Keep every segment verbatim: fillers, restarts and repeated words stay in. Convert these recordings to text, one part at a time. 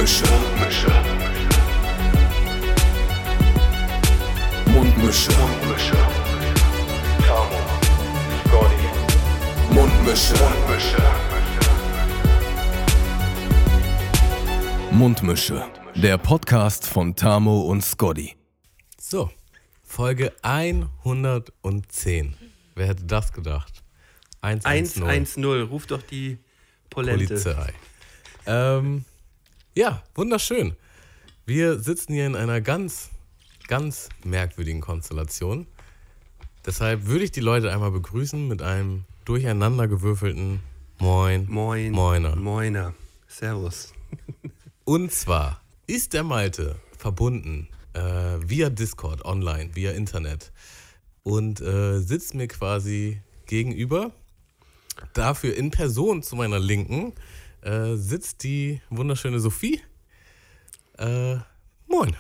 Mundmische. Mundmische. Mundmische. Tamo, Scotty. Mundmische. Mundmische. Mundmische. Der Podcast von Tamo und Scotty. So, Folge hundertzehn. Wer hätte das gedacht? eins eins null. Ruf doch die Polente. Polizei. Ähm, ja, wunderschön. Wir sitzen hier in einer ganz, ganz merkwürdigen Konstellation. Deshalb würde ich die Leute einmal begrüßen mit einem durcheinandergewürfelten Moin. Moin. Moiner. Moiner. Servus. Und zwar ist der Malte verbunden äh, via Discord, online, via Internet und äh, sitzt mir quasi gegenüber. Dafür in Person zu meiner Linken äh, sitzt die wunderschöne Sophie. Äh, moin.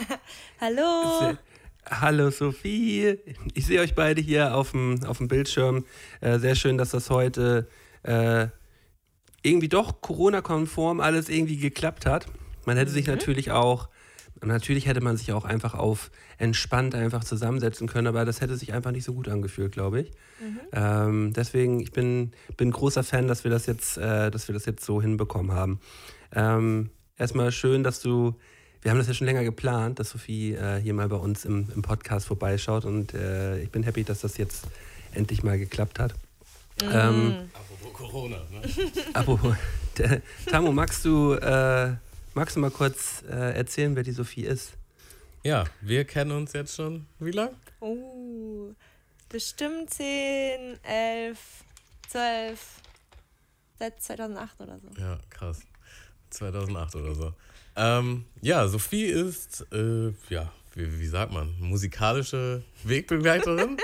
Hallo. Hallo Sophie. Ich sehe euch beide hier auf dem, auf dem Bildschirm. Äh, sehr schön, dass das heute äh, irgendwie doch Corona-konform alles irgendwie geklappt hat. Man hätte mhm. sich natürlich auch, natürlich hätte man sich auch einfach auf entspannt einfach zusammensetzen können, aber das hätte sich einfach nicht so gut angefühlt, glaube ich. Mhm. Ähm, deswegen, ich bin, bin großer Fan, dass wir das jetzt, äh, dass wir das jetzt so hinbekommen haben. Ähm, erstmal schön, dass du, wir haben das ja schon länger geplant, dass Sophie äh, hier mal bei uns im, im Podcast vorbeischaut und äh, ich bin happy, dass das jetzt endlich mal geklappt hat. Mhm. Ähm, Apropos Corona, ne? Apropos, der, Tamo, magst du, äh, magst du mal kurz äh, erzählen, wer die Sophie ist? Ja, wir kennen uns jetzt schon, wie lang? Oh, bestimmt zehn, elf, zwölf, seit zweitausendacht oder so. Ja, krass. zweitausendacht oder so. Ähm, ja, Sophie ist, äh, ja, wie, wie sagt man, musikalische Wegbegleiterin.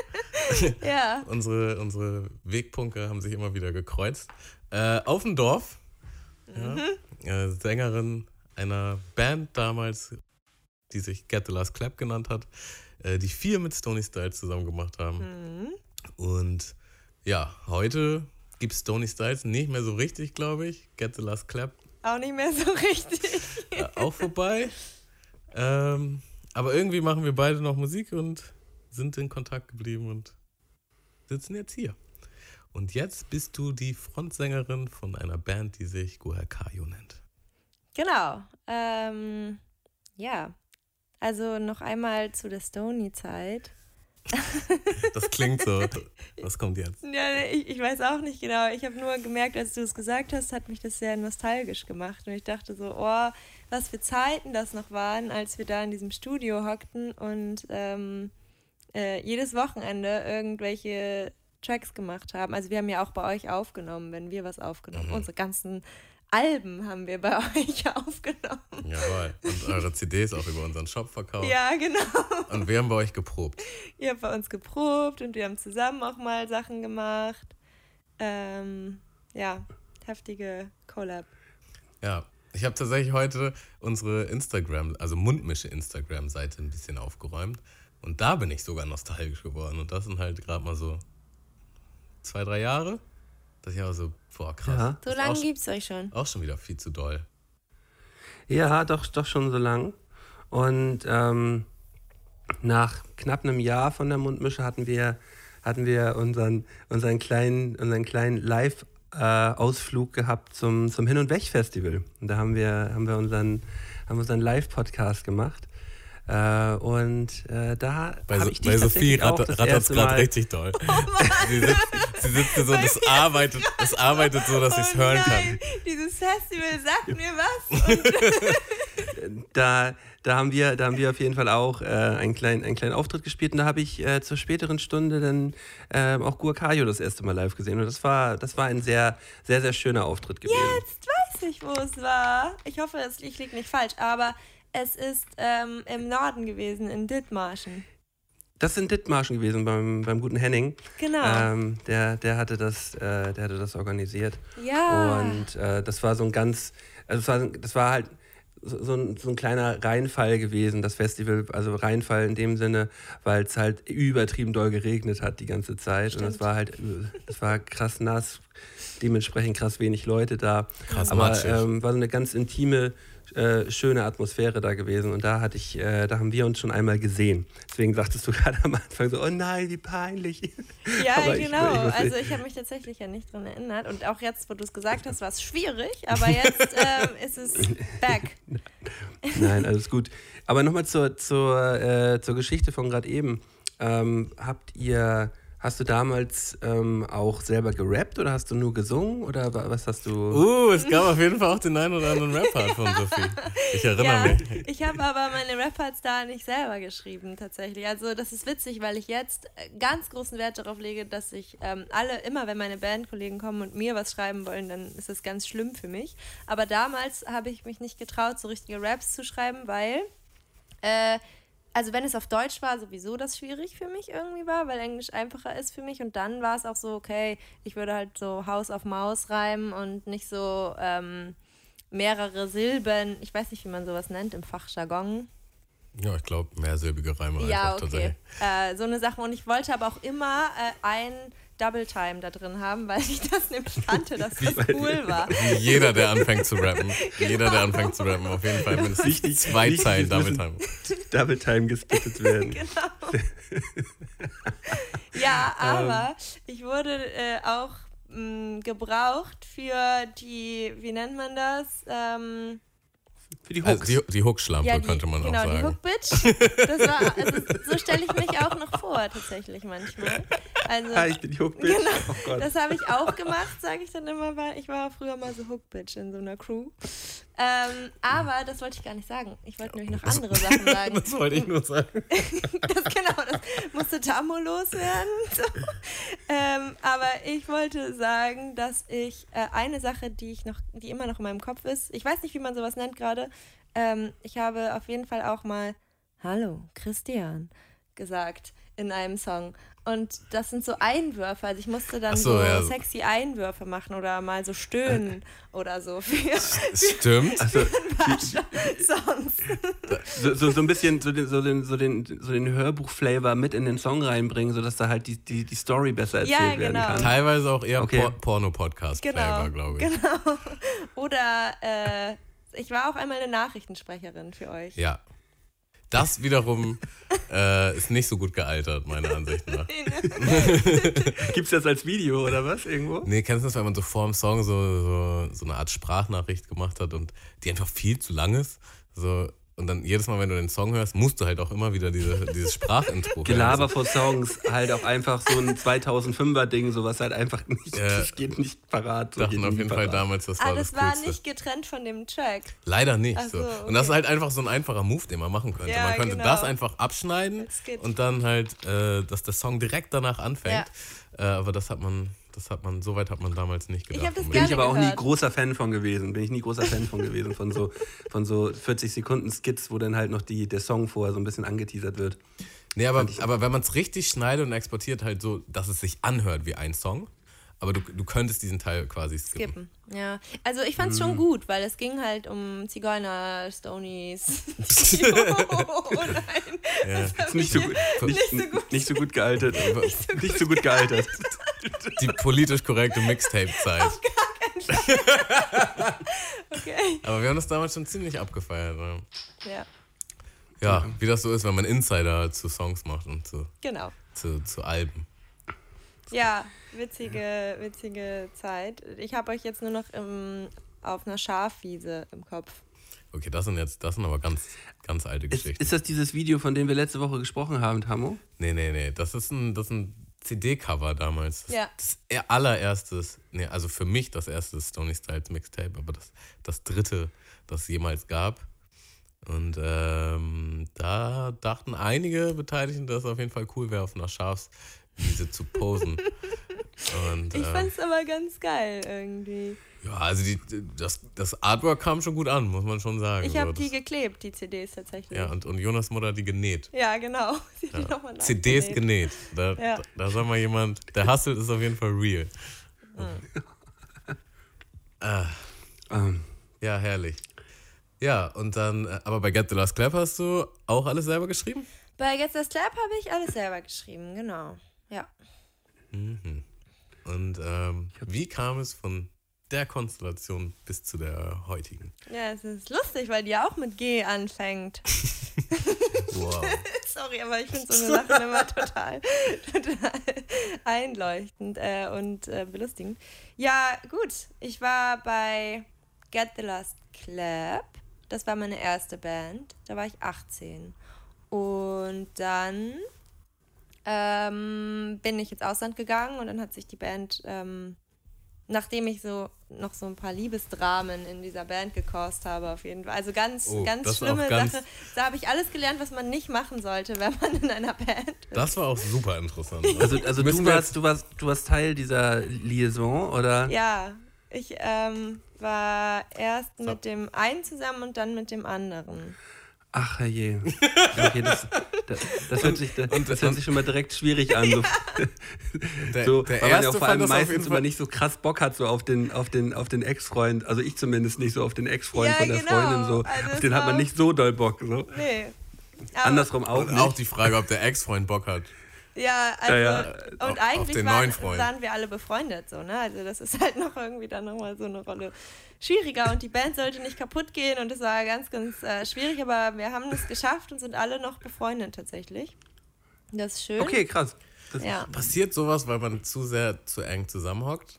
Ja. unsere, unsere Wegpunkte haben sich immer wieder gekreuzt. Äh, auf dem Dorf. Ja, Mhm. äh, Sängerin einer Band damals, die sich Get the Last Clap genannt hat, äh, die viel mit Stoney Styles zusammen gemacht haben. Mhm. Und ja, heute gibt es Stoney Styles nicht mehr so richtig, glaube ich. Get the Last Clap Auch nicht mehr so richtig. äh, auch vorbei. Ähm, aber irgendwie machen wir beide noch Musik und sind in Kontakt geblieben und sitzen jetzt hier. Und jetzt bist du die Frontsängerin von einer Band, die sich Goher Kayo nennt. Genau. Ähm, ja. Also noch einmal zu der Stoney-Zeit. Das klingt so. Was kommt jetzt? Ja, ich, ich weiß auch nicht genau. Ich habe nur gemerkt, als du es gesagt hast, hat mich das sehr nostalgisch gemacht. Und ich dachte so, oh, was für Zeiten das noch waren, als wir da in diesem Studio hockten und ähm, äh, jedes Wochenende irgendwelche Tracks gemacht haben. Also wir haben ja auch bei euch aufgenommen, wenn wir was aufgenommen. Mhm. Unsere ganzen Alben haben wir bei euch aufgenommen. Jawohl. Und eure C Ds auch über unseren Shop verkauft. Ja, genau. Und wir haben bei euch geprobt. Ihr habt bei uns geprobt und wir haben zusammen auch mal Sachen gemacht. Ähm, ja, heftige Collab. Ja, ich habe tatsächlich heute unsere Instagram, also Mundmische Instagram-Seite ein bisschen aufgeräumt. Und da bin ich sogar nostalgisch geworden. Und das sind halt gerade mal so zwei, drei Jahre. Das ist ja so, boah, krass. Ja. So Das ist lange auch, gibt's euch schon. auch schon wieder viel zu doll. Ja, doch, doch schon so lang. Und ähm, nach knapp einem Jahr von der Mundmische hatten wir, hatten wir unseren, unseren kleinen, unseren kleinen Live-Ausflug gehabt zum, zum Hin- und Weg-Festival. Und da haben wir, haben wir unseren, haben wir unseren Live-Podcast gemacht. Äh, und äh, da Bei, habe so, ich dich bei Sophie tatsächlich auch rattert das es erste gerade Mal- richtig doll. sie, sitzt, sie sitzt hier so, das arbeitet, das arbeitet so, dass ich es Oh hören nein, kann. dieses Festival sagt mir was. Und Da, da, haben wir, da haben wir auf jeden Fall auch äh, einen, kleinen, einen kleinen Auftritt gespielt und da habe ich äh, zur späteren Stunde dann äh, auch Goher Kayo das erste Mal live gesehen und das war, das war ein sehr, sehr, sehr schöner Auftritt gewesen. jetzt weiß ich, wo es war. Ich hoffe, es- ich liege nicht falsch, aber es ist ähm, im Norden gewesen, in Dithmarschen. Das sind Dithmarschen gewesen beim, beim guten Henning. Genau. Ähm, der, der, hatte das, äh, der hatte das organisiert. Ja. Und äh, das war so ein ganz, also das war, das war halt so, so, ein, so ein kleiner Reinfall gewesen, das Festival. Also Reinfall in dem Sinne, weil es halt übertrieben doll geregnet hat die ganze Zeit. Stimmt. Und es war halt, es war krass nass, dementsprechend krass wenig Leute da. Krass Aber matschig. ähm, war so eine ganz intime äh, schöne Atmosphäre da gewesen und da hatte ich, äh, da haben wir uns schon einmal gesehen. Deswegen sagtest du gerade am Anfang so, oh nein, wie peinlich. Ja, Aber ich- genau. ich muss- also ich habe mich tatsächlich ja nicht dran erinnert. Und auch jetzt, wo du es gesagt hast, war es schwierig. Aber jetzt ähm, ist es back. Nein, alles gut. Aber nochmal zur, zur, äh, zur Geschichte von gerade eben. Ähm, habt ihr, hast du damals ähm, auch selber gerappt oder hast du nur gesungen oder wa- was hast du? Uh, es gab auf jeden Fall auch den einen oder anderen Rap-Part von Sophie. Ich erinnere Ja, mich. ich habe aber meine Rap-Parts da nicht selber geschrieben tatsächlich. Also das ist witzig, weil ich jetzt äh, ganz großen Wert darauf lege, dass ich ähm, alle, immer wenn meine Bandkollegen kommen und mir was schreiben wollen, dann ist das ganz schlimm für mich. Aber damals habe ich mich nicht getraut, so richtige Raps zu schreiben, weil äh, also wenn es auf Deutsch war, sowieso das schwierig für mich irgendwie war, weil Englisch einfacher ist für mich. Und dann war es auch so, okay, ich würde halt so Haus auf Maus reimen und nicht so ähm, mehrere Silben. Ich weiß nicht, wie man sowas nennt im Fachjargon. Ja, ich glaube, mehrsilbige Reime Ja, einfach okay. tatsächlich. Äh, so eine Sache. Und ich wollte aber auch immer äh, ein Double Time da drin haben, weil ich das nämlich kannte, dass das cool war. Wie jeder, der anfängt zu rappen. Jeder, der anfängt zu rappen. Auf jeden Fall mindestens Wichtig- zwei wichtig Zeilen ist, Double müssen- Time. Double Time gespittet werden. Genau. Ja, aber ich wurde äh, auch mh, gebraucht für die, wie nennt man das? Ähm, Für die Also Hooks. die, die Hookschlampe, ja, die, könnte man genau, auch die sagen. Hook-Bitch. Das war, also, so stelle ich mich auch noch vor, tatsächlich manchmal. Also, ah, ich bin die Hook-Bitch. Genau. Oh Gott. das habe ich auch gemacht, sage ich dann immer, weil ich war früher mal so Hook-Bitch in so einer Crew. Ähm, aber das wollte ich gar nicht sagen. Ich wollte nämlich noch andere Sachen sagen. Das wollte ich nur sagen. Das, genau, das musste Tammo loswerden. So. Ähm, aber ich wollte sagen, dass ich äh, eine Sache, die ich noch, die immer noch in meinem Kopf ist, ich weiß nicht, wie man sowas nennt gerade, ähm, ich habe auf jeden Fall auch mal Hallo, Christian gesagt in einem Song. Und das sind so Einwürfe. Also ich musste dann Ach so, so, ja. sexy Einwürfe machen oder mal so stöhnen oder so für Stimmt. Also, Songs. so, so, so ein bisschen so den, so den, so den, so den Hörbuch-Flavor mit in den Song reinbringen, sodass da halt die, die, die Story besser erzählt Ja, werden genau. kann. Teilweise auch eher Okay. Por Porno-Podcast-Flavor, Genau, glaube ich. genau. Oder äh, ich war auch einmal eine Nachrichtensprecherin für euch. Ja. Das wiederum äh, ist nicht so gut gealtert, meiner Ansicht nach. Gibt's das als Video oder was irgendwo? Nee, kennst du das, wenn man so vor dem Song so, so, so eine Art Sprachnachricht gemacht hat und die einfach viel zu lang ist? So, und dann jedes Mal, wenn du den Song hörst, musst du halt auch immer wieder diese, dieses Sprachintro hören. Gelaber vor Songs, halt auch einfach so ein zweitausendfünfer Ding, sowas halt einfach nicht, Ja. das geht nicht parat. So dachten geht auf nie jeden Fall parat. damals, das war Ah, das, das war Coolste. nicht getrennt von dem Track. Leider nicht. Ach so. so, Und das ist okay. halt einfach so ein einfacher Move, den man machen könnte. Ja, man könnte genau. das einfach abschneiden Als Skit. und dann halt, äh, dass der Song direkt danach anfängt. Äh, aber das hat man, das hat man, so weit hat man damals nicht gedacht. Ich hab das Bin gerne ich aber auch nie gehört. großer Fan von gewesen. Bin ich nie großer Fan von gewesen, von so, von so vierzig Sekunden Skits, wo dann halt noch die, der Song vorher so ein bisschen angeteasert wird. Nee, aber, aber wenn man es richtig schneidet und exportiert, halt so, dass es sich anhört wie ein Song, aber du, du könntest diesen Teil quasi skippen. Skippen. Ja. Also ich fand's schon gut, weil es ging halt um Zigeuner, Stonies. oh nein. Ja. Das hab Ist nicht ich so, hier- gut, nicht, nicht so gut. nicht so gut gealtert. Nicht so gut gealtert. Die politisch korrekte Mixtape-Zeit. Okay. Aber wir haben das damals schon ziemlich abgefeiert. Ne? Ja, Ja, wie das so ist, wenn man Insider zu Songs macht und zu, genau. zu, zu Alben. Ja, witzige, witzige Zeit. Ich habe euch jetzt nur noch im, auf einer Schafwiese im Kopf. Okay, das sind jetzt, das sind aber ganz, ganz alte Ist, Geschichten. ist das dieses Video, von dem wir letzte Woche gesprochen haben, Tammo? Nee, nee, nee. Das ist ein, das ist ein C D-Cover damals. Das, Ja. das er- allererstes, nee, also für mich das erste Stony Styles Mixtape, aber das, das dritte, das es jemals gab. Und ähm, da dachten einige Beteiligten, dass es auf jeden Fall cool wäre, auf einer Schafswiese zu posen. Und, Ich ähm, fand's aber ganz geil irgendwie. ja, also die, das, das Artwork kam schon gut an, muss man schon sagen. Ich So, habe das- die geklebt, die C Ds tatsächlich. Ja, und, und Jonas Mutter hat die genäht. Ja, genau. Sie hat die Ja. nochmal C Ds nachgenäht. genäht. Da, Ja. da, da sag mal jemand, der Hustle ist auf jeden Fall real. Ah, Ähm, ja, herrlich. Ja, und dann, äh, aber bei Get the Last Clap hast du auch alles selber geschrieben? Bei Get the Slap habe ich alles selber geschrieben, genau. Ja. Mhm. Und ähm, wie kam es von der Konstellation bis zu der heutigen. Ja, es ist lustig, weil die ja auch mit G anfängt. Wow. Sorry, aber ich finde so eine Sache immer total, total einleuchtend äh, und äh, belustigend. Ja, gut. Ich war bei Get the Last Clap. Das war meine erste Band. Da war ich achtzehn. Und dann ähm, bin ich ins Ausland gegangen und dann hat sich die Band, ähm, nachdem ich so noch so ein paar Liebesdramen in dieser Band gekost habe, auf jeden Fall. Also ganz, Oh, ganz das war schlimme auch ganz- Sache. Da habe ich alles gelernt, was man nicht machen sollte, wenn man in einer Band ist. Das war auch super interessant. Also, also Müssen du, wir warst, du, warst, du warst Teil dieser Liaison, oder? Ja, ich ähm, war erst So. mit dem einen zusammen und dann mit dem anderen. Ach je. Okay, das, das, das, hört sich, das, und- das hört und- sich schon mal direkt schwierig an. So, Der, so, der weil man ja erste auch vor fand allem das auf meistens jeden immer Fall. nicht so krass Bock hat, so auf den, auf den, auf den Ex-Freund. Also ich zumindest nicht so auf den Ex-Freund Ja, von der genau. Freundin. So. Also Auf es den hat man war- nicht so doll Bock. So. Nee. Aber, Andersrum auch Und nicht. auch die Frage, ob der Ex-Freund Bock hat. Ja, also, Ja, ja. und Auf- auf eigentlich den waren, neuen Freund. waren wir alle befreundet, so, ne? Also das ist halt noch irgendwie dann nochmal so eine Rolle schwieriger und die Band sollte nicht kaputt gehen und es war ganz, ganz äh, schwierig, aber wir haben es geschafft und sind alle noch befreundet tatsächlich. Das ist schön. Okay, krass. Das, Ja. Passiert sowas, weil man zu sehr zu eng zusammenhockt?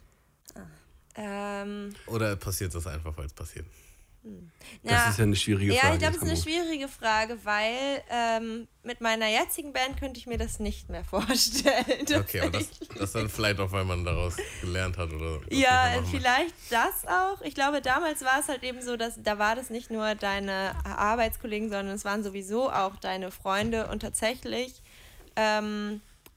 Ähm, Oder passiert das einfach, weil es passiert? das ja, ist ja eine schwierige ja, Frage. ich glaube, es ist eine Tamu. schwierige Frage, weil ähm, mit meiner jetzigen Band könnte ich mir das nicht mehr vorstellen. Okay, aber das, das dann vielleicht auch, weil man daraus gelernt hat oder das nicht mehr Ja, machen möchte. vielleicht das auch. Ich glaube, damals war es halt eben so, dass da war das nicht nur deine Arbeitskollegen, sondern es waren sowieso auch deine Freunde. Und tatsächlich ähm,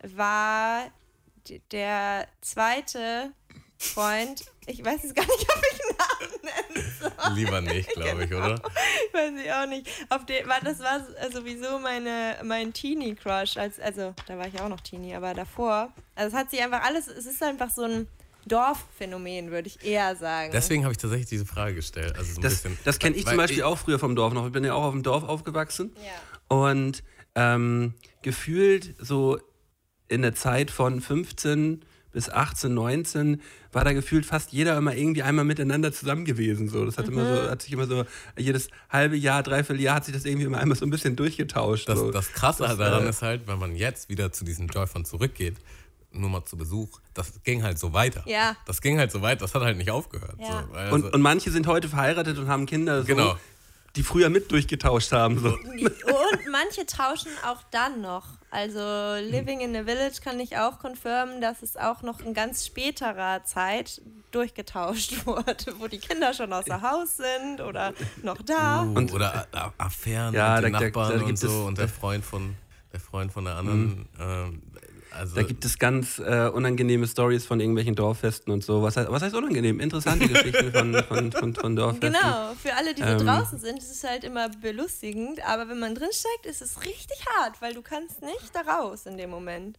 war d- der zweite Freund, ich weiß jetzt gar nicht, ob ich einen Namen nennen soll. Lieber nicht, glaube ich, oder? Weiß ich auch nicht. Auf den, war, das war sowieso meine, mein Teenie-Crush. Als, also, da war ich auch noch Teenie, aber davor. Also, es hat sich einfach alles, es ist einfach so ein Dorfphänomen, würde ich eher sagen. Deswegen habe ich tatsächlich diese Frage gestellt. Also so ein Das, bisschen, das kenne ich weil- zum Beispiel auch früher vom Dorf noch. Ich bin ja auch auf dem Dorf aufgewachsen. Ja. Und ähm, gefühlt so in der Zeit von fünfzehn bis achtzehn, neunzehn war da gefühlt fast jeder immer irgendwie einmal miteinander zusammen gewesen. So. Das hat, immer so, hat sich immer so, jedes halbe Jahr, dreiviertel Jahr hat sich das irgendwie immer einmal so ein bisschen durchgetauscht. Das, so. das Krasse Das, daran äh, ist halt, wenn man jetzt wieder zu diesem Joyfund zurückgeht, nur mal zu Besuch, das ging halt so weiter. Ja. Das ging halt so weiter, das hat halt nicht aufgehört. Ja. So, also, und, und manche sind heute verheiratet und haben Kinder, so, Genau. die früher mit durchgetauscht haben. So. Und manche tauschen auch dann noch. Also Living in a Village kann ich auch confirmen, dass es auch noch in ganz späterer Zeit durchgetauscht wurde, wo die Kinder schon außer Haus sind oder noch da. uh, Und- oder A- A- Affären Ja, mit den da- da- Nachbarn da und gibt so es- und der Freund von der Freund von der anderen. Ähm, also Da gibt es ganz äh, unangenehme Stories von irgendwelchen Dorffesten und so. Was heißt, was heißt unangenehm? Interessante Geschichten von, von, von, von Dorffesten. Genau, für alle, die so Ähm. draußen sind, ist es halt immer belustigend, aber wenn man drinsteckt, ist es richtig hart, weil du kannst nicht da raus in dem Moment.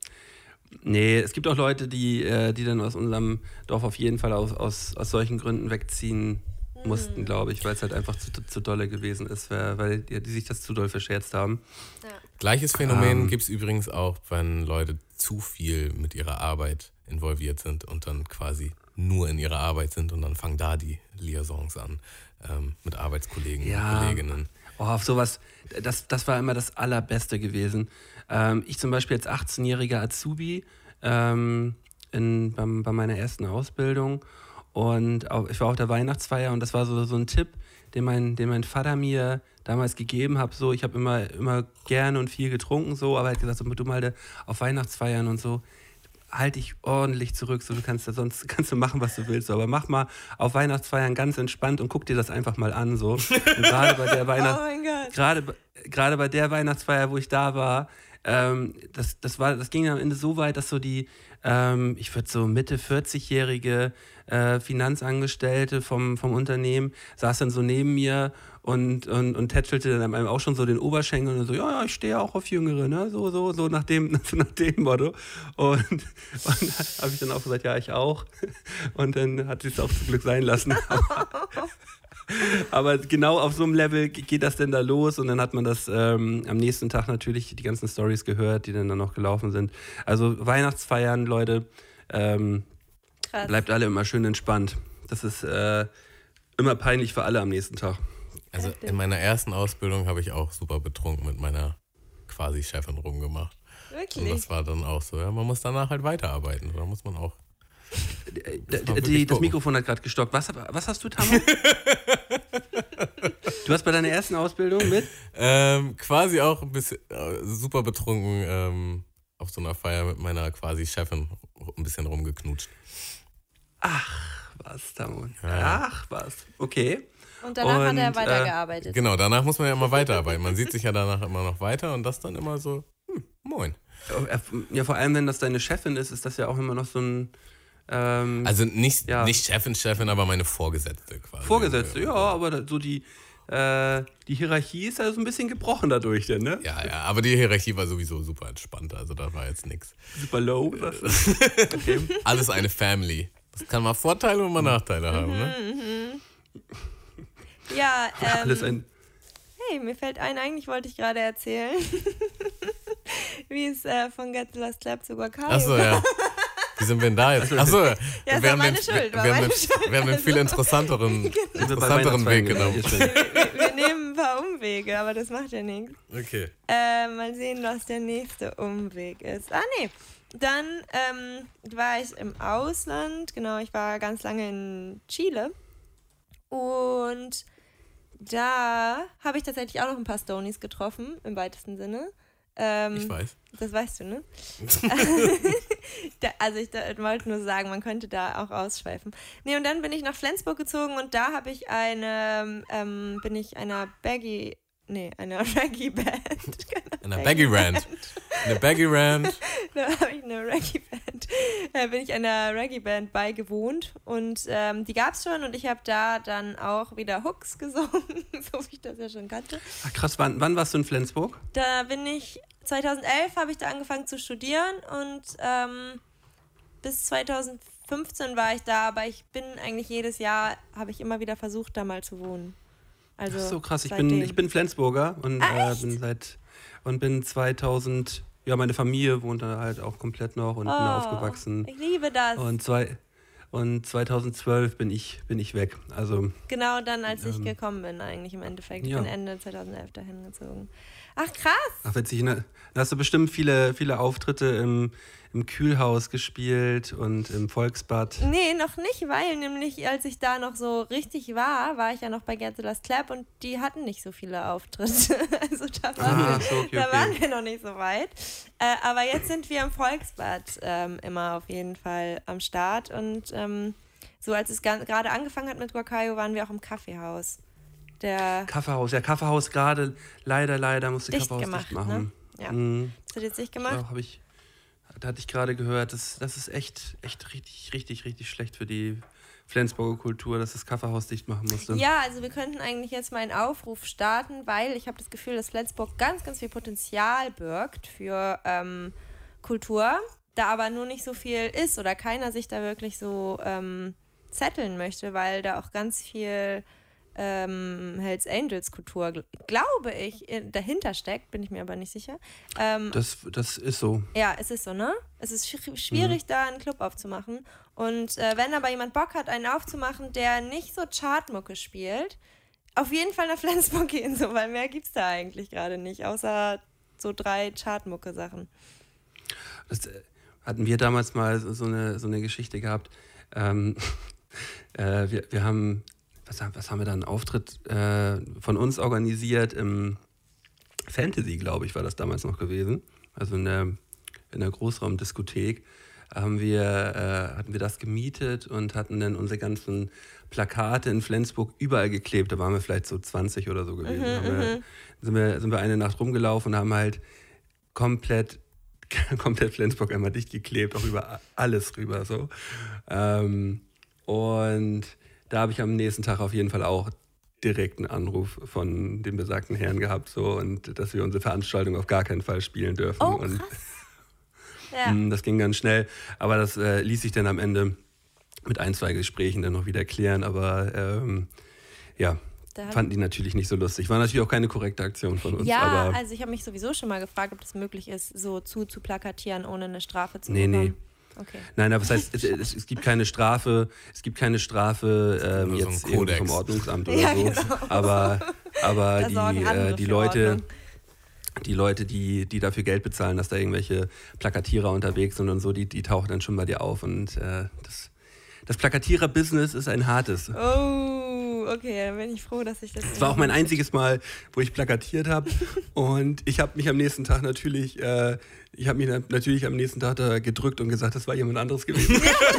Nee, es gibt auch Leute, die, äh, die dann aus unserem Dorf auf jeden Fall aus, aus, aus solchen Gründen wegziehen mussten, glaube ich, weil es halt einfach zu, zu dolle gewesen ist, weil, weil die, die sich das zu doll verscherzt haben. Ja. Gleiches Phänomen Ähm. gibt es übrigens auch, wenn Leute zu viel mit ihrer Arbeit involviert sind und dann quasi nur in ihrer Arbeit sind und dann fangen da die Liaisons an ähm, mit Arbeitskollegen Ja. und Kolleginnen. Oh, auf sowas, das, das war immer das Allerbeste gewesen. Ähm, ich zum Beispiel als achtzehnjähriger Azubi ähm, in, beim, bei meiner ersten Ausbildung und auch, ich war auf der Weihnachtsfeier und das war so, so ein Tipp, den mein, den mein Vater mir damals gegeben hat. So, ich habe immer, immer gerne und viel getrunken, so, aber er hat gesagt, so, du mal auf Weihnachtsfeiern und so, halt dich ordentlich zurück, so, du kannst da sonst kannst du machen, was du willst, so, aber mach mal auf Weihnachtsfeiern ganz entspannt und guck dir das einfach mal an, so. Und gerade bei der Weihnachts Oh mein Gott. gerade gerade bei der Weihnachtsfeier, wo ich da war, ähm, das, das war, das ging am Ende so weit, dass so die, ähm, ich würde so Mitte vierzig-jährige äh, Finanzangestellte vom, vom Unternehmen saß dann so neben mir und, und, und tätschelte dann einem auch schon so den Oberschenkel und so, ja, ja, ich stehe auch auf Jüngere, ne? So, so, so nach dem, so nach dem Motto. Und, und da habe ich dann auch gesagt, ja, ich auch. Und dann hat sie es auch zum Glück sein lassen. Aber genau auf so einem Level geht das denn da los und dann hat man das ähm, am nächsten Tag natürlich die ganzen Storys gehört, die dann, dann noch gelaufen sind. Also Weihnachtsfeiern, Leute, ähm, Krass. bleibt alle immer schön entspannt. Das ist äh, immer peinlich für alle am nächsten Tag. Also in meiner ersten Ausbildung habe ich auch super betrunken mit meiner quasi Chefin rumgemacht. Wirklich? Und das war dann auch so, ja, man muss danach halt weiterarbeiten. Da muss man auch. Die, die, das Mikrofon hat gerade gestockt. Was, was hast du, Tammo? Du hast bei deiner ersten Ausbildung mit? Ähm, quasi auch ein bisschen äh, super betrunken ähm, auf so einer Feier mit meiner quasi Chefin ein bisschen rumgeknutscht. Ach, was, Tammo. Ja. Ach, was. Okay. Und danach Und, hat er äh, weitergearbeitet. Genau, danach muss man ja immer weiterarbeiten. Man sieht sich ja danach immer noch weiter und das dann immer so, hm, moin. Ja, vor allem, wenn das deine Chefin ist, ist das ja auch immer noch so ein... Ähm, Also nicht, ja. nicht Chefin, Chefin, aber meine Vorgesetzte quasi. Vorgesetzte, ja, aber so die, äh, die Hierarchie ist ja so ein bisschen gebrochen dadurch, denn, ne? Ja, ja, aber die Hierarchie war sowieso super entspannt, also da war jetzt nichts. Super low. Okay. Alles eine Family. Das kann mal Vorteile und mal Nachteile haben, ne? Ja, ähm, Alles ein... hey, mir fällt ein, eigentlich wollte ich gerade erzählen, wie es äh, von Get the Last Clap zu Guacayo Achso, ja. Wie sind wir denn da jetzt? Achso, ja, es wir, war haben meine den, Schuld, wir, war wir, haben meine den, Schuld. wir haben den viel interessanteren, Sind wir bei interessanteren Weg Weihnachtsfeiern genommen. gelandet, hier schön. wir nehmen ein paar Umwege, aber das macht ja nichts. Okay. Äh, mal sehen, was der nächste Umweg ist. Ah, nee. Dann ähm, war ich im Ausland. Genau, ich war ganz lange in Chile. Und da habe ich tatsächlich auch noch ein paar Stonies getroffen, im weitesten Sinne. Ähm, Ich weiß. Das weißt du, ne? da, also ich da, wollte nur sagen, man könnte da auch ausschweifen. Nee, und dann bin ich nach Flensburg gezogen und da habe ich eine, ähm, bin ich einer Baggy, nee, einer Reggae-Band. Eine Baggy Rand. Eine Baggy Rand. Da habe ich eine Reggae-Band, da bin ich einer Reggae-Band beigewohnt und ähm, die gab es schon und ich habe da dann auch wieder Hooks gesungen, so wie ich das ja schon kannte. Ach krass, wann, wann warst du in Flensburg? Da bin ich, zweitausendelf habe ich da angefangen zu studieren und ähm, bis zweitausendfünfzehn war ich da, aber ich bin eigentlich jedes Jahr, habe ich immer wieder versucht, da mal zu wohnen. Also Ach so krass, ich seitdem. bin, ich bin Flensburger und Ah, äh, bin seit und bin zweitausend, ja, meine Familie wohnt da halt auch komplett noch und Oh, bin da aufgewachsen. Ich liebe das. Und zwei und zweitausendzwölf bin ich bin ich weg. Also Genau dann, als ich Ähm, gekommen bin, eigentlich im Endeffekt. Ich ja. bin Ende zweitausendelf dahin gezogen. Ach, krass. ach witzig, ne? Da hast du bestimmt viele viele Auftritte im im Kühlhaus gespielt und im Volksbad. Nee, noch nicht, weil nämlich, als ich da noch so richtig war, war ich ja noch bei Get the Last Clap und die hatten nicht so viele Auftritte. Also da waren, Ah, wir, so, okay, da okay. waren wir noch nicht so weit. Äh, aber jetzt sind wir im Volksbad ähm, immer auf jeden Fall am Start. Und ähm, so als es ga- gerade angefangen hat mit Guacayo, waren wir auch im Kaffeehaus. Der Kaffeehaus, ja, Kaffeehaus gerade leider leider musste dicht Kaffeehaus gemacht, dicht machen. ne? Ja. Mhm. Das hat jetzt nicht gemacht. Ja, habe ich, da hatte ich gerade gehört, das, das ist echt, echt richtig, richtig, richtig schlecht für die Flensburger Kultur, dass das Kaffeehaus dicht machen musste. Ja, also wir könnten eigentlich jetzt mal einen Aufruf starten, weil ich habe das Gefühl, dass Flensburg ganz, ganz viel Potenzial birgt für ähm, Kultur, da aber nur nicht so viel ist oder keiner sich da wirklich so ähm, zetteln möchte, weil da auch ganz viel ähm, Hells Angels Kultur, gl- glaube ich, in- dahinter steckt, bin ich mir aber nicht sicher. Ähm, Das, das ist so. ja, es ist so, ne? Es ist sch- schwierig, da einen Club aufzumachen. Und äh, wenn aber jemand Bock hat, einen aufzumachen, der nicht so Chartmucke spielt, auf jeden Fall nach Flensburg gehen, so, weil mehr gibt's da eigentlich gerade nicht, außer so drei Chartmucke-Sachen. Das äh, hatten wir damals mal so, so, eine, so eine Geschichte gehabt. Ähm, äh, wir, wir haben, was, haben- was haben wir da, einen Auftritt äh, von uns organisiert im Fantasy, glaube ich, war das damals noch gewesen. Also in der, in der Großraumdiskothek haben wir, äh, hatten wir das gemietet und hatten dann unsere ganzen Plakate in Flensburg überall geklebt. Da waren wir vielleicht so zwanzig oder so gewesen. haben wir, sind, wir, sind wir eine Nacht rumgelaufen und haben halt komplett, komplett Flensburg einmal dicht geklebt, auch über alles rüber. So. Ähm, und da habe ich am nächsten Tag auf jeden Fall auch direkt einen Anruf von dem besagten Herrn gehabt, so, und dass wir unsere Veranstaltung auf gar keinen Fall spielen dürfen. Oh, und krass. Ja. Mm, das ging ganz schnell, aber das äh, ließ sich dann am Ende mit ein, zwei Gesprächen dann noch wieder klären, aber ähm, ja, Da fanden die natürlich nicht so lustig. War natürlich auch keine korrekte Aktion von uns, Ja, aber also ich habe mich sowieso schon mal gefragt, ob das möglich ist, so zu zu plakatieren, ohne eine Strafe zu nee, nee. bekommen. okay. Nein, aber das heißt, es, es, es gibt keine Strafe, es gibt keine Strafe ähm, Nur so ein jetzt irgendwie Kodex. vom Ordnungsamt oder Ja, so. genau. Aber, aber Da sorgen die, andere äh, die für Leute, Ordnung. die Leute, die, die dafür Geld bezahlen, dass da irgendwelche Plakatierer unterwegs sind und so, die, die tauchen dann schon bei dir auf. Und äh, das, das Plakatierer-Business ist ein hartes. Oh, okay, dann bin ich froh, dass ich das... Das war auch mein einziges Mal, wo ich plakatiert habe. Und ich habe mich am nächsten Tag natürlich, äh, ich habe mich na- natürlich am nächsten Tag da gedrückt und gesagt, das war jemand anderes gewesen.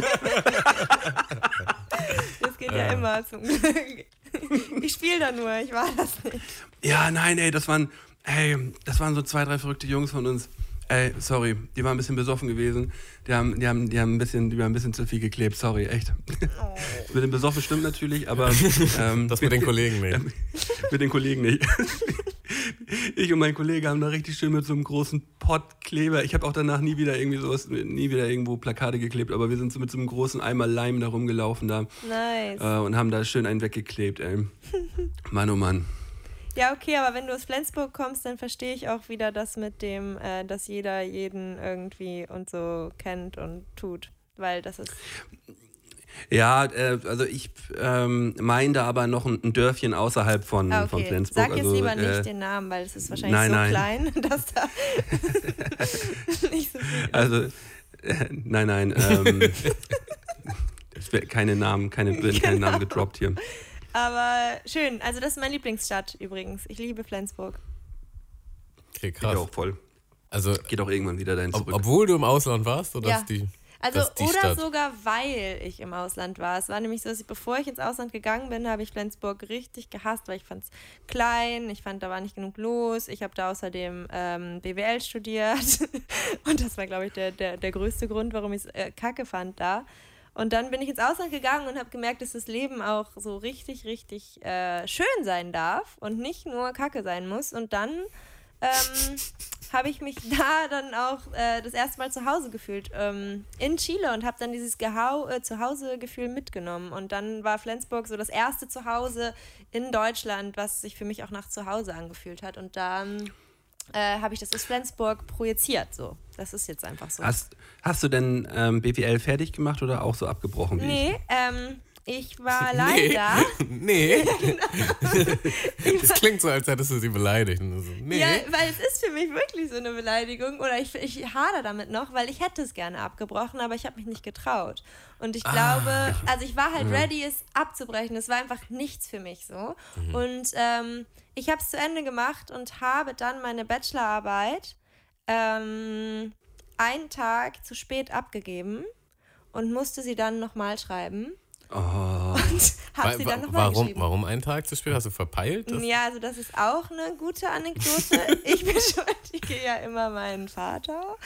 Das geht ja immer zum Glück. Ich spiele da nur, ich war das nicht. Ja, nein, ey, das waren, ey, das waren so zwei, drei verrückte Jungs von uns. Ey, sorry, die waren ein bisschen besoffen gewesen. Die haben, die haben, die haben, ein, bisschen, die haben ein bisschen zu viel geklebt, sorry, echt. Oh. Mit dem Besoffen stimmt natürlich, aber... Ähm, Das mit den Kollegen nicht. mit den Kollegen nicht. Ich und mein Kollege haben da richtig schön mit so einem großen Pott Kleber. Ich habe auch danach nie wieder irgendwie sowas, nie wieder irgendwo Plakate geklebt, aber wir sind so mit so einem großen Eimer Leim da rumgelaufen da Nice. äh, und haben da schön einen weggeklebt, ey. Mann, oh Mann. Ja, okay, aber wenn du aus Flensburg kommst, dann verstehe ich auch wieder das mit dem, äh, dass jeder jeden irgendwie und so kennt und tut. Weil das ist... Ja, äh, also ich ähm, meine da aber noch ein, ein Dörfchen außerhalb von, Ah, von okay. Flensburg. Sag jetzt also, lieber äh, nicht den Namen, weil es ist wahrscheinlich nein, so nein. klein, dass da nicht so viel ist. Also, äh, nein, nein, ähm, es wird keine Namen, keine, werden keine Genau. Namen gedroppt hier. Aber schön, also das ist meine Lieblingsstadt übrigens. Ich liebe Flensburg. Okay, Geht krass. auch voll. Also, Geht auch irgendwann wieder dahin ob, zurück. obwohl du im Ausland warst, oder Ja. ist die, Also das ist die oder Stadt? sogar weil ich im Ausland war. Es war nämlich so, dass ich, bevor ich ins Ausland gegangen bin, habe ich Flensburg richtig gehasst, weil ich fand es klein, ich fand, da war nicht genug los. Ich habe da außerdem ähm, B W L studiert und das war, glaube ich, der, der, der größte Grund, warum ich es äh, kacke fand da. Und dann bin ich ins Ausland gegangen und habe gemerkt, dass das Leben auch so richtig, richtig äh, schön sein darf und nicht nur kacke sein muss. Und dann ähm, habe ich mich da dann auch äh, das erste Mal zu Hause gefühlt ähm, in Chile und habe dann dieses Gehau, äh, Zuhause-Gefühl mitgenommen. Und dann war Flensburg so das erste Zuhause in Deutschland, was sich für mich auch nach Zuhause angefühlt hat. Und dann äh, habe ich das aus Flensburg projiziert. So, das ist jetzt einfach so. Hast, hast du denn ähm, B W L fertig gemacht oder auch so abgebrochen wie ich? Nee, ähm, ich war leider. Nee. Das klingt so, als hättest du sie beleidigt. Und so, nee. Ja, weil es ist für mich wirklich so eine Beleidigung oder ich, ich hader damit noch, weil ich hätte es gerne abgebrochen, aber ich habe mich nicht getraut. Und ich glaube, also ich war halt ready, es abzubrechen. Es war einfach nichts für mich so. Mhm. Und ähm, ich habe es zu Ende gemacht und habe dann meine Bachelorarbeit ähm, einen Tag zu spät abgegeben und musste sie dann nochmal schreiben. Oh. Und habe Wa- sie wa- dann nochmal warum, geschrieben. warum einen Tag zu spät? Hast du verpeilt? Das? Ja, also das ist auch eine gute Anekdote. Ich beschuldige ja immer meinen Vater,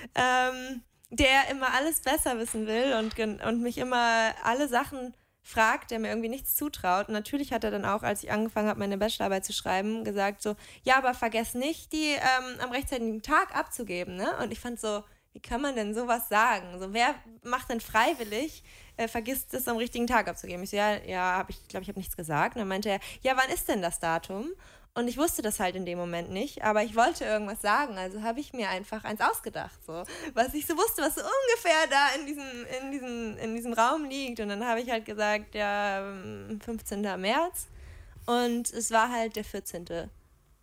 ähm, der immer alles besser wissen will und, gen- und mich immer alle Sachen fragt, der mir irgendwie nichts zutraut. Und natürlich hat er dann auch, als ich angefangen habe, meine Bachelorarbeit zu schreiben, gesagt so, ja, aber vergess nicht, die ähm, am rechtzeitigen Tag abzugeben. Ne? Und ich fand so, wie kann man denn sowas sagen? So, wer macht denn freiwillig, äh, vergisst es am richtigen Tag abzugeben? Ich so, ja, ja, hab ich glaube, ich habe nichts gesagt. Und dann meinte er, ja, wann ist denn das Datum? Und ich wusste das halt in dem Moment nicht, aber ich wollte irgendwas sagen, also habe ich mir einfach eins ausgedacht, so, was ich so wusste, was so ungefähr da in diesem, in diesem, in diesem Raum liegt. Und dann habe ich halt gesagt, ja, fünfzehnten März und es war halt der vierzehnten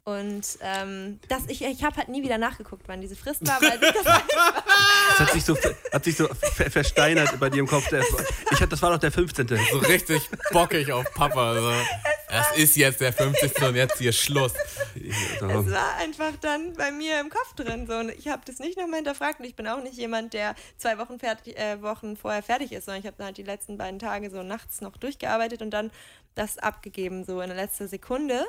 Und ähm, das, ich, ich habe halt nie wieder nachgeguckt, wann diese Frist war, weil sich das Das hat sich so, hat sich so ver versteinert bei dir im Kopf. Der, ich hab, das war doch der fünfzehnte So richtig bockig auf Papa. So. Es ist jetzt der fünfzigste und jetzt hier Schluss. Es war einfach dann bei mir im Kopf drin. So. Und ich habe das nicht nochmal hinterfragt. Und ich bin auch nicht jemand, der zwei Wochen, fertig, äh, Wochen vorher fertig ist, sondern ich habe dann halt die letzten beiden Tage so nachts noch durchgearbeitet und dann das abgegeben, so in der letzten Sekunde.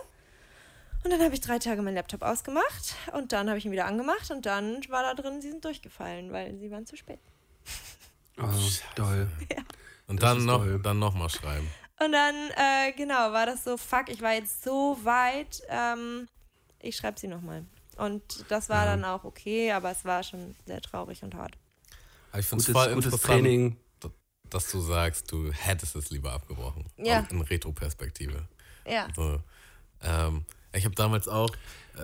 Und dann habe ich drei Tage meinen Laptop ausgemacht und dann habe ich ihn wieder angemacht und dann war da drin, sie sind durchgefallen, weil sie waren zu spät. Oh, toll. Und Das dann ist noch, toll. dann noch mal schreiben. Und dann, äh, genau, war das so, fuck, ich war jetzt so weit, ähm, ich schreibe sie nochmal. Und das war Ja. dann auch okay, aber es war schon sehr traurig und hart. Aber ich finde es Gutes, voll gutes interessant, Training. dass du sagst, du hättest es lieber abgebrochen. Ja. Auch in Retroperspektive. Ja. So. Ähm, ich habe damals auch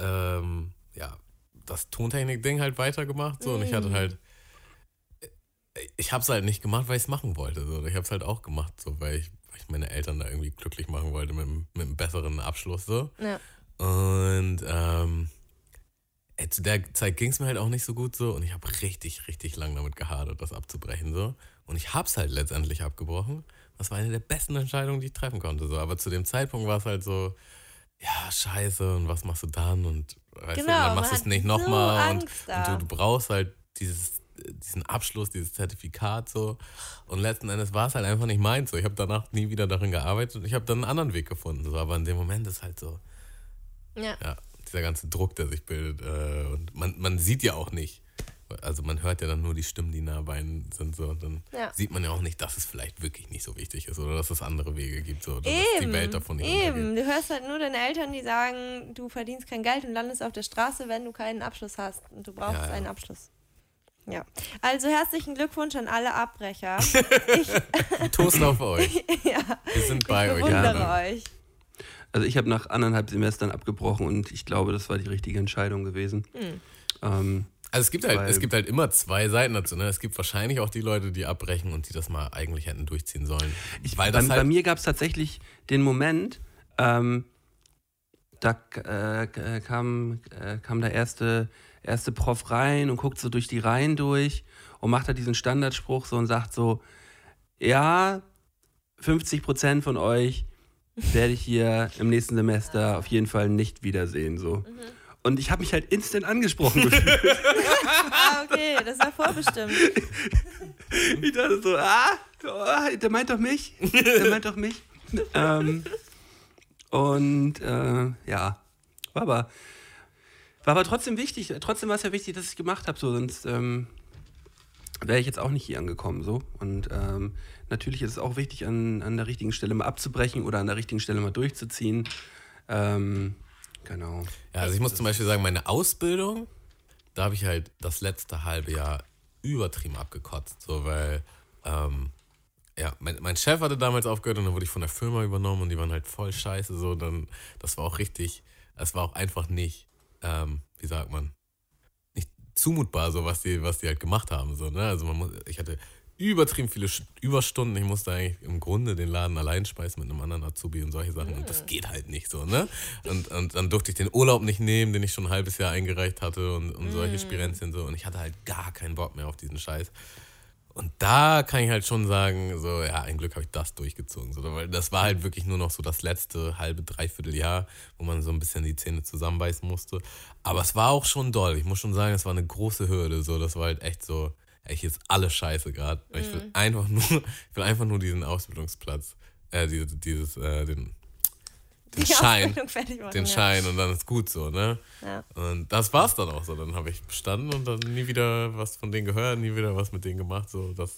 ähm, ja, das Tontechnik-Ding halt weitergemacht. So, Und ich hatte Mm. halt ich habe es halt nicht gemacht, weil ich es machen wollte. So. Ich habe es halt auch gemacht, so, weil, ich, weil ich meine Eltern da irgendwie glücklich machen wollte mit, mit einem besseren Abschluss. So. Ja. Und ähm, ey, zu der Zeit ging es mir halt auch nicht so gut so und ich habe richtig, richtig lang damit gehadert, das abzubrechen. So. Und ich habe es halt letztendlich abgebrochen. Das war eine der besten Entscheidungen, die ich treffen konnte. So. Aber zu dem Zeitpunkt war es halt so, ja, scheiße, und was machst du dann? Und weißt Genau, du, dann man machst du es hat nicht so nochmal. Und, Angst da. und du, du brauchst halt dieses, diesen Abschluss, dieses Zertifikat so. Und letzten Endes war es halt einfach nicht meins. So. Ich habe danach nie wieder darin gearbeitet und ich habe dann einen anderen Weg gefunden. So. Aber in dem Moment ist halt so, Ja. ja, dieser ganze Druck, der sich bildet. Äh, und man, man sieht ja auch nicht. Also man hört ja dann nur die Stimmen, die nah bei einem sind. So. Und dann Ja. sieht man ja auch nicht, dass es vielleicht wirklich nicht so wichtig ist oder dass es andere Wege gibt. So, oder dass Eben, die Welt davon nicht untergeht. eben. Du hörst halt nur deine Eltern, die sagen, du verdienst kein Geld und landest auf der Straße, wenn du keinen Abschluss hast. Und du brauchst Ja, ja. einen Abschluss. Ja. Also herzlichen Glückwunsch an alle Abbrecher. Ich, Toast auf euch. ja, Wir sind bei ich euch. bewundere alle. euch. Also ich habe nach anderthalb Semestern abgebrochen und ich glaube, das war die richtige Entscheidung gewesen. Hm. Ähm, Also es gibt halt, Weil- es gibt halt immer zwei Seiten dazu. Ne? Es gibt wahrscheinlich auch die Leute, die abbrechen und die das mal eigentlich hätten durchziehen sollen. Ich, Weil bei, das bei halt, mir gab es tatsächlich den Moment, ähm, da äh, k- kam, äh, kam der erste, erste Prof rein und guckt so durch die Reihen durch und macht halt diesen Standardspruch so und sagt so, ja, fünfzig Prozent von euch werde ich hier im nächsten Semester auf jeden Fall nicht wiedersehen. So. Mhm. Und ich habe mich halt instant angesprochen gefühlt. Ah, okay, das war vorbestimmt. Ich dachte so, ah, oh, der meint doch mich. Der meint doch mich. ähm, und äh, ja, war aber, war aber trotzdem wichtig. Trotzdem war es ja wichtig, dass ich gemacht habe. So, sonst ähm, wäre ich jetzt auch nicht hier angekommen. So. Und ähm, natürlich ist es auch wichtig, an, an der richtigen Stelle mal abzubrechen oder an der richtigen Stelle mal durchzuziehen. Ähm, genau. ja, also ich muss zum Beispiel sagen, meine Ausbildung, da habe ich halt das letzte halbe Jahr übertrieben abgekotzt. So, weil, ähm, ja, mein, mein Chef hatte damals aufgehört und dann wurde ich von der Firma übernommen und die waren halt voll scheiße. So, dann, das war auch richtig, das war auch einfach nicht, ähm, wie sagt man, nicht zumutbar, so was die, was die halt gemacht haben. So, ne? Also man muss, ich hatte übertrieben viele Sch- Überstunden. Ich musste eigentlich im Grunde den Laden allein speisen mit einem anderen Azubi und solche Sachen. Und das geht halt nicht so, ne? Und, und dann durfte ich den Urlaub nicht nehmen, den ich schon ein halbes Jahr eingereicht hatte und, und solche Spirenzien so. Und ich hatte halt gar keinen Bock mehr auf diesen Scheiß. Und da kann ich halt schon sagen, so, ja, ein Glück habe ich das durchgezogen. So, weil das war halt wirklich nur noch so das letzte halbe, dreiviertel Jahr, wo man so ein bisschen die Zähne zusammenbeißen musste. Aber es war auch schon doll. Ich muss schon sagen, es war eine große Hürde. So, das war halt echt so, ey, hier ist alles scheiße gerade. Ich will einfach nur, ich will einfach nur diesen Ausbildungsplatz, äh, dieses, dieses, äh, den, den Die Schein. Ausbildung fertig machen, Den ja. Schein und dann ist gut so, ne? Ja. Und das war's dann auch so. Dann habe ich bestanden und dann nie wieder was von denen gehört, nie wieder was mit denen gemacht. So, das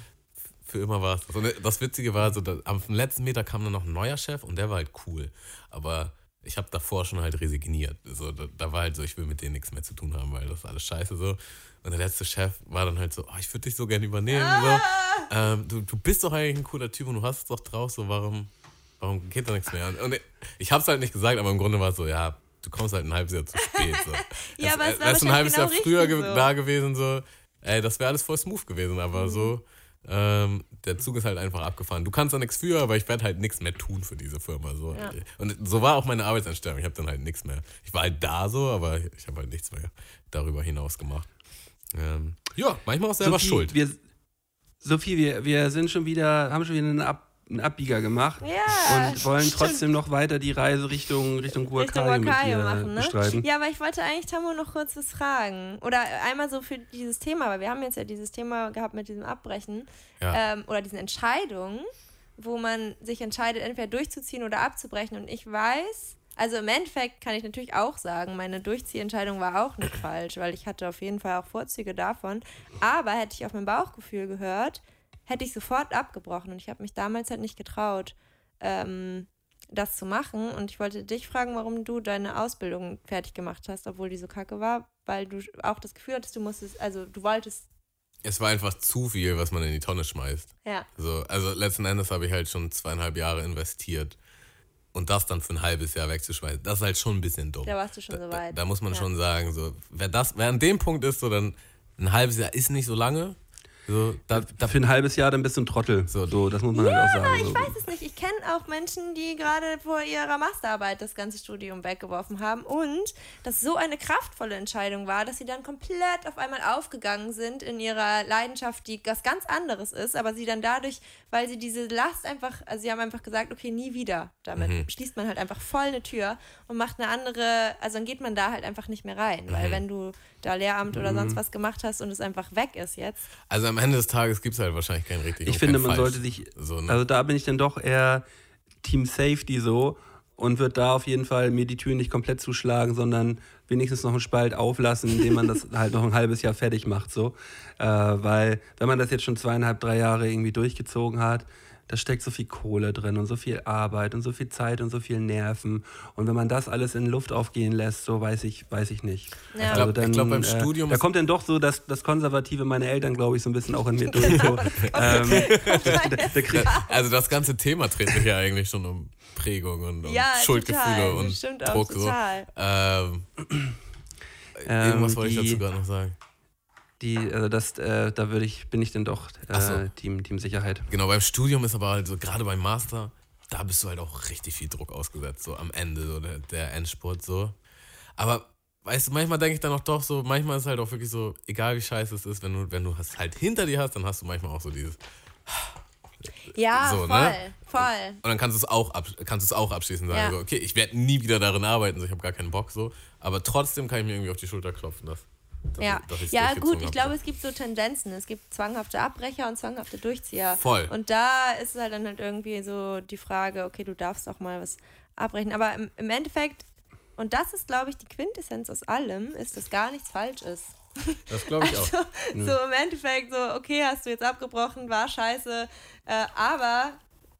für immer war es das. Und das Witzige war, so, dass am letzten Meter kam dann noch ein neuer Chef und der war halt cool. Aber ich habe davor schon halt resigniert. So, da, da war halt so, ich will mit denen nichts mehr zu tun haben, weil das ist alles scheiße so. Und der letzte Chef war dann halt so, oh, ich würde dich so gerne übernehmen. Ah! So. Ähm, du, du bist doch eigentlich ein cooler Typ und du hast es doch drauf, so warum, warum geht da nichts mehr? Und, und ich habe es halt nicht gesagt, aber im Grunde war es so, ja, du kommst halt ein halbes Jahr zu spät. So. Ja, aber es war wärst du ein halbes wahrscheinlich Jahr genau früher richtig ge so. da gewesen, so, ey, das wäre alles voll smooth gewesen, aber Mhm. so, ähm, der Zug ist halt einfach abgefahren. Du kannst da nichts für, aber ich werde halt nichts mehr tun für diese Firma. So. Ja. Und so war auch meine Arbeitseinstellung. Ich habe dann halt nichts mehr. Ich war halt da so, aber ich habe halt nichts mehr darüber hinaus gemacht. Ähm, ja, manchmal auch selber Sophie, schuld. Wir, Sophie, wir, wir sind schon wieder, haben schon wieder einen, Ab, einen Abbieger gemacht Ja, und wollen stimmt. trotzdem noch weiter die Reise Richtung, Richtung Richtung Huacayo mit Huacayo dir machen, ne? bestreiten. Ja, aber ich wollte eigentlich Tammo noch kurz was fragen. Oder einmal so für dieses Thema, weil wir haben jetzt ja dieses Thema gehabt mit diesem Abbrechen Ja. ähm, oder diesen Entscheidungen, wo man sich entscheidet, entweder durchzuziehen oder abzubrechen. Und ich weiß, also im Endeffekt kann ich natürlich auch sagen, meine Durchziehentscheidung war auch nicht falsch, weil ich hatte auf jeden Fall auch Vorzüge davon. Aber hätte ich auf mein Bauchgefühl gehört, hätte ich sofort abgebrochen. Und ich habe mich damals halt nicht getraut, ähm, das zu machen. Und ich wollte dich fragen, warum du deine Ausbildung fertig gemacht hast, obwohl die so kacke war, weil du auch das Gefühl hattest, du musstest, also du wolltest, Es war einfach zu viel, was man in die Tonne schmeißt. ja. So, also letzten Endes habe ich halt schon zweieinhalb Jahre investiert. Und das dann für ein halbes Jahr wegzuschmeißen, das ist halt schon ein bisschen dumm. Da warst du schon Da, so da, weit. da muss man Ja. schon sagen, so, wer, das, wer an dem Punkt ist, so dann ein halbes Jahr ist nicht so lange. So, da, da, Für ein halbes Jahr dann bist du ein Trottel. So, so das muss man Ja, halt auch sagen. ich so. weiß es nicht. Ich kenne auch Menschen, die gerade vor ihrer Masterarbeit das ganze Studium weggeworfen haben und das so eine kraftvolle Entscheidung war, dass sie dann komplett auf einmal aufgegangen sind in ihrer Leidenschaft, die was ganz anderes ist, aber sie dann dadurch, weil sie diese Last einfach, also sie haben einfach gesagt, okay, nie wieder. Damit mhm. schließt man halt einfach voll eine Tür und macht eine andere, also dann geht man da halt einfach nicht mehr rein, mhm. weil wenn du da Lehramt oder sonst was gemacht hast und es einfach weg ist jetzt. Also am Ende des Tages gibt es halt wahrscheinlich keinen richtigen. Ich finde, man sollte sich, so, ne? also da bin ich dann doch eher Team Safety so und würde da auf jeden Fall mir die Tür nicht komplett zuschlagen, sondern wenigstens noch einen Spalt auflassen, indem man das halt noch ein halbes Jahr fertig macht. So. Äh, weil wenn man das jetzt schon zweieinhalb, drei Jahre irgendwie durchgezogen hat, da steckt so viel Kohle drin und so viel Arbeit und so viel Zeit und so viel Nerven. Und wenn man das alles in Luft aufgehen lässt, so weiß ich, weiß ich nicht. Ja. Ich glaube, also glaub, beim Studium... Äh, da kommt dann doch so das, das Konservative meiner Eltern, glaube ich, so ein bisschen auch in mir durch. So. ähm, also das ganze Thema dreht sich ja eigentlich schon um Prägung und um ja, Schuldgefühle total. und Stimmt Druck. Auch total. So. Ähm, irgendwas wollte ich dazu gerade noch sagen. Die, also das, äh, da würde ich, bin ich dann doch äh, so. Team, Team Sicherheit. Genau, beim Studium ist aber halt so, gerade beim Master, da bist du halt auch richtig viel Druck ausgesetzt, so am Ende, so der, der Endspurt, so. Aber, weißt du, manchmal denke ich dann auch doch so, manchmal ist es halt auch wirklich so, egal wie scheiße es ist, wenn du, wenn du es halt hinter dir hast, dann hast du manchmal auch so dieses... Ja, so, voll, ne? voll. Und dann kannst du es auch, ab, kannst du es auch abschließend sagen, ja. so, okay, ich werde nie wieder darin arbeiten, so, ich habe gar keinen Bock, so. Aber trotzdem kann ich mir irgendwie auf die Schulter klopfen, dass... Dass ja, ich, ja gut, ich hab. glaube, es gibt so Tendenzen. Es gibt zwanghafte Abbrecher und zwanghafte Durchzieher. Voll. Und da ist halt dann halt irgendwie so die Frage, okay, du darfst auch mal was abbrechen. Aber im, im Endeffekt, und das ist, glaube ich, die Quintessenz aus allem, ist, dass gar nichts falsch ist. Das glaube ich also, auch. So im Endeffekt so, okay, hast du jetzt abgebrochen, war scheiße, äh, aber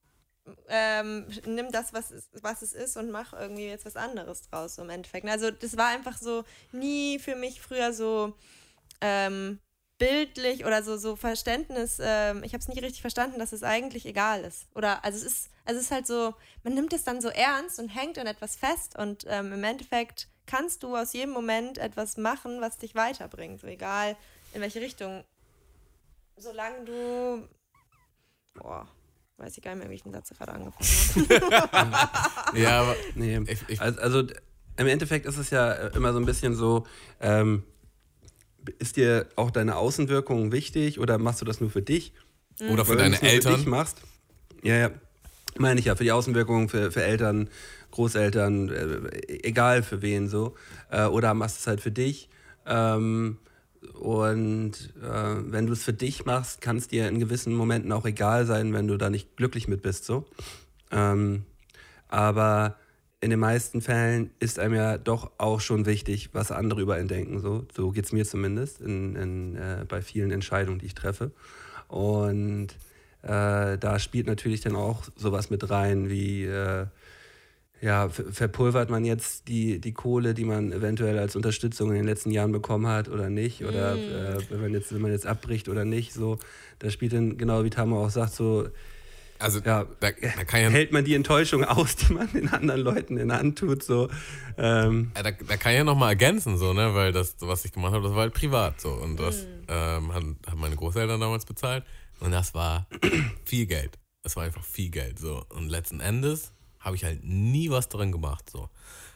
ähm, nimm das, was es, was es ist und mach irgendwie jetzt was anderes draus, so im Endeffekt. Also das war einfach so nie für mich früher so ähm, bildlich oder so, so Verständnis, ähm, ich habe es nie richtig verstanden, dass es eigentlich egal ist. Oder, also es ist, also es ist halt so, man nimmt es dann so ernst und hängt an etwas fest und ähm, im Endeffekt kannst du aus jedem Moment etwas machen, was dich weiterbringt, so egal in welche Richtung. Solange du, boah, weiß ich gar nicht mehr, wie ich den Satz gerade angefangen habe. Ja, aber nee. ich, ich, also, also im Endeffekt ist es ja immer so ein bisschen so, ähm, ist dir auch deine Außenwirkung wichtig oder machst du das nur für dich? Mhm. Oder für Weil deine Eltern? Für dich machst. Ja, ja, meine ich ja, für die Außenwirkung, für, für Eltern, Großeltern, äh, egal für wen so. Äh, oder machst du es halt für dich. Ähm, Und äh, wenn du es für dich machst, kann es dir in gewissen Momenten auch egal sein, wenn du da nicht glücklich mit bist. So. Ähm, aber in den meisten Fällen ist einem ja doch auch schon wichtig, was andere über einen denken. So, so geht es mir zumindest in, in, äh, bei vielen Entscheidungen, die ich treffe. Und äh, da spielt natürlich dann auch sowas mit rein wie... Äh, Ja, verpulvert man jetzt die, die Kohle, die man eventuell als Unterstützung in den letzten Jahren bekommen hat oder nicht? Oder mm. äh, wenn man jetzt, wenn man jetzt abbricht oder nicht, so, da spielt dann, genau wie Tamo auch sagt, so, also, ja, da, da kann ja, hält man die Enttäuschung aus, die man den anderen Leuten in der Hand tut, so. Ähm. Da, da kann ich ja nochmal ergänzen, so, ne, weil das, was ich gemacht habe, das war halt privat, so, und das mm. ähm, haben, haben meine Großeltern damals bezahlt und das war viel Geld. Das war einfach viel Geld, so, und letzten Endes habe ich halt nie was dran gemacht, so.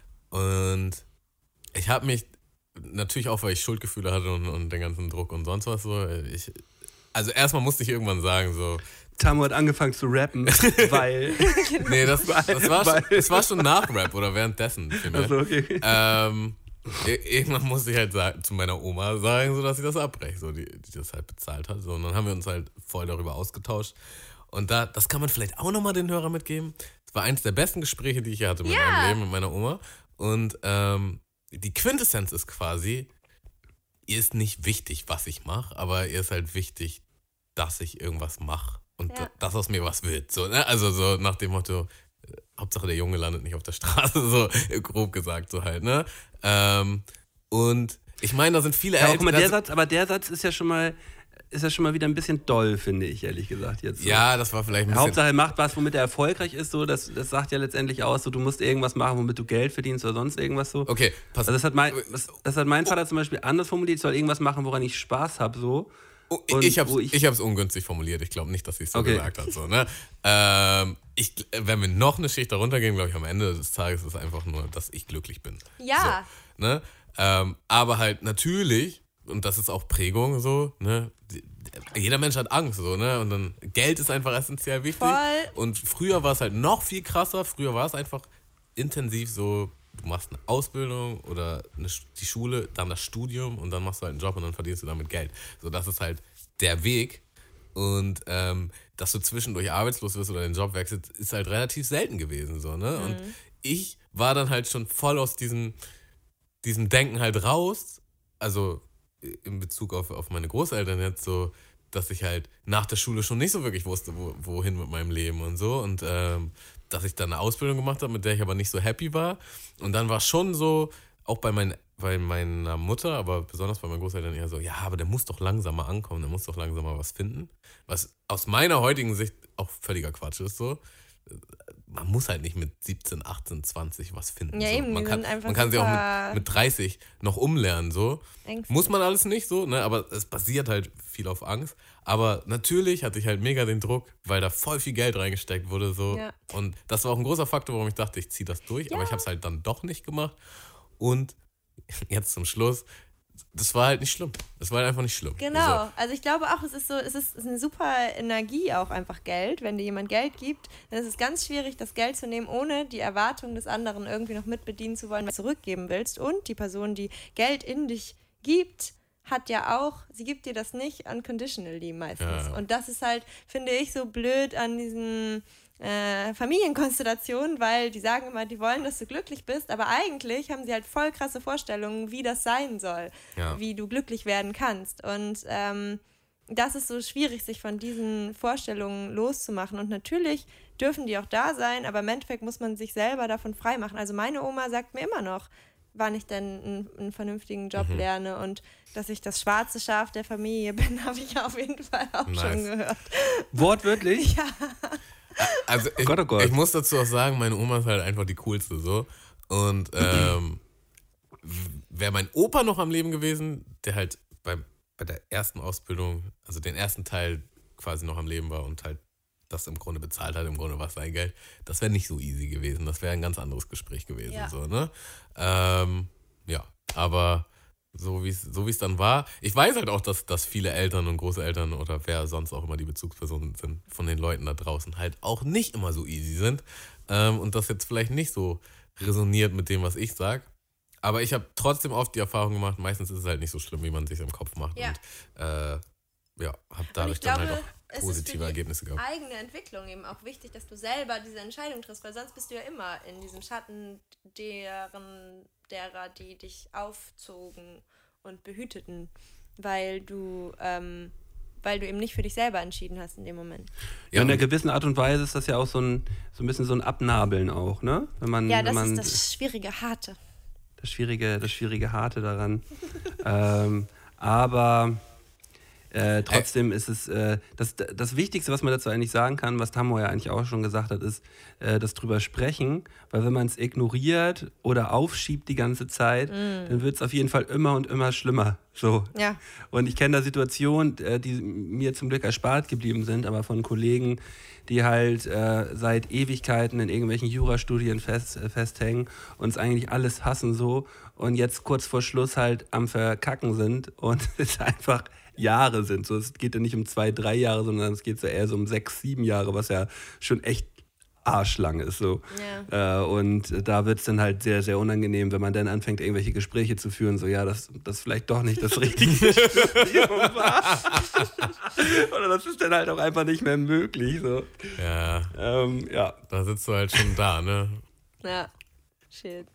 Und ich habe mich, natürlich auch, weil ich Schuldgefühle hatte und, und den ganzen Druck und sonst was, so, ich, also erstmal musste ich irgendwann sagen, so. Tamo hat angefangen zu rappen, weil... nee, das, das, war schon, das war schon nach Rap oder währenddessen. Also, okay. ähm, irgendwann musste ich halt sagen, zu meiner Oma sagen, so, dass sie das abbreche, so, die, die das halt bezahlt hat. So. Und dann haben wir uns halt voll darüber ausgetauscht. Und da, das kann man vielleicht auch nochmal den Hörern mitgeben. Das war eines der besten Gespräche, die ich hier hatte mit ja. meinem Leben, mit meiner Oma. Und ähm, die Quintessenz ist quasi, ihr ist nicht wichtig, was ich mache, aber ihr ist halt wichtig, dass ich irgendwas mache. Und ja. dass aus mir was wird. So, ne? Also so nach dem Motto, äh, Hauptsache der Junge landet nicht auf der Straße, so grob gesagt, so halt, ne? Ähm, und ich meine, da sind viele ja, Eltern... Guck mal, der Satz, aber der Satz ist ja schon mal... ist ja schon mal wieder ein bisschen doll, finde ich, ehrlich gesagt jetzt. So. Ja, das war vielleicht ein bisschen... Hauptsache er macht was, womit er erfolgreich ist, so, das, das sagt ja letztendlich aus, so, du musst irgendwas machen, womit du Geld verdienst oder sonst irgendwas so. Okay, pass also das hat mein, das, das hat mein Vater zum Beispiel anders formuliert, ich soll irgendwas machen, woran ich Spaß habe, so. Oh, Und ich habe wo ich, ich hab's ungünstig formuliert. Ich glaube nicht, dass sie es so Okay. gesagt hat. So, ne? ähm, ich, wenn wir noch eine Schicht darunter gehen, glaube ich, am Ende des Tages ist es einfach nur, dass ich glücklich bin. Ja. So, ne? ähm, aber halt natürlich, und das ist auch Prägung so, ne? Jeder Mensch hat Angst, so, ne? Und dann Geld ist einfach essentiell wichtig. Voll. Und früher war es halt noch viel krasser. Früher war es einfach intensiv so, du machst eine Ausbildung oder eine, die Schule, dann das Studium und dann machst du halt einen Job und dann verdienst du damit Geld. So, das ist halt der Weg. Und ähm, dass du zwischendurch arbeitslos wirst oder den Job wechselst, ist halt relativ selten gewesen. So, ne? Mhm. Und ich war dann halt schon voll aus diesem, diesem Denken halt raus. Also in Bezug auf, auf meine Großeltern jetzt so, dass ich halt nach der Schule schon nicht so wirklich wusste, wo, wohin mit meinem Leben und so. Und ähm, dass ich dann eine Ausbildung gemacht habe, mit der ich aber nicht so happy war. Und dann war schon so, auch bei, mein, bei meiner Mutter, aber besonders bei meinen Großeltern eher so, ja, aber der muss doch langsamer ankommen, der muss doch langsamer was finden. Was aus meiner heutigen Sicht auch völliger Quatsch ist so. Man muss halt nicht mit siebzehn, achtzehn, zwanzig was finden. Ja, so. eben, Man die kann, sind einfach man kann sie auch super mit, mit dreißig noch umlernen, so. Ängstlich. Muss man alles nicht so, ne? Aber es basiert halt viel auf Angst. Aber natürlich hatte ich halt mega den Druck, weil da voll viel Geld reingesteckt wurde, so. Ja. Und das war auch ein großer Faktor, warum ich dachte, ich ziehe das durch. Ja. Aber ich habe es halt dann doch nicht gemacht. Und jetzt zum Schluss, das war halt nicht schlimm. Das war halt einfach nicht schlimm. Genau, also ich glaube auch, es ist so, es ist, es ist eine super Energie auch einfach Geld. Wenn dir jemand Geld gibt, dann ist es ganz schwierig, das Geld zu nehmen, ohne die Erwartungen des anderen irgendwie noch mit bedienen zu wollen, was du zurückgeben willst. Und die Person, die Geld in dich gibt, hat ja auch, sie gibt dir das nicht unconditionally meistens. Ja, ja. Und das ist halt, finde ich, so blöd an diesen äh, Familienkonstellationen, weil die sagen immer, die wollen, dass du glücklich bist, aber eigentlich haben sie halt voll krasse Vorstellungen, wie das sein soll, Ja. wie du glücklich werden kannst. Und ähm, das ist so schwierig, sich von diesen Vorstellungen loszumachen. Und natürlich dürfen die auch da sein, aber im Endeffekt muss man sich selber davon freimachen. Also meine Oma sagt mir immer noch, wann ich denn einen, einen vernünftigen Job Mhm. lerne und dass ich das schwarze Schaf der Familie bin, habe ich auf jeden Fall auch Nice. schon gehört. Wortwörtlich? Also ich, Gott, oh Gott. ich muss dazu auch sagen, meine Oma ist halt einfach die coolste so. Und ähm, wäre mein Opa noch am Leben gewesen, der halt beim, bei der ersten Ausbildung, also den ersten Teil quasi noch am Leben war und halt das im Grunde bezahlt hat, im Grunde war es sein Geld, das wäre nicht so easy gewesen. Das wäre ein ganz anderes Gespräch gewesen. Ja. So, ne? ähm, ja, aber so wie es so wie es dann war. Ich weiß halt auch, dass, dass viele Eltern und Großeltern oder wer sonst auch immer die Bezugspersonen sind von den Leuten da draußen halt auch nicht immer so easy sind ähm, und das jetzt vielleicht nicht so resoniert mit dem, was ich sage. Aber ich habe trotzdem oft die Erfahrung gemacht, meistens ist es halt nicht so schlimm, wie man sich im Kopf macht. Ja. Und äh, ja, habe dadurch glaube, dann halt auch es ist für positive die Ergebnisse gehabt. eigene Entwicklung eben auch wichtig, dass du selber diese Entscheidung triffst, weil sonst bist du ja immer in diesem Schatten deren, derer, die dich aufzogen und behüteten, weil du, ähm, weil du eben nicht für dich selber entschieden hast in dem Moment. Ja, in einer und- gewissen Art und Weise ist das ja auch so ein, so ein bisschen so ein Abnabeln auch, ne? Wenn man, Ja, wenn das man ist das schwierige, harte. das schwierige, das schwierige Harte daran. ähm, aber äh, trotzdem ist es äh, das, das Wichtigste, was man dazu eigentlich sagen kann, was Tammo ja eigentlich auch schon gesagt hat, ist äh, das drüber sprechen, weil wenn man es ignoriert oder aufschiebt die ganze Zeit, dann wird es auf jeden Fall immer und immer schlimmer. So. Ja. Und ich kenne da Situationen, äh, die mir zum Glück erspart geblieben sind, aber von Kollegen, die halt äh, seit Ewigkeiten in irgendwelchen Jurastudien fest, äh, festhängen und es eigentlich alles hassen so und jetzt kurz vor Schluss halt am Verkacken sind und es einfach Jahre sind. So, es geht ja nicht um zwei, drei Jahre, sondern es geht so eher so um sechs, sieben Jahre, was ja schon echt arschlang ist. So. Ja. Äh, und da wird es dann halt sehr, sehr unangenehm, wenn man dann anfängt, irgendwelche Gespräche zu führen, so ja, das, das vielleicht doch nicht das richtige Studium war. Oder das ist dann halt auch einfach nicht mehr möglich. So. Ja, Ähm, ja. da sitzt du halt schon da, ne? Ja. Shit.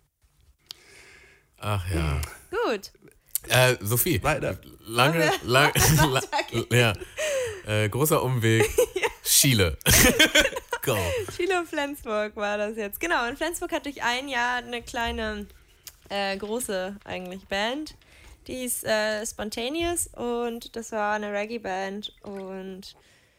Ach ja. Gut. Äh, Sophie, Weiter. lange, lang, la, ja, äh, großer Umweg, Chile. Go. Chile und Flensburg war das jetzt. Genau, in Flensburg hatte ich ein Jahr eine kleine, äh, große eigentlich Band. Die hieß äh, Spontaneous und das war eine Reggae-Band. Und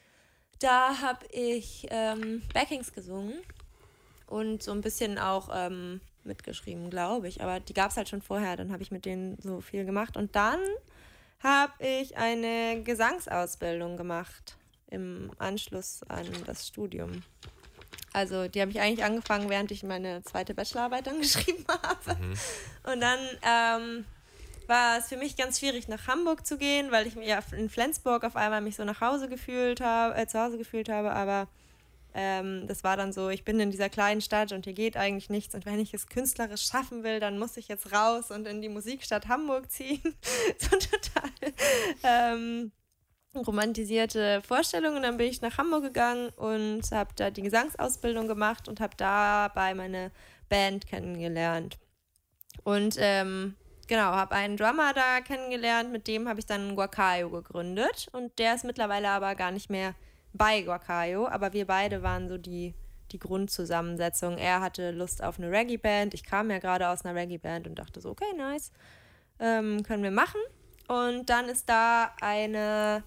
da habe ich ähm, Backings gesungen und so ein bisschen auch ähm, mitgeschrieben, glaube ich. Aber die gab es halt schon vorher, dann habe ich mit denen so viel gemacht. Und dann habe ich eine Gesangsausbildung gemacht im Anschluss an das Studium. Also die habe ich eigentlich angefangen, während ich meine zweite Bachelorarbeit dann geschrieben habe. Mhm. Und dann ähm, war es für mich ganz schwierig, nach Hamburg zu gehen, weil ich mich ja in Flensburg auf einmal mich so nach Hause gefühlt habe, äh, zu Hause gefühlt habe, aber ähm, das war dann so, ich bin in dieser kleinen Stadt und hier geht eigentlich nichts und wenn ich es künstlerisch schaffen will, dann muss ich jetzt raus und in die Musikstadt Hamburg ziehen. So total ähm, romantisierte Vorstellung und dann bin ich nach Hamburg gegangen und habe da die Gesangsausbildung gemacht und habe dabei meine Band kennengelernt. Und ähm, genau, habe einen Drummer da kennengelernt, mit dem habe ich dann Guacayo gegründet und der ist mittlerweile aber gar nicht mehr bei Guacayo, aber wir beide waren so die, die Grundzusammensetzung. Er hatte Lust auf eine Reggae-Band, ich kam ja gerade aus einer Reggae-Band und dachte so, okay, nice, ähm, können wir machen. Und dann ist da eine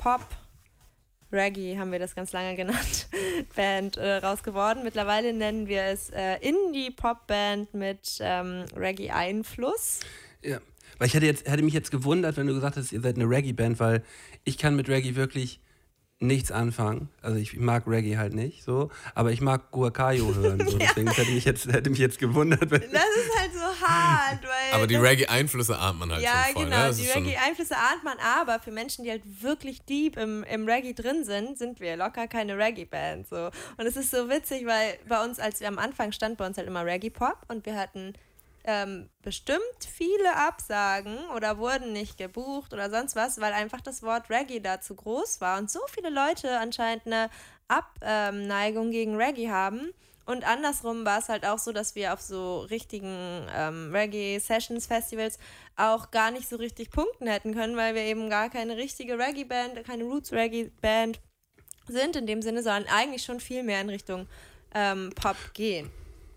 Pop-Reggae, haben wir das ganz lange genannt, Band äh, raus geworden. Mittlerweile nennen wir es äh, Indie-Pop-Band mit ähm, Reggae-Einfluss. Ja, weil ich hätte, jetzt, hätte mich jetzt gewundert, wenn du gesagt hast, ihr seid eine Reggae-Band, weil ich kann mit Reggae wirklich nichts anfangen. Also ich mag Reggae halt nicht, so, aber ich mag Guacayo hören. So. Deswegen ja. hätte mich jetzt hätte mich jetzt gewundert, wenn. Das ist halt so hart, weil. Aber die Reggae-Einflüsse ahnt man halt ja, schon voll. Ja, genau, ne? die Reggae-Einflüsse ahnt man, aber für Menschen, die halt wirklich deep im, im Reggae drin sind, sind wir locker keine Reggae-Band. So. Und es ist so witzig, weil bei uns, als wir am Anfang stand, bei uns halt immer Reggae-Pop und wir hatten Ähm, bestimmt viele Absagen oder wurden nicht gebucht oder sonst was, weil einfach das Wort Reggae da zu groß war und so viele Leute anscheinend eine Abneigung gegen Reggae haben. Und andersrum war es halt auch so, dass wir auf so richtigen ähm, Reggae-Sessions-Festivals auch gar nicht so richtig punkten hätten können, weil wir eben gar keine richtige Reggae-Band, keine Roots-Reggae-Band sind in dem Sinne, sondern eigentlich schon viel mehr in Richtung ähm, Pop gehen.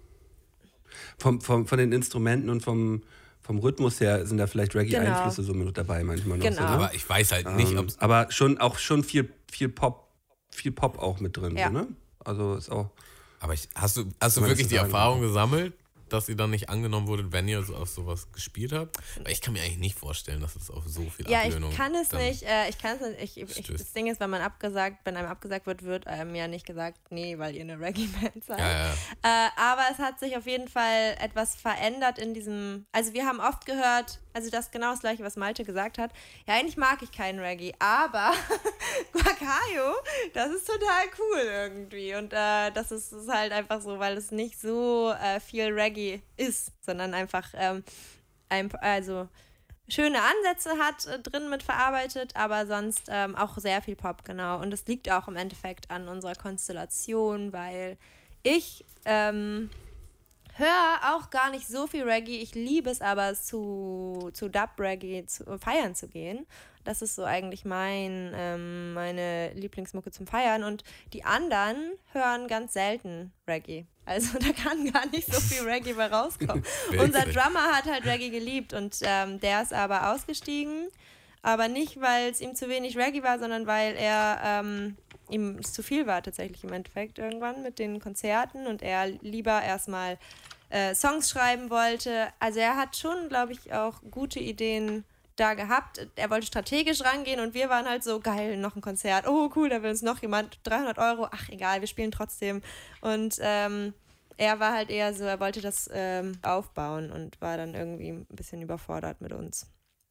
Vom, vom, von den Instrumenten und vom, vom Rhythmus her sind da vielleicht Reggae-Einflüsse genau. so mit dabei manchmal noch. Genau. So, ne? Aber ich weiß halt nicht, ähm, ob aber schon auch schon viel, viel Pop, viel Pop auch mit drin, ja. so, ne? Also ist auch. Aber ich, hast du, hast du wirklich die Erfahrung kann. gesammelt, dass ihr dann nicht angenommen wurdet, wenn ihr so auf sowas gespielt habt? Weil ich kann mir eigentlich nicht vorstellen, dass es auf so viel ja, Ablehnung... Ja, ich kann es nicht. Äh, ich kann es nicht. Ich, ich, das Ding ist, wenn man abgesagt, wenn einem abgesagt wird, wird einem ja nicht gesagt, nee, weil ihr eine Reggae-Band seid. Ja, ja. Äh, aber es hat sich auf jeden Fall etwas verändert in diesem... Also wir haben oft gehört, also das genau das Gleiche, was Malte gesagt hat. Ja, eigentlich mag ich keinen Reggae, aber Guacayo, das ist total cool irgendwie. Und äh, das ist, ist halt einfach so, weil es nicht so äh, viel Reggae ist, sondern einfach ähm, ein, also schöne Ansätze hat äh, drin mit verarbeitet, aber sonst ähm, auch sehr viel Pop, genau. Und das liegt auch im Endeffekt an unserer Konstellation, weil ich ähm, höre auch gar nicht so viel Reggae. Ich liebe es aber, zu, zu Dub-Reggae zu, feiern zu gehen. Das ist so eigentlich mein, ähm, meine Lieblingsmucke zum Feiern. Und die anderen hören ganz selten Reggae. Also da kann gar nicht so viel Reggae bei rauskommen. Unser Drummer hat halt Reggae geliebt und ähm, der ist aber ausgestiegen. Aber nicht, weil es ihm zu wenig Reggae war, sondern weil er ähm, ihm es zu viel war tatsächlich im Endeffekt irgendwann mit den Konzerten und er lieber erstmal äh, Songs schreiben wollte. Also er hat schon, glaube ich, auch gute Ideen da gehabt. Er wollte strategisch rangehen und wir waren halt so, geil, noch ein Konzert. Oh, cool, da will uns noch jemand. dreihundert Euro, ach egal, wir spielen trotzdem. Und ähm, er war halt eher so, er wollte das ähm, aufbauen und war dann irgendwie ein bisschen überfordert mit uns.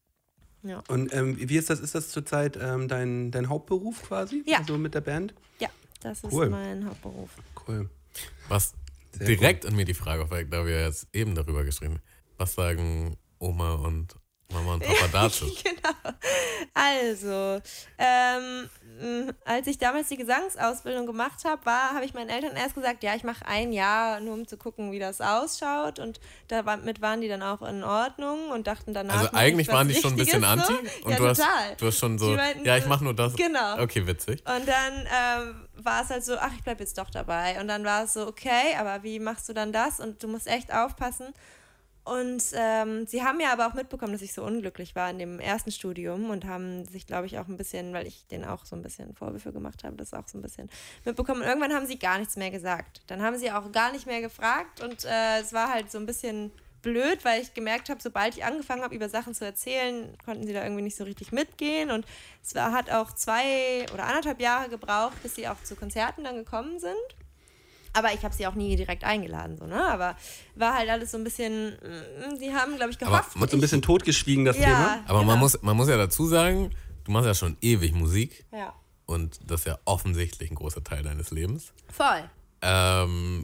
Ja. Und ähm, wie ist das? Ist das zurzeit ähm, dein, dein Hauptberuf quasi? Ja. Also mit der Band? Ja, das ist cool. mein Hauptberuf. Cool. Was Sehr direkt cool. an mir die Frage aufweckt, da wir jetzt eben darüber geschrieben haben. Was sagen Oma und Mama und Papa dazu? Genau. Also, ähm, als ich damals die Gesangsausbildung gemacht habe, war, habe ich meinen Eltern erst gesagt, ja, ich mache ein Jahr, nur um zu gucken, wie das ausschaut. Und damit waren die dann auch in Ordnung und dachten danach. Also eigentlich waren die schon ein bisschen anti. So. Und ja, du, hast, total. du hast schon so, meinten, ja, ich mache nur das. Genau. Okay, witzig. Und dann ähm, war es halt so, ach, ich bleib jetzt doch dabei. Und dann war es so, okay, aber wie machst du dann das? Und du musst echt aufpassen. Und ähm, sie haben ja aber auch mitbekommen, dass ich so unglücklich war in dem ersten Studium und haben sich, glaube ich, auch ein bisschen, weil ich denen auch so ein bisschen Vorwürfe gemacht habe, das auch so ein bisschen mitbekommen. Und irgendwann haben sie gar nichts mehr gesagt. Dann haben sie auch gar nicht mehr gefragt und äh, es war halt so ein bisschen blöd, weil ich gemerkt habe, sobald ich angefangen habe, über Sachen zu erzählen, konnten sie da irgendwie nicht so richtig mitgehen. Und es war, hat auch zwei oder anderthalb Jahre gebraucht, bis sie auch zu Konzerten dann gekommen sind. Aber ich habe sie auch nie direkt eingeladen, so, ne? Aber war halt alles so ein bisschen, sie haben, glaube ich, gehofft. Aber so ein bisschen totgeschwiegen, das ja, Thema. Aber genau. man muss, man muss ja dazu sagen, du machst ja schon ewig Musik. Ja. Und das ist ja offensichtlich ein großer Teil deines Lebens. Voll. Ähm,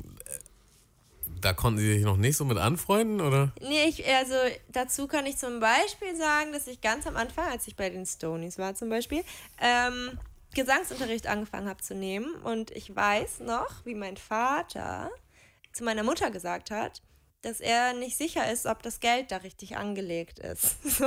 da konnten sie sich noch nicht so mit anfreunden, oder? Nee, ich, also dazu kann ich zum Beispiel sagen, dass ich ganz am Anfang, als ich bei den Stonies war zum Beispiel, ähm, Gesangsunterricht angefangen habe zu nehmen. Und ich weiß noch, wie mein Vater zu meiner Mutter gesagt hat, dass er nicht sicher ist, ob das Geld da richtig angelegt ist. So.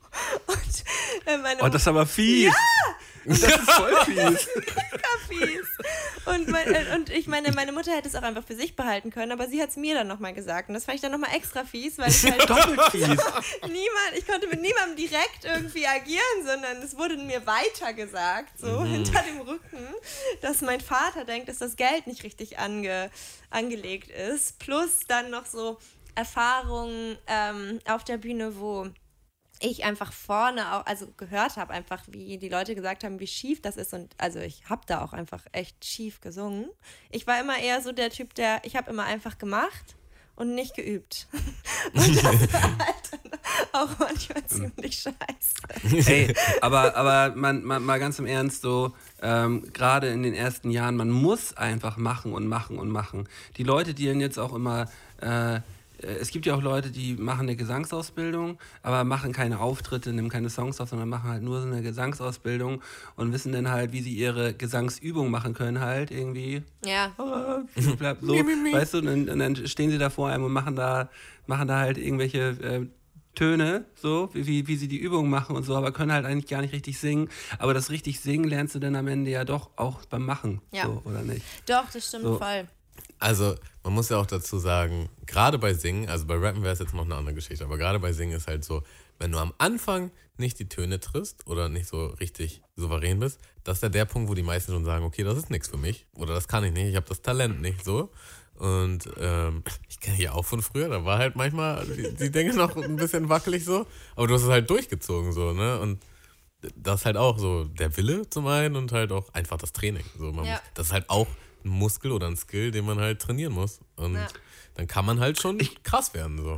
Und äh, meine Oh, das ist aber fies. Ja! Das ist voll fies. fies. Und, mein, äh, und ich meine, meine Mutter hätte es auch einfach für sich behalten können, aber sie hat es mir dann nochmal gesagt. Und das fand ich dann nochmal extra fies, weil ich halt Doppelt fies. niemand, ich konnte mit niemandem direkt irgendwie agieren, sondern es wurde mir weiter gesagt, so Mhm. hinter dem Rücken, dass mein Vater denkt, dass das Geld nicht richtig ange, angelegt ist. Plus dann noch so Erfahrungen ähm, auf der Bühne, wo ich einfach vorne auch, also gehört habe einfach, wie die Leute gesagt haben, wie schief das ist und also ich habe da auch einfach echt schief gesungen. Ich war immer eher so der Typ, der, ich habe immer einfach gemacht und nicht geübt. Und das war halt auch manchmal ziemlich scheiße. Hey, aber, aber man, man, mal ganz im Ernst so, ähm, gerade in den ersten Jahren, man muss einfach machen und machen und machen. Die Leute, die dann jetzt auch immer, äh, es gibt ja auch Leute, die machen eine Gesangsausbildung, aber machen keine Auftritte, nehmen keine Songs auf, sondern machen halt nur so eine Gesangsausbildung und wissen dann halt, wie sie ihre Gesangsübung machen können halt irgendwie. Ja. So, weißt du, und dann, und dann stehen sie da vor einem und machen da, machen da halt irgendwelche äh, Töne, so, wie, wie sie die Übungen machen und so, aber können halt eigentlich gar nicht richtig singen. Aber das richtig Singen lernst du dann am Ende ja doch auch beim Machen, Ja. so, oder nicht? Doch, das stimmt So. voll. Also, man muss ja auch dazu sagen, gerade bei Singen, also bei Rappen wäre es jetzt noch eine andere Geschichte, aber gerade bei Singen ist halt so, wenn du am Anfang nicht die Töne triffst oder nicht so richtig souverän bist, das ist ja der Punkt, wo die meisten schon sagen, okay, das ist nichts für mich oder das kann ich nicht, ich habe das Talent nicht so. Und ähm, ich kenne ja auch von früher, da war halt manchmal die, die Dinge noch ein bisschen wackelig so, aber du hast es halt durchgezogen so, ne? Und das ist halt auch so der Wille zum einen und halt auch einfach das Training. So, man Ja. muss, das ist halt auch ein Muskel oder ein Skill, den man halt trainieren muss. Und Ja. dann kann man halt schon krass werden. So.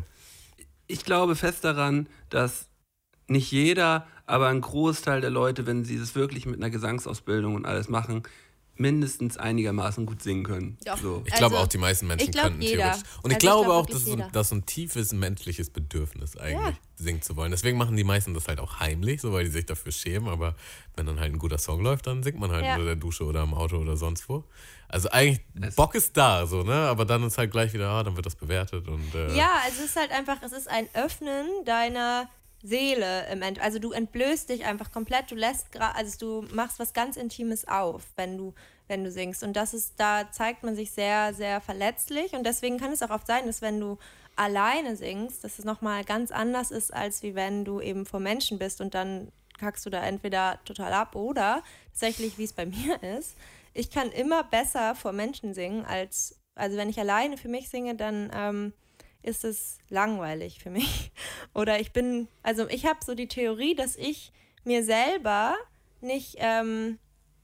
Ich glaube fest daran, dass nicht jeder, aber ein Großteil der Leute, wenn sie das wirklich mit einer Gesangsausbildung und alles machen, mindestens einigermaßen gut singen können. Doch. So. Ich glaube Also, auch, die meisten Menschen ich glaub, könnten jeder. theoretisch. Und ich Also ich glaube glaub auch, wirklich das ist, so, jeder. das ist so ein tiefes menschliches Bedürfnis eigentlich, Ja. singen zu wollen. Deswegen machen die meisten das halt auch heimlich, so weil die sich dafür schämen. Aber wenn dann halt ein guter Song läuft, dann singt man halt Ja. unter der Dusche oder im Auto oder sonst wo. Also eigentlich, Es- Bock ist da, so, ne? Aber dann ist halt gleich wieder, ah, dann wird das bewertet. Und, äh, Ja, es ist halt einfach, es ist ein Öffnen deiner Seele im Endeffekt. Also du entblößt dich einfach komplett, du lässt gerade, also du machst was ganz Intimes auf, wenn du, wenn du singst. Und das ist, da zeigt man sich sehr, sehr verletzlich. Und deswegen kann es auch oft sein, dass wenn du alleine singst, dass es nochmal ganz anders ist, als wie wenn du eben vor Menschen bist und dann kackst du da entweder total ab oder tatsächlich, wie es bei mir ist, ich kann immer besser vor Menschen singen als, also wenn ich alleine für mich singe, dann ähm, ist es langweilig für mich. Oder ich bin, also ich habe so die Theorie, dass ich mir selber nicht, ähm,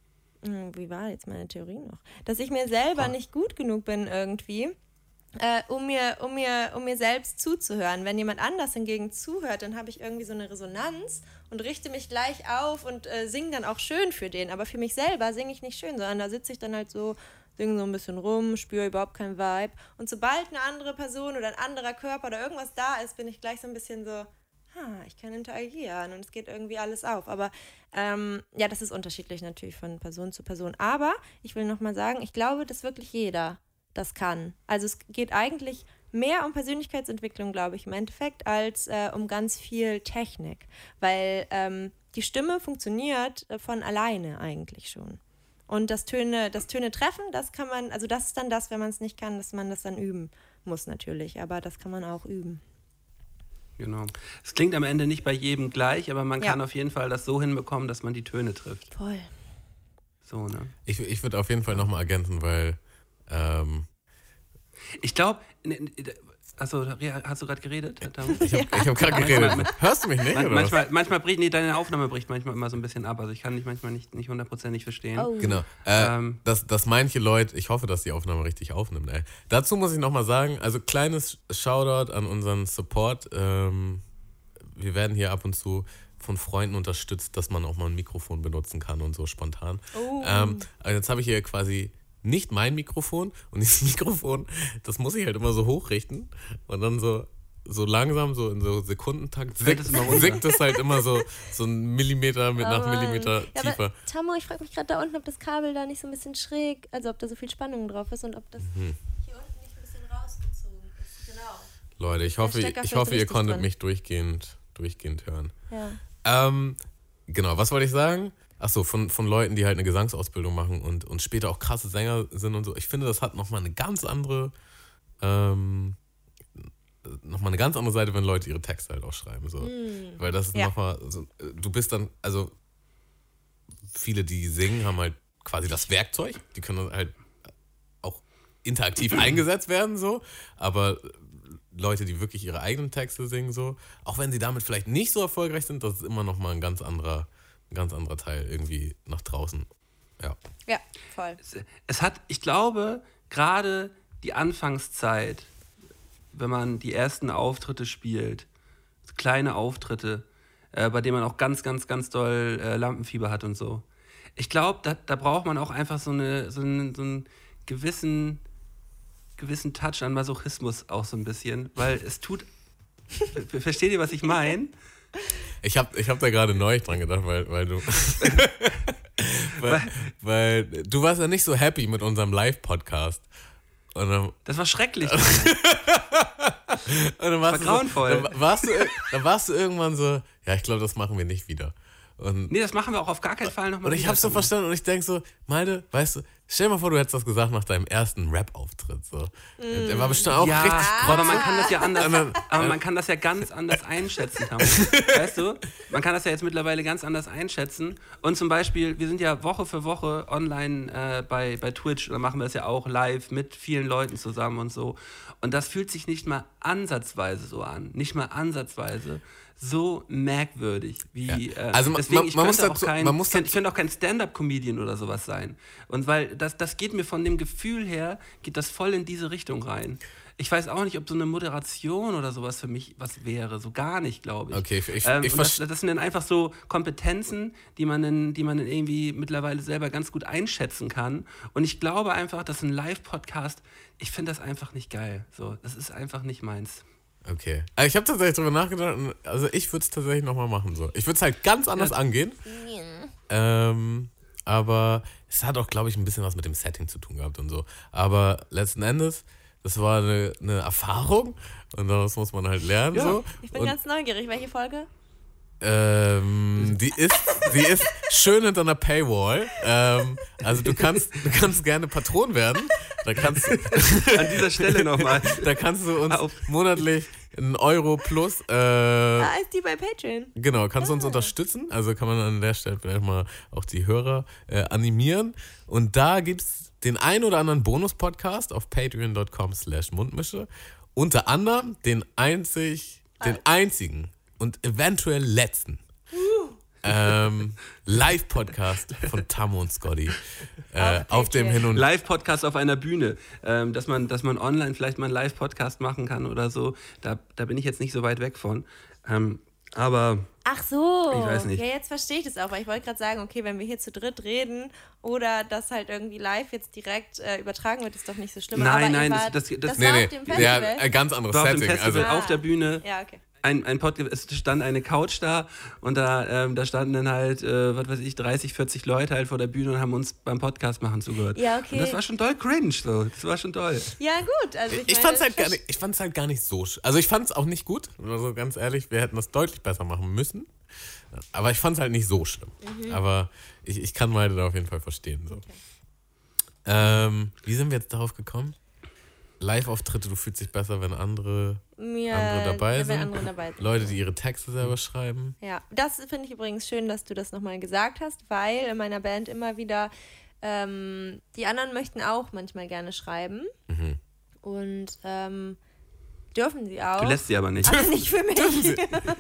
hm, wie war jetzt meine Theorie noch? Dass ich mir selber nicht gut genug bin irgendwie, äh, um mir, um mir, um mir selbst zuzuhören. Wenn jemand anders hingegen zuhört, dann habe ich irgendwie so eine Resonanz und richte mich gleich auf und äh, singe dann auch schön für den. Aber für mich selber singe ich nicht schön, sondern da sitze ich dann halt so, singe so ein bisschen rum, spüre überhaupt keinen Vibe. Und sobald eine andere Person oder ein anderer Körper oder irgendwas da ist, bin ich gleich so ein bisschen so, ah, ich kann interagieren und es geht irgendwie alles auf. Aber ähm, ja, das ist unterschiedlich natürlich von Person zu Person. Aber ich will nochmal sagen, ich glaube, dass wirklich jeder das kann. Also es geht eigentlich mehr um Persönlichkeitsentwicklung, glaube ich, im Endeffekt, als äh, um ganz viel Technik. Weil ähm, die Stimme funktioniert äh, von alleine eigentlich schon. Und das Töne, das Töne treffen, das kann man, also das ist dann das, wenn man es nicht kann, dass man das dann üben muss natürlich. Aber das kann man auch üben. Genau. Es klingt am Ende nicht bei jedem gleich, aber man Ja. kann auf jeden Fall das so hinbekommen, dass man die Töne trifft. Voll. So, ne? Ich, ich würde auf jeden Fall nochmal ergänzen, weil ähm, Ich glaube, Achso, hast du gerade geredet? Ich habe hab gerade geredet. Hörst du mich nicht? Man, oder manchmal, manchmal bricht, nee, deine Aufnahme bricht manchmal immer so ein bisschen ab. Also ich kann dich manchmal nicht, nicht hundertprozentig verstehen. Oh. Genau. Äh, Ähm. dass, dass manche Leute, ich hoffe, dass die Aufnahme richtig aufnimmt. Ey. Dazu muss ich nochmal sagen, also kleines Shoutout an unseren Support. Ähm, wir werden hier ab und zu von Freunden unterstützt, dass man auch mal ein Mikrofon benutzen kann und so spontan. Oh. Ähm, also jetzt habe ich hier quasi nicht mein Mikrofon und dieses Mikrofon, das muss ich halt immer so hochrichten und dann so, so langsam, so in so Sekundentakt Fällt sickt es immer runter. sickt es halt immer so, so ein Millimeter mit Oh nach Mann. Millimeter Ja, tiefer. aber Tammo, ich frage mich gerade da unten, ob das Kabel da nicht so ein bisschen schräg, also ob da so viel Spannung drauf ist und ob das Mhm. hier unten nicht ein bisschen rausgezogen ist. Genau. Leute, ich hoffe, Stecker ich vielleicht hoffe ihr richtig konntet drin. mich durchgehend, durchgehend hören. Ja. Ähm, genau, was wollte ich sagen? Achso, von, von Leuten, die halt eine Gesangsausbildung machen und, und später auch krasse Sänger sind und so. Ich finde, das hat nochmal eine ganz andere, ähm, nochmal eine ganz andere Seite, wenn Leute ihre Texte halt auch schreiben. So. Mm. Weil das ist Ja. nochmal, so, du bist dann, also viele, die singen, haben halt quasi das Werkzeug. Die können halt auch interaktiv eingesetzt werden, so. Aber Leute, die wirklich ihre eigenen Texte singen, so, auch wenn sie damit vielleicht nicht so erfolgreich sind, das ist immer nochmal ein ganz anderer, ein ganz anderer Teil irgendwie nach draußen. Ja. Ja, voll. Es, es hat, ich glaube, gerade die Anfangszeit, wenn man die ersten Auftritte spielt, so kleine Auftritte, äh, bei denen man auch ganz, ganz, ganz doll äh, Lampenfieber hat und so. Ich glaube, da, da braucht man auch einfach so, eine, so, einen, so einen gewissen, gewissen Touch an Masochismus auch so ein bisschen, weil es tut, versteht ihr, was ich meine? Ich habe ich hab da gerade neulich dran gedacht, weil, weil du. weil, weil du warst ja nicht so happy mit unserem Live-Podcast. Und dann, Das war schrecklich. und dann warst, Das war du so, grauenvoll. dann, warst du, dann warst du irgendwann so, ja, ich glaube, das machen wir nicht wieder. Und, Nee, das machen wir auch auf gar keinen Fall nochmal. und ich hab's so verstanden und ich denk so, Malte, weißt du, stell dir mal vor, du hättest das gesagt nach deinem ersten Rap-Auftritt. So. Der war bestimmt auch Ja, richtig aber man kann das ja anders, Und dann- aber man kann das ja ganz anders einschätzen, Tammo. Weißt du? Man kann das ja jetzt mittlerweile ganz anders einschätzen. Und zum Beispiel, wir sind ja Woche für Woche online äh, bei, bei Twitch, da machen wir das ja auch live mit vielen Leuten zusammen und so. Und das fühlt sich nicht mal ansatzweise so an. Nicht mal ansatzweise so merkwürdig wie. Ja. Äh, Also man- deswegen, man- ich man muss könnte auch dazu- kein, man muss ich könnte- dazu- ich könnte auch kein Stand-up-Comedian oder sowas sein. Und weil das, das geht mir von dem Gefühl her, geht das voll in diese Richtung rein. Ich weiß auch nicht, ob so eine Moderation oder sowas für mich was wäre. So gar nicht, glaube ich. Okay, ich- ich- ähm, ich und das, verste- das sind dann einfach so Kompetenzen, die man, dann, die man dann irgendwie mittlerweile selber ganz gut einschätzen kann. Und ich glaube einfach, dass ein Live-Podcast, ich finde das einfach nicht geil. So, das ist einfach nicht meins. Okay. Also ich habe tatsächlich drüber nachgedacht. und- Also ich würde es tatsächlich nochmal machen. So. Ich würde es halt ganz anders Ja. angehen. Ähm, aber es hat auch, glaube ich, ein bisschen was mit dem Setting zu tun gehabt und so. Aber letzten Endes, das war eine, eine Erfahrung und daraus muss man halt lernen. Ja. So. Ich bin und, ganz neugierig. Welche Folge? ähm, die ist, die ist schön hinter einer Paywall. Ähm, also du kannst, du kannst gerne Patron werden. Da kannst, An dieser Stelle nochmal. da kannst du uns Auf. monatlich einen Euro plus äh, Ah, ist die bei Patreon. Genau, kannst du uns Ah. unterstützen. Also kann man an der Stelle vielleicht mal auch die Hörer äh, animieren. Und da gibt es den ein oder anderen Bonus-Podcast auf patreon.com slash Mundmische. Unter anderem den einzig, den einzigen und eventuell letzten ähm, Live-Podcast von Tammo und Scotty äh, auf dem Hin und Live-Podcast auf einer Bühne, ähm, dass, man, dass man online vielleicht mal einen Live-Podcast machen kann oder so, da, da bin ich jetzt nicht so weit weg von. Ähm, aber Ach so. Ich weiß nicht. Ja, jetzt verstehe ich das auch, weil ich wollte gerade sagen, okay, wenn wir hier zu dritt reden oder das halt irgendwie live jetzt direkt äh, übertragen wird, ist doch nicht so schlimm. Nein, Aber ihr nein, wart, das- das- das- Nee, war nee, auf dem ja, Festival? ein ganz anderes war auf dem Setting. Festival Also, auf der Bühne. Ja, okay. Ein, ein Podcast, es stand eine Couch da und da, ähm, da standen dann halt, äh, was weiß ich, dreißig, vierzig Leute halt vor der Bühne und haben uns beim Podcast machen zugehört. Ja, okay. Und das war schon doll cringe, so. Das war schon toll. Ja, gut. Also ich ich meine, fand's halt das gar nicht, ich fand's halt gar nicht so. sch- Also ich fand's auch nicht gut. Also ganz ehrlich, wir hätten das deutlich besser machen müssen. Aber ich fand's halt nicht so schlimm. Mhm. Aber ich, ich kann Malte da auf jeden Fall verstehen. So. Ähm, wie sind wir jetzt darauf gekommen? Live-Auftritte, du fühlst dich besser, wenn andere, ja, andere dabei ja, sind. wenn andere dabei sind. Leute, die ihre Texte selber schreiben. Ja, das finde ich übrigens schön, dass du das nochmal gesagt hast, weil in meiner Band immer wieder, ähm, die anderen möchten auch manchmal gerne schreiben. Mhm. Und ähm, Dürfen sie auch. Du lässt sie aber nicht. Aber nicht für mich.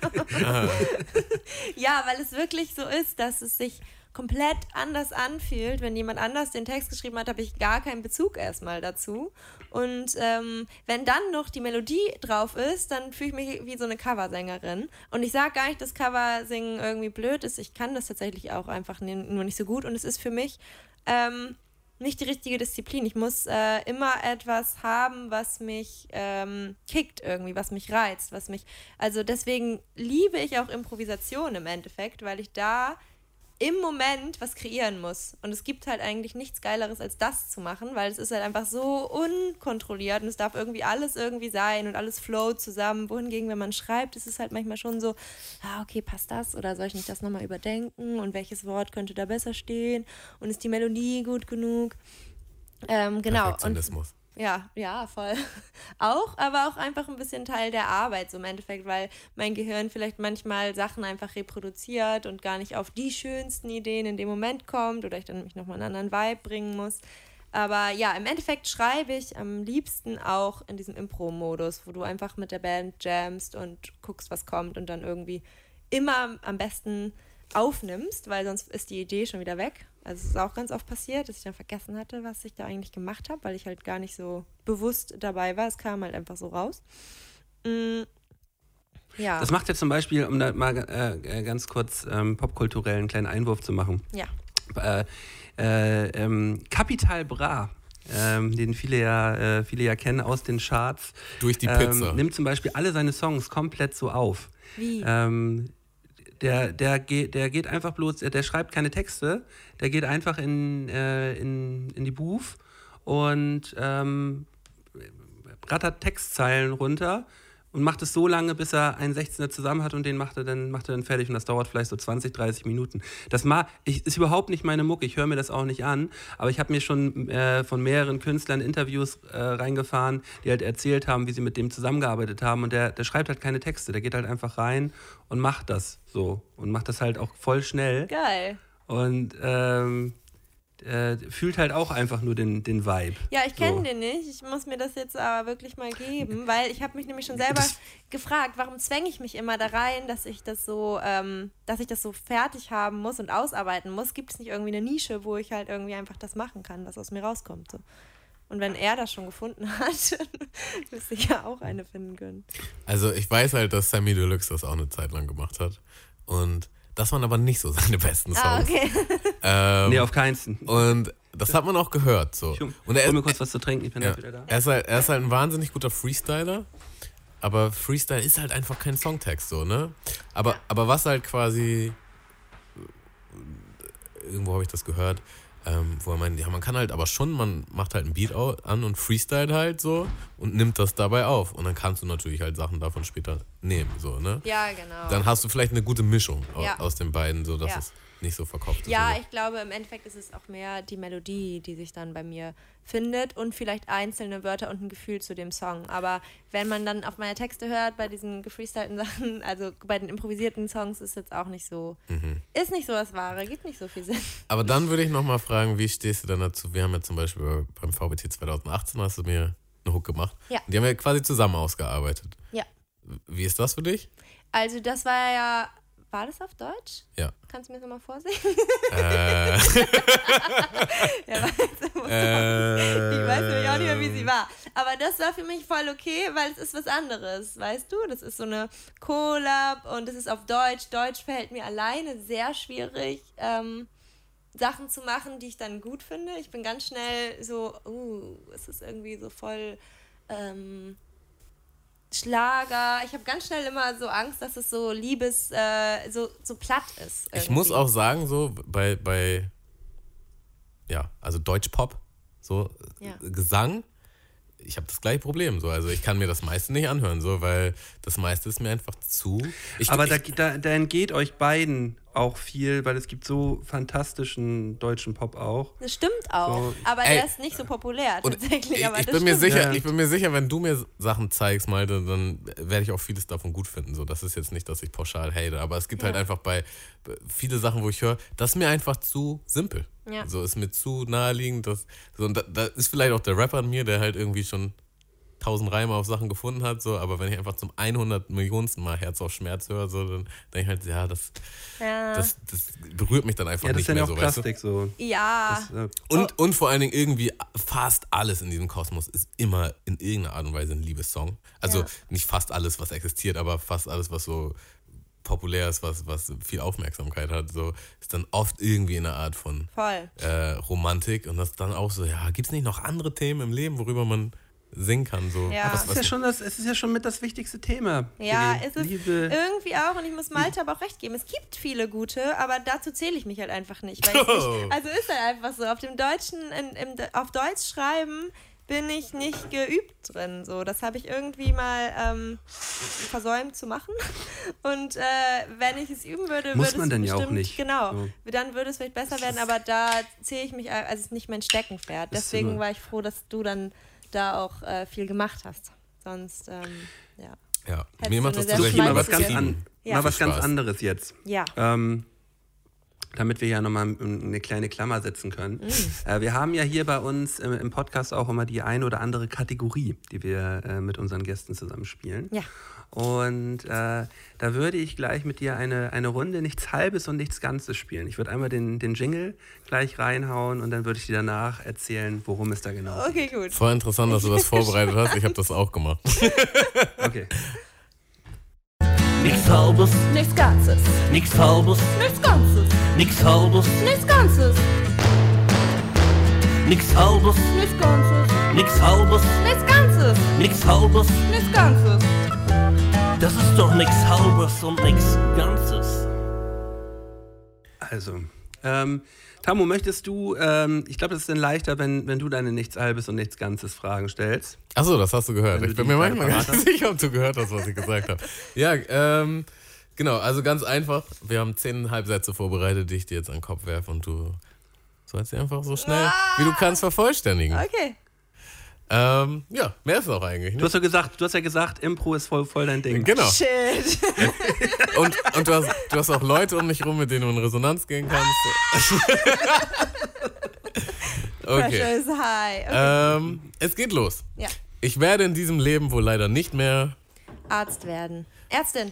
Ja, weil es wirklich so ist, dass es sich komplett anders anfühlt. Wenn jemand anders den Text geschrieben hat, habe ich gar keinen Bezug erstmal dazu. Und ähm, wenn dann noch die Melodie drauf ist, dann fühle ich mich wie so eine Coversängerin. Und ich sage gar nicht, dass Coversingen irgendwie blöd ist. Ich kann das tatsächlich auch einfach nur nicht so gut. Und es ist für mich ähm, nicht die richtige Disziplin. Ich muss äh, immer etwas haben, was mich ähm, kickt irgendwie, was mich reizt, was mich... Also deswegen liebe ich auch Improvisation im Endeffekt, weil ich da im Moment was kreieren muss. Und es gibt halt eigentlich nichts Geileres, als das zu machen, weil es ist halt einfach so unkontrolliert und es darf irgendwie alles irgendwie sein und alles float zusammen. Wohingegen, wenn man schreibt, ist es halt manchmal schon so, ah, okay, passt das? Oder soll ich nicht das nochmal überdenken? Und welches Wort könnte da besser stehen? Und ist die Melodie gut genug? Ähm, genau. Perfektionismus. Ja, ja, voll. Auch, aber auch einfach ein bisschen Teil der Arbeit so im Endeffekt, weil mein Gehirn vielleicht manchmal Sachen einfach reproduziert und gar nicht auf die schönsten Ideen in dem Moment kommt oder ich dann mich nochmal einen anderen Vibe bringen muss. Aber ja, im Endeffekt schreibe ich am liebsten auch in diesem Impro-Modus, wo du einfach mit der Band jamst und guckst, was kommt und dann irgendwie immer am besten aufnimmst, weil sonst ist die Idee schon wieder weg. Also es ist auch ganz oft passiert, dass ich dann vergessen hatte, was ich da eigentlich gemacht habe, weil ich halt gar nicht so bewusst dabei war. Es kam halt einfach so raus. Mm, ja. Das macht ja zum Beispiel, um da mal äh, ganz kurz ähm, popkulturellen kleinen Einwurf zu machen. Ja. Äh, äh, ähm, Capital Bra, ähm, den viele ja, äh, viele ja kennen aus den Charts. Durch die Pizza. Ähm, nimmt zum Beispiel alle seine Songs komplett so auf. Wie? Ähm, Der, der, geht, der geht einfach bloß, der schreibt keine Texte, der geht einfach in, äh, in, in die Booth und ähm, rattert Textzeilen runter und macht es so lange, bis er einen Sechzehner zusammen hat und den macht er dann, macht er dann fertig und das dauert vielleicht so zwanzig, dreißig Minuten. Das ma, ich, ist überhaupt nicht meine Mucke, ich höre mir das auch nicht an, aber ich habe mir schon äh, von mehreren Künstlern Interviews äh, reingefahren, die halt erzählt haben, wie sie mit dem zusammengearbeitet haben und der, der schreibt halt keine Texte, der geht halt einfach rein und macht das so und macht das halt auch voll schnell. Geil. Und ähm, äh, fühlt halt auch einfach nur den, den Vibe. Ja, ich kenne so. den nicht. Ich muss mir das jetzt aber wirklich mal geben, weil ich habe mich nämlich schon selber Das- gefragt, warum zwänge ich mich immer da rein, dass ich das so, ähm, dass ich das so fertig haben muss und ausarbeiten muss. Gibt es nicht irgendwie eine Nische, wo ich halt irgendwie einfach das machen kann, was aus mir rauskommt? So. Und wenn er das schon gefunden hat, müsste ich ja auch eine finden können. Also ich weiß halt, dass Sammy Deluxe das auch eine Zeit lang gemacht hat. Und das waren aber nicht so seine besten Songs. Ah, okay. Ähm, Nee, auf keinsten. und das hat man auch gehört. So. Ich hol Und er, hol mir kurz was zu trinken, ich bin ja, ja. wieder da. er, ist halt, er ist halt ein wahnsinnig guter Freestyler. Aber Freestyle ist halt einfach kein Songtext, so, ne? Aber, Ja. aber was halt quasi, irgendwo habe ich das gehört, ähm, wo er meint, ja, man kann halt aber schon, man macht halt ein Beat au- an und freestylt halt so und nimmt das dabei auf. Und dann kannst du natürlich halt Sachen davon später nehmen, so, ne? Ja, genau. Dann hast du vielleicht eine gute Mischung au- Ja. aus den beiden, so dass Ja. es nicht so verkauft ist. Ja, oder? ich glaube, im Endeffekt ist es auch mehr die Melodie, die sich dann bei mir findet und vielleicht einzelne Wörter und ein Gefühl zu dem Song. Aber wenn man dann auf meine Texte hört, bei diesen gefreestylten Sachen, also bei den improvisierten Songs, ist jetzt auch nicht so, Mhm. ist nicht so das Wahre, gibt nicht so viel Sinn. Aber dann würde ich nochmal fragen, wie stehst du denn dazu? Wir haben ja zum Beispiel beim V B T zwanzig achtzehn hast du mir eine Hook gemacht. Ja. Und die haben wir quasi zusammen ausgearbeitet. Ja. Wie ist das für dich? Also das war ja, war das auf Deutsch? Ja. Kannst du mir das nochmal vorsehen? äh, Ja, weißt du, äh, ich weiß nämlich auch nicht mehr, wie sie war. Aber das war für mich voll okay, weil es ist was anderes, weißt du? Das ist so eine Collab und es ist auf Deutsch. Deutsch fällt mir alleine sehr schwierig, ähm, Sachen zu machen, die ich dann gut finde. Ich bin ganz schnell so, uh, es ist irgendwie so voll ähm, Schlager. Ich habe ganz schnell immer so Angst, dass es so Liebes, äh, so, so platt ist. Irgendwie. Ich muss auch sagen, so bei, bei ja, also Deutschpop, so Ja. äh, Gesang, ich habe das gleiche Problem. So. Also ich kann mir das meiste nicht anhören, so, weil das meiste ist mir einfach zu. Ich, Aber ich, da, da, da entgeht euch beiden auch viel, weil es gibt so fantastischen deutschen Pop auch. Das stimmt auch, So. aber Ey, der ist nicht so populär und tatsächlich. ich, aber ich, das bin mir stimmt. sicher, Ja. ich bin mir sicher, wenn du mir Sachen zeigst, mal, dann, dann werde ich auch vieles davon gut finden. So, das ist jetzt nicht, dass ich pauschal hate, aber es gibt Ja. halt einfach bei viele Sachen, wo ich höre, das ist mir einfach zu simpel. Ja. So ist mir zu naheliegend. Dass, so, und da, da ist vielleicht auch der Rapper an mir, der halt irgendwie schon tausend Reime auf Sachen gefunden hat, so, aber wenn ich einfach zum hundert Millionsten Mal Herz auf Schmerz höre, so, dann denke ich halt, ja, das, Ja. das, das berührt mich dann einfach Ja, das nicht ist ja mehr auch so, weißt du? Plastik so. Ja. Das, äh, Und, und vor allen Dingen irgendwie fast alles in diesem Kosmos ist immer in irgendeiner Art und Weise ein Liebessong. Also Ja. nicht fast alles, was existiert, aber fast alles, was so populär ist, was, was viel Aufmerksamkeit hat, so ist dann oft irgendwie in einer Art von Voll. äh, Romantik. Und das dann auch so, ja, gibt es nicht noch andere Themen im Leben, worüber man singen kann? So, Ja. was, Das ist ja schon das, es ist ja schon mit das wichtigste Thema. Ja, Die es ist Liebe. irgendwie auch, und ich muss Malte aber auch recht geben, es gibt viele gute, aber dazu zähle ich mich halt einfach nicht. Weil ich nicht also ist halt einfach so, auf dem Deutschen, in, im, auf Deutsch schreiben bin ich nicht geübt drin. So, das habe ich irgendwie mal ähm, versäumt zu machen. Und äh, wenn ich es üben würde, Muss würde man es dann ja bestimmt, auch nicht. Genau, So. dann würde es vielleicht besser werden, aber da zähle ich mich, also es ist nicht mein Steckenpferd. Das ist Deswegen immer- war ich froh, dass du dann da auch äh, viel gemacht hast. Sonst, ähm, ja. Ja, Hättest mir du macht eine das sehr Vielleicht tatsächlich mal was ganz, schmalzige- an, Ja. mal was Viel ganz Spaß. anderes jetzt. Ja. Ähm, damit wir ja nochmal eine kleine Klammer setzen können. Äh, wir haben ja hier bei uns im, im Podcast auch immer die eine oder andere Kategorie, die wir äh, mit unseren Gästen zusammen spielen. Ja. Und äh, da würde ich gleich mit dir eine, eine Runde nichts Halbes und nichts Ganzes spielen. Ich würde einmal den, den Jingle gleich reinhauen und dann würde ich dir danach erzählen, worum es da genau geht. Okay, gut. voll interessant, dass du das vorbereitet hast. Ich habe das auch gemacht. Okay. Nichts halbes, Nichts Ganzes. nichts halbes, Nichts Ganzes. nichts halbes, Nichts Ganzes. nichts halbes, Nichts Ganzes. nichts halbes, Nichts Ganzes. nichts halbes. Nichts Ganzes. Das ist doch nichts halbes und nichts Ganzes. Also, ähm, Tammo, möchtest du, ähm, ich glaube, das ist dann leichter, wenn, wenn du deine nichts Halbes und nichts Ganzes Fragen stellst. Achso, das hast du gehört. Wenn Ich du bin die mir gerade manchmal gar parat nicht sicher, ob du gehört hast, was ich gesagt habe. Ja, ähm, genau, also ganz einfach. Wir haben zehn Halbsätze vorbereitet, die ich dir jetzt an den Kopf werfe und du sollst sie einfach so schnell, wie du kannst, vervollständigen. Okay. Ähm, ja, mehr ist es auch eigentlich. Du Ne? hast, ja gesagt, du hast ja gesagt, Impro ist voll, voll dein Ding. Genau. Shit. Und, und du, hast, du hast auch Leute um mich rum, mit denen du in Resonanz gehen kannst. Pressure Okay. is high. Okay. Ähm, es geht los. Ja. Ich werde in diesem Leben wohl leider nicht mehr. Arzt werden. Ärztin.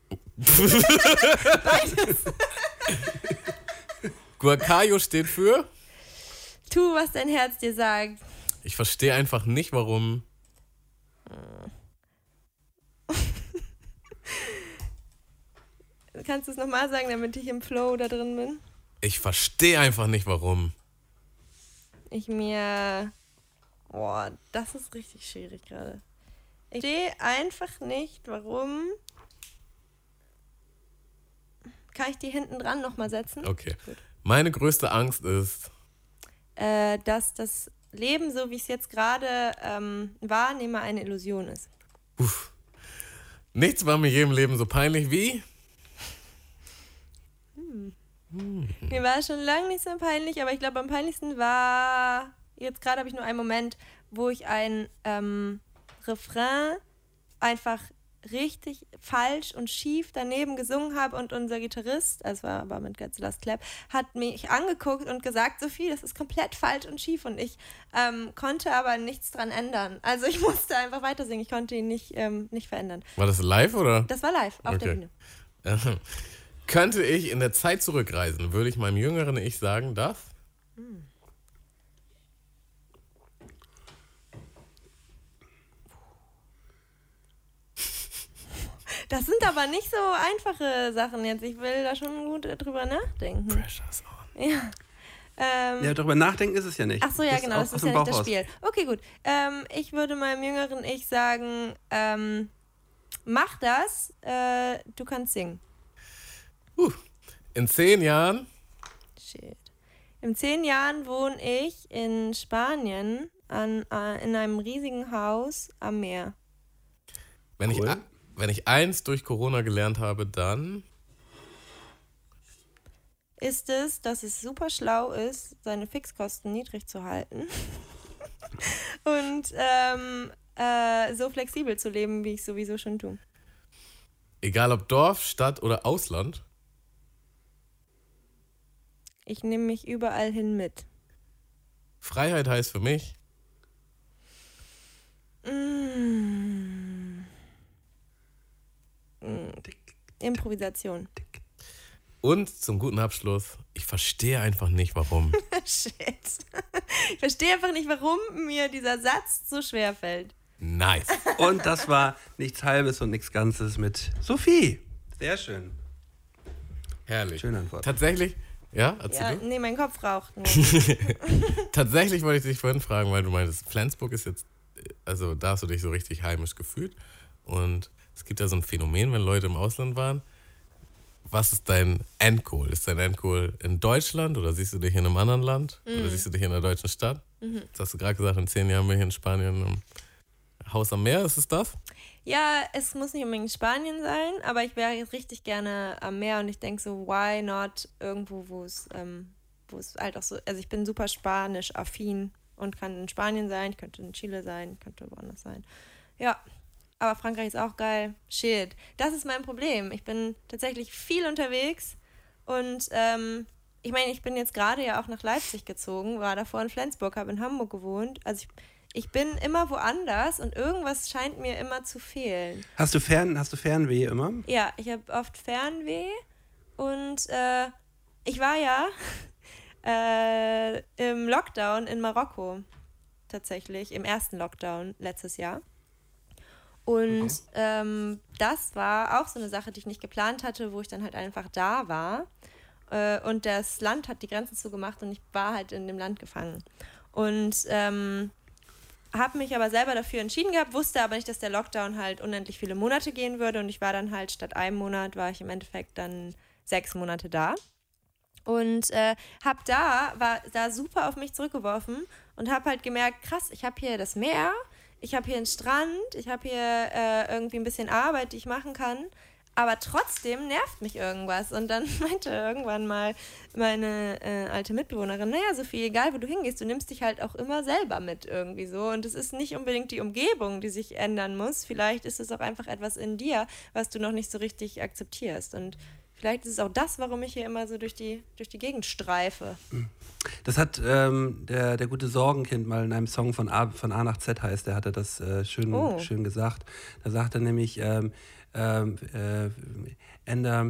Guacayo steht für. Tu, was dein Herz dir sagt. Ich verstehe einfach nicht, warum. Kannst du es nochmal sagen, damit ich im Flow da drin bin? Ich verstehe einfach nicht, warum. Ich mir... Boah, das ist richtig schwierig gerade. Ich verstehe einfach nicht, warum... Kann ich die hinten dran nochmal setzen? Okay. Gut. Meine größte Angst ist. Äh, dass das Leben, so wie ich es jetzt gerade ähm, wahrnehme, eine Illusion ist. Uff, nichts war mir je im Leben so peinlich wie. Mir war es schon lange nicht so peinlich, aber ich glaube, am peinlichsten war, jetzt gerade habe ich nur einen Moment, wo ich ein ähm, Refrain einfach richtig falsch und schief daneben gesungen habe und unser Gitarrist, also war aber mit God's Last Clap, hat mich angeguckt und gesagt, Sophie, das ist komplett falsch und schief und ich ähm, konnte aber nichts dran ändern. Also ich musste einfach weiter singen, ich konnte ihn nicht, ähm, nicht verändern. War das live oder? Das war live auf der Okay. Bühne. Könnte ich in der Zeit zurückreisen, würde ich meinem jüngeren Ich sagen, dass. Das sind aber nicht so einfache Sachen jetzt. Ich will da schon gut drüber nachdenken. Pressure's on. Ja. Ähm, Ja, darüber nachdenken ist es ja nicht. ach so, ja, Das genau, aus- das aus ist dem ja nicht Bauch das raus. Spiel. Okay, gut. Ähm, ich würde meinem jüngeren Ich sagen, ähm, mach das, äh, du kannst singen. Uh, in zehn Jahren. Shit. In zehn Jahren wohne ich in Spanien an, äh, in einem riesigen Haus am Meer. Wenn, Cool. ich, a- wenn ich eins durch Corona gelernt habe, dann. Ist es, dass es super schlau ist, seine Fixkosten niedrig zu halten und ähm, äh, so flexibel zu leben, wie ich sowieso schon tue. Egal ob Dorf, Stadt oder Ausland. Ich nehme mich überall hin mit. Freiheit heißt für mich. Mm. Improvisation. Und zum guten Abschluss, ich verstehe einfach nicht, warum. Shit. Ich verstehe einfach nicht, warum mir dieser Satz so schwer fällt. Nice. Und das war nichts Halbes und nichts Ganzes mit Sophie. Sehr schön. Herrlich. Schöne Antwort. Tatsächlich, ja, erzähl Ja, du? nee, mein Kopf raucht nur. Tatsächlich wollte ich dich vorhin fragen, weil du meintest, Flensburg ist jetzt, also da hast du dich so richtig heimisch gefühlt. Und es gibt ja so ein Phänomen, wenn Leute im Ausland waren. Was ist dein Endgoal? Ist dein Endgoal in Deutschland oder siehst du dich in einem anderen Land? Mhm. Oder siehst du dich in einer deutschen Stadt? Mhm. Jetzt hast du gerade gesagt, in zehn Jahren bin ich in Spanien im Haus am Meer. Ist es das? Ja, es muss nicht unbedingt Spanien sein, aber ich wäre jetzt richtig gerne am Meer und ich denke so, why not irgendwo, wo es, ähm, wo es halt auch so, also ich bin super spanisch-affin und kann in Spanien sein, ich könnte in Chile sein, ich könnte woanders sein. Ja, aber Frankreich ist auch geil. Shit, das ist mein Problem. Ich bin tatsächlich viel unterwegs und ähm, ich meine, ich bin jetzt gerade ja auch nach Leipzig gezogen, war davor in Flensburg, habe in Hamburg gewohnt, also ich Ich bin immer woanders und irgendwas scheint mir immer zu fehlen. Hast du, Fern, hast du Fernweh immer? Ja, ich habe oft Fernweh und äh, ich war ja äh, im Lockdown in Marokko tatsächlich, im ersten Lockdown letztes Jahr. Und mhm. ähm, das war auch so eine Sache, die ich nicht geplant hatte, wo ich dann halt einfach da war. Äh, und das Land hat die Grenzen zugemacht und ich war halt in dem Land gefangen. Und ähm, habe mich aber selber dafür entschieden gehabt, wusste aber nicht, dass der Lockdown halt unendlich viele Monate gehen würde und ich war dann halt statt einem Monat, war ich im Endeffekt dann sechs Monate da und äh, habe da, war da super auf mich zurückgeworfen und habe halt gemerkt, krass, ich habe hier das Meer, ich habe hier einen Strand, ich habe hier äh, irgendwie ein bisschen Arbeit, die ich machen kann, aber trotzdem nervt mich irgendwas. Und dann meinte irgendwann mal meine äh, alte Mitbewohnerin, naja, Sophie, egal wo du hingehst, du nimmst dich halt auch immer selber mit irgendwie so. Und es ist nicht unbedingt die Umgebung, die sich ändern muss. Vielleicht ist es auch einfach etwas in dir, was du noch nicht so richtig akzeptierst. Und vielleicht ist es auch das, warum ich hier immer so durch die, durch die Gegend streife. Das hat ähm, der, der gute Sorgenkind mal in einem Song von A, von A nach Z heißt, der hatte das äh, schön, Oh. schön gesagt. Da sagt er nämlich, ähm, ähm, äh, änder,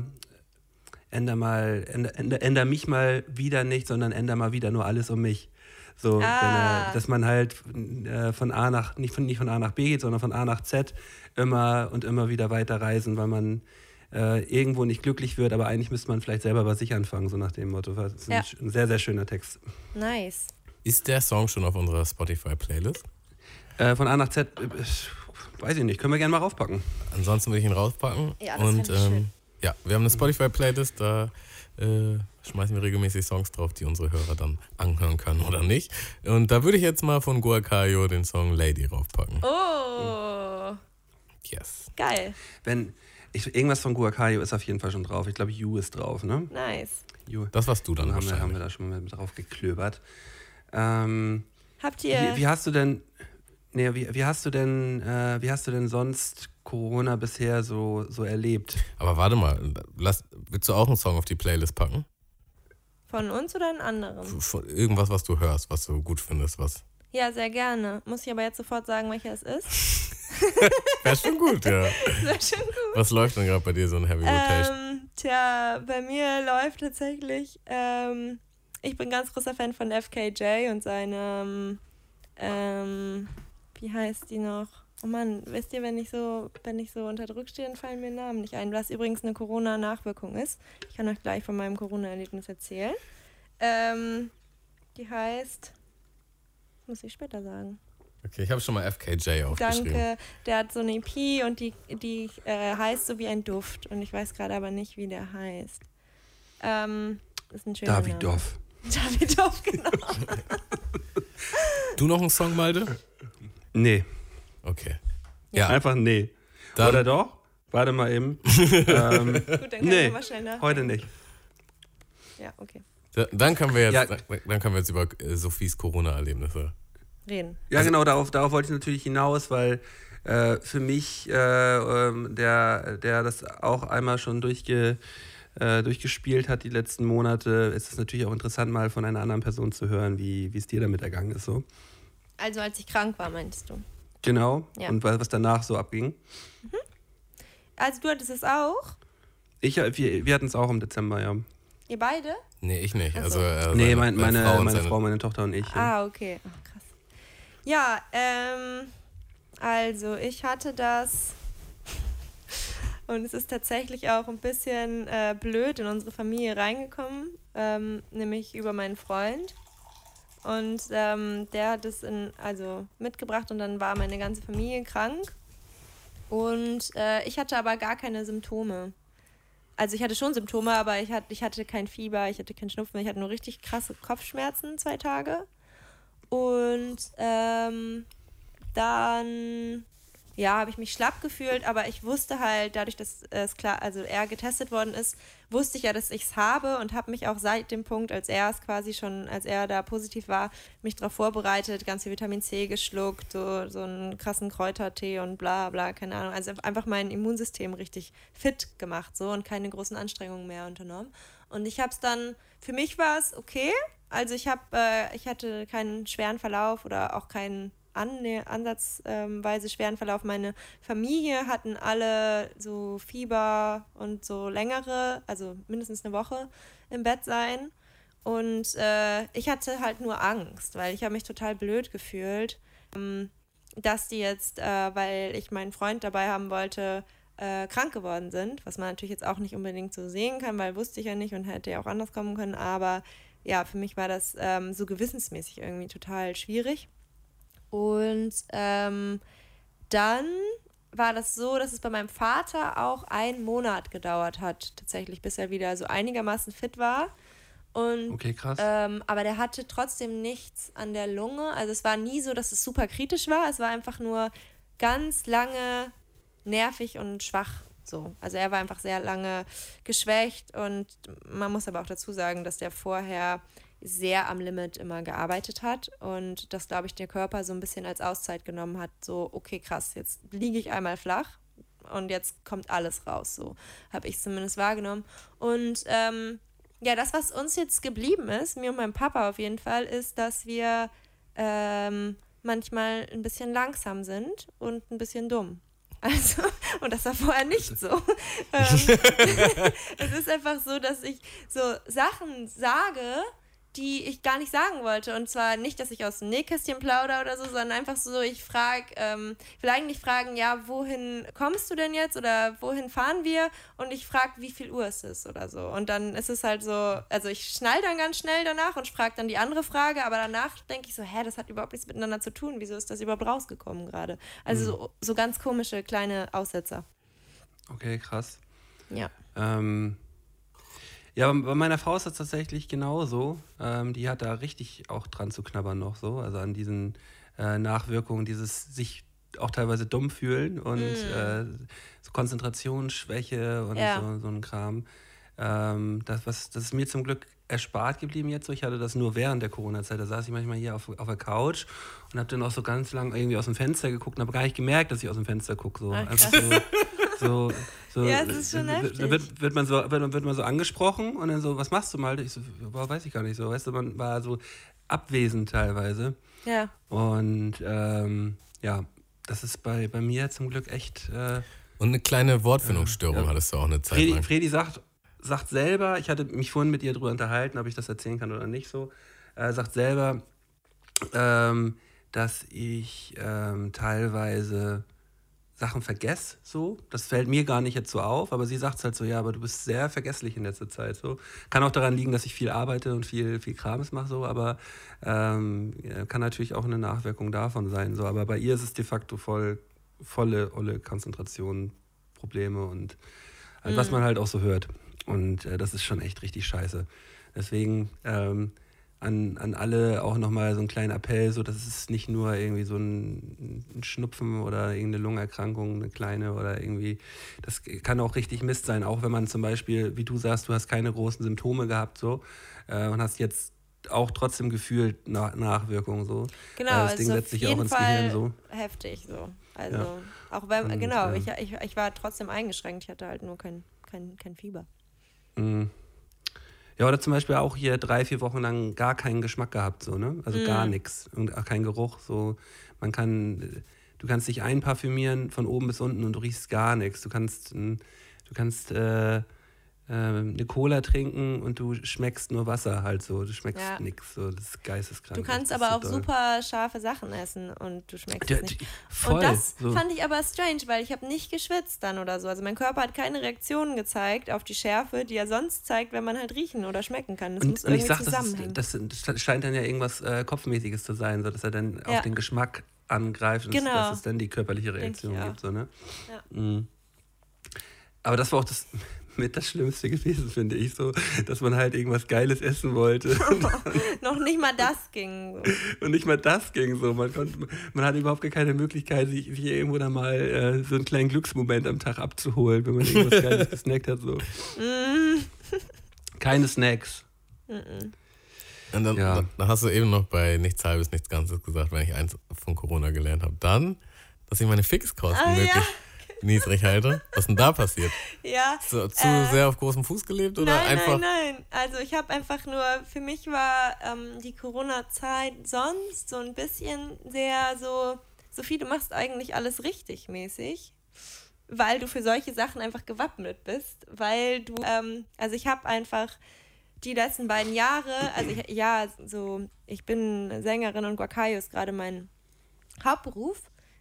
änder mal, änder, änder, änder mich mal wieder nicht, sondern änder mal wieder nur alles um mich. So, Ah. wenn er, dass man halt äh, von A nach, nicht von, nicht von A nach B geht, sondern von A nach Z immer und immer wieder weiter reisen, weil man äh, irgendwo nicht glücklich wird, aber eigentlich müsste man vielleicht selber bei sich anfangen, so nach dem Motto. Das ist Ja. ein, ein sehr, sehr schöner Text. Nice. Ist der Song schon auf unserer Spotify-Playlist? Äh, von A nach Z, äh, weiß ich nicht, können wir gerne mal raufpacken. Ansonsten will ich ihn rauspacken. Ja, das Und fänd ich schön. ähm, ja, wir haben eine Spotify-Playlist, da äh, schmeißen wir regelmäßig Songs drauf, die unsere Hörer dann anhören können oder nicht. Und da würde ich jetzt mal von Guacayo den Song Lady raufpacken. Oh, Yes. geil. Wenn ich, irgendwas von Guacayo ist auf jeden Fall schon drauf. Ich glaube, You ist drauf, ne? Nice. You. Das warst du dann, Dann haben wir, wahrscheinlich. haben wir da schon mal mit drauf geklöbert. Ähm, Habt ihr... wie, wie hast du denn, nee, wie, wie hast du denn, äh, wie hast du denn sonst Corona bisher so, so erlebt? Aber warte mal, lass, willst du auch einen Song auf die Playlist packen? Von uns oder einen anderen? Von irgendwas, was du hörst, was du gut findest, was. Ja, sehr gerne. Muss ich aber jetzt sofort sagen, welcher es ist? Wäre schon gut, ja. Sehr schön gut. Was läuft denn gerade bei dir so ein Heavy Rotation? Ähm, tja, bei mir läuft tatsächlich, ähm, ich bin ganz großer Fan von F K J und seinem, ähm, wie heißt die noch? Oh Mann, wisst ihr, wenn ich so, wenn ich so unter Druck stehe, dann fallen mir Namen nicht ein, was übrigens eine Corona-Nachwirkung ist. Ich kann euch gleich von meinem Corona-Erlebnis erzählen. Ähm, die heißt, muss ich später sagen. Okay, ich habe schon mal F K J aufgeschrieben. Danke, der hat so eine E P und die, die äh, heißt so wie ein Duft und ich weiß gerade aber nicht, wie der heißt. Ähm, ist ein schöner Name. Davidoff. Davidoff, genau. Du noch einen Song, Malte? Nee. Okay. Ja, Einfach nee. dann, Oder doch? Warte mal eben. ähm, Gut, dann kann nee, ich mal schnell nach. heute nicht. Ja, okay. da- dann können wir jetzt, Ja. dann, dann können wir jetzt über äh, Sophies Corona-Erlebnisse. Reden. Ja, genau, darauf, darauf wollte ich natürlich hinaus, weil äh, für mich, äh, ähm, der, der das auch einmal schon durchge, äh, durchgespielt hat die letzten Monate, ist es natürlich auch interessant, mal von einer anderen Person zu hören, wie wie es dir damit ergangen ist. So. Also als ich krank war, meintest du? Genau. Ja. Und was, was danach so abging. Also du hattest es auch? Ich, wir wir hatten es auch im Dezember, ja. Ihr beide? Nee, ich nicht. Ach Also, so. äh, Nee, seine- mein, meine, Frau und meine seine- Frau, meine Tochter und ich. Ja. Ah, okay. Ach, krass. Ja, ähm, also ich hatte das und es ist tatsächlich auch ein bisschen äh, blöd in unsere Familie reingekommen, ähm, nämlich über meinen Freund. Und ähm, der hat es in, also mitgebracht und dann war meine ganze Familie krank. Und äh, ich hatte aber gar keine Symptome. Also ich hatte schon Symptome, aber ich hatte, ich hatte kein Fieber, ich hatte keinen Schnupfen, ich hatte nur richtig krasse Kopfschmerzen zwei Tage. Und ähm, dann, ja, habe ich mich schlapp gefühlt, aber ich wusste halt, dadurch, dass es klar, also er getestet worden ist, wusste ich ja, dass ich es habe und habe mich auch seit dem Punkt, als er es quasi schon, als er da positiv war, mich darauf vorbereitet, ganz viel Vitamin C geschluckt, so, so einen krassen Kräutertee und bla bla, keine Ahnung. Also einfach mein Immunsystem richtig fit gemacht so und keine großen Anstrengungen mehr unternommen. Und ich habe es dann, für mich war es okay. Also ich habe, äh, ich hatte keinen schweren Verlauf oder auch keinen Annä- ansatzweise schweren Verlauf. Meine Familie hatten alle so Fieber und so längere, also mindestens eine Woche im Bett sein. Und äh, ich hatte halt nur Angst, weil ich habe mich total blöd gefühlt, ähm, dass die jetzt, äh, weil ich meinen Freund dabei haben wollte, äh, krank geworden sind, was man natürlich jetzt auch nicht unbedingt so sehen kann, weil wusste ich ja nicht und hätte ja auch anders kommen können. Aber ja, für mich war das ähm, so gewissensmäßig irgendwie total schwierig. Und ähm, dann war das so, dass es bei meinem Vater auch einen Monat gedauert hat, tatsächlich, bis er wieder so einigermaßen fit war. Und, Okay, krass. ähm, aber der hatte trotzdem nichts an der Lunge. Also es war nie so, dass es super kritisch war. Es war einfach nur ganz lange nervig und schwach. So. Also er war einfach sehr lange geschwächt und man muss aber auch dazu sagen, dass der vorher sehr am Limit immer gearbeitet hat und das, glaube ich, der Körper so ein bisschen als Auszeit genommen hat, so, okay, krass, jetzt liege ich einmal flach und jetzt kommt alles raus, so habe ich es zumindest wahrgenommen. Und ähm, ja, das, was uns jetzt geblieben ist, mir und meinem Papa auf jeden Fall, ist, dass wir ähm, manchmal ein bisschen langsam sind und ein bisschen dumm. Also, und das war vorher nicht so. ähm, es ist einfach so, dass ich so Sachen sage, die ich gar nicht sagen wollte. Und zwar nicht, dass ich aus dem Nähkästchen plaudere oder so, sondern einfach so, ich frage, ähm, ich will eigentlich fragen, ja, wohin kommst du denn jetzt oder wohin fahren wir? Und ich frage, wie viel Uhr ist es oder so. Und dann ist es halt so, also ich schnall dann ganz schnell danach und frage dann die andere Frage, aber danach denke ich so, hä, das hat überhaupt nichts miteinander zu tun. Wieso ist das überhaupt rausgekommen gerade? Also Mhm. so, so ganz komische kleine Aussetzer. Okay, krass. Ja. Ähm, ja, bei meiner Frau ist das tatsächlich genauso. Ähm, die hat da richtig auch dran zu knabbern noch so, also an diesen äh, Nachwirkungen, dieses sich auch teilweise dumm fühlen und äh, so Konzentrationsschwäche und Ja. so, so ein Kram. Ähm, das, was, das ist mir zum Glück erspart geblieben jetzt so. Ich hatte das nur während der Corona-Zeit. Da saß ich manchmal hier auf, auf der Couch und habe dann auch so ganz lang irgendwie aus dem Fenster geguckt und habe gar nicht gemerkt, dass ich aus dem Fenster gucke. So. Ach, Einfach krass. so, so, so, Ja, es ist schon wird, heftig. wird, wird, man so, wird, wird man so angesprochen und dann so, was machst du mal? Ich so, boah, weiß ich gar nicht so. Weißt du, man war so abwesend teilweise. Ja. Und ähm, ja, das ist bei, bei mir zum Glück echt. Äh, Und eine kleine Wortfindungsstörung Ja. hattest du auch eine Zeit Fredi, lang. Fredi sagt, sagt selber, ich hatte mich vorhin mit ihr drüber unterhalten, ob ich das erzählen kann oder nicht so, äh, sagt selber, ähm, dass ich ähm, teilweise Sachen vergesse, so. Das fällt mir gar nicht jetzt so auf, aber sie sagt es halt so, ja, aber du bist sehr vergesslich in letzter Zeit, so. Kann auch daran liegen, dass ich viel arbeite und viel, viel Krams mache, so, aber ähm, ja, kann natürlich auch eine Nachwirkung davon sein, so. Aber bei ihr ist es de facto voll, volle, volle Konzentration, Probleme und halt, was man halt auch so hört. Und äh, das ist schon echt richtig scheiße. Deswegen ähm, an, an alle auch nochmal so einen kleinen Appell, so dass es nicht nur irgendwie so ein, ein Schnupfen oder irgendeine Lungenerkrankung, eine kleine oder irgendwie, das kann auch richtig Mist sein, auch wenn man zum Beispiel, wie du sagst, du hast keine großen Symptome gehabt so äh, und hast jetzt auch trotzdem gefühlt nach, Nachwirkungen so. Genau, Äh, das es Ding ist auf setzt sich auch jeden ins Fall Gehirn so. heftig so. Also Ja. auch wenn, Und, genau, ähm, ich, ich, ich war trotzdem eingeschränkt, ich hatte halt nur kein, kein, kein Fieber. Mhm. Ja, oder zum Beispiel auch hier drei, vier Wochen lang gar keinen Geschmack gehabt, so, ne? Also Mhm. gar nichts und auch kein Geruch. So, man kann, du kannst dich einparfümieren von oben bis unten und du riechst gar nichts. Du kannst, mm, du kannst äh, ähm, eine Cola trinken und du schmeckst nur Wasser halt so. Du schmeckst Ja. nix. So, das ist geisteskrank. Du kannst das ist aber so auch doll. super scharfe Sachen essen und du schmeckst Ja, es nicht. die- voll. Und das so. fand ich aber strange, weil ich habe nicht geschwitzt dann oder so. Also mein Körper hat keine Reaktionen gezeigt auf die Schärfe, die er sonst zeigt, wenn man halt riechen oder schmecken kann. Das Und, muss und ich irgendwie sag, das, zusammenhängen. ist, das scheint dann ja irgendwas äh, Kopfmäßiges zu sein, so dass er dann Ja. auf den Geschmack angreift und Genau. dass es dann die körperliche Denk Reaktion ich auch. gibt. So, ne? Ja. Mhm. Aber das war auch das mit das Schlimmste gewesen, finde ich, so, dass man halt irgendwas Geiles essen wollte Noch nicht mal das ging. und nicht mal das ging so. Man, konnte, man hatte überhaupt gar keine Möglichkeit, sich, sich irgendwo dann mal äh, so einen kleinen Glücksmoment am Tag abzuholen, wenn man irgendwas Geiles gesnackt hat. So. Keine Snacks. Und dann, Ja. dann, dann hast du eben noch bei nichts Halbes, nichts Ganzes gesagt, wenn ich eins von Corona gelernt habe. Dann, dass ich meine Fixkosten Ah, ja. möglichst niedrig halte. Was ist denn da passiert? Ja. So, zu Äh, sehr auf großem Fuß gelebt oder Nein, einfach? nein, nein. Also ich habe einfach nur, für mich war ähm, die Corona-Zeit sonst so ein bisschen sehr so, Sophie, du machst eigentlich alles richtig mäßig, weil du für solche Sachen einfach gewappnet bist, weil du, ähm, also ich habe einfach die letzten beiden Jahre, also ich, ja, so, ich bin Sängerin und Guacayo ist gerade mein Hauptberuf.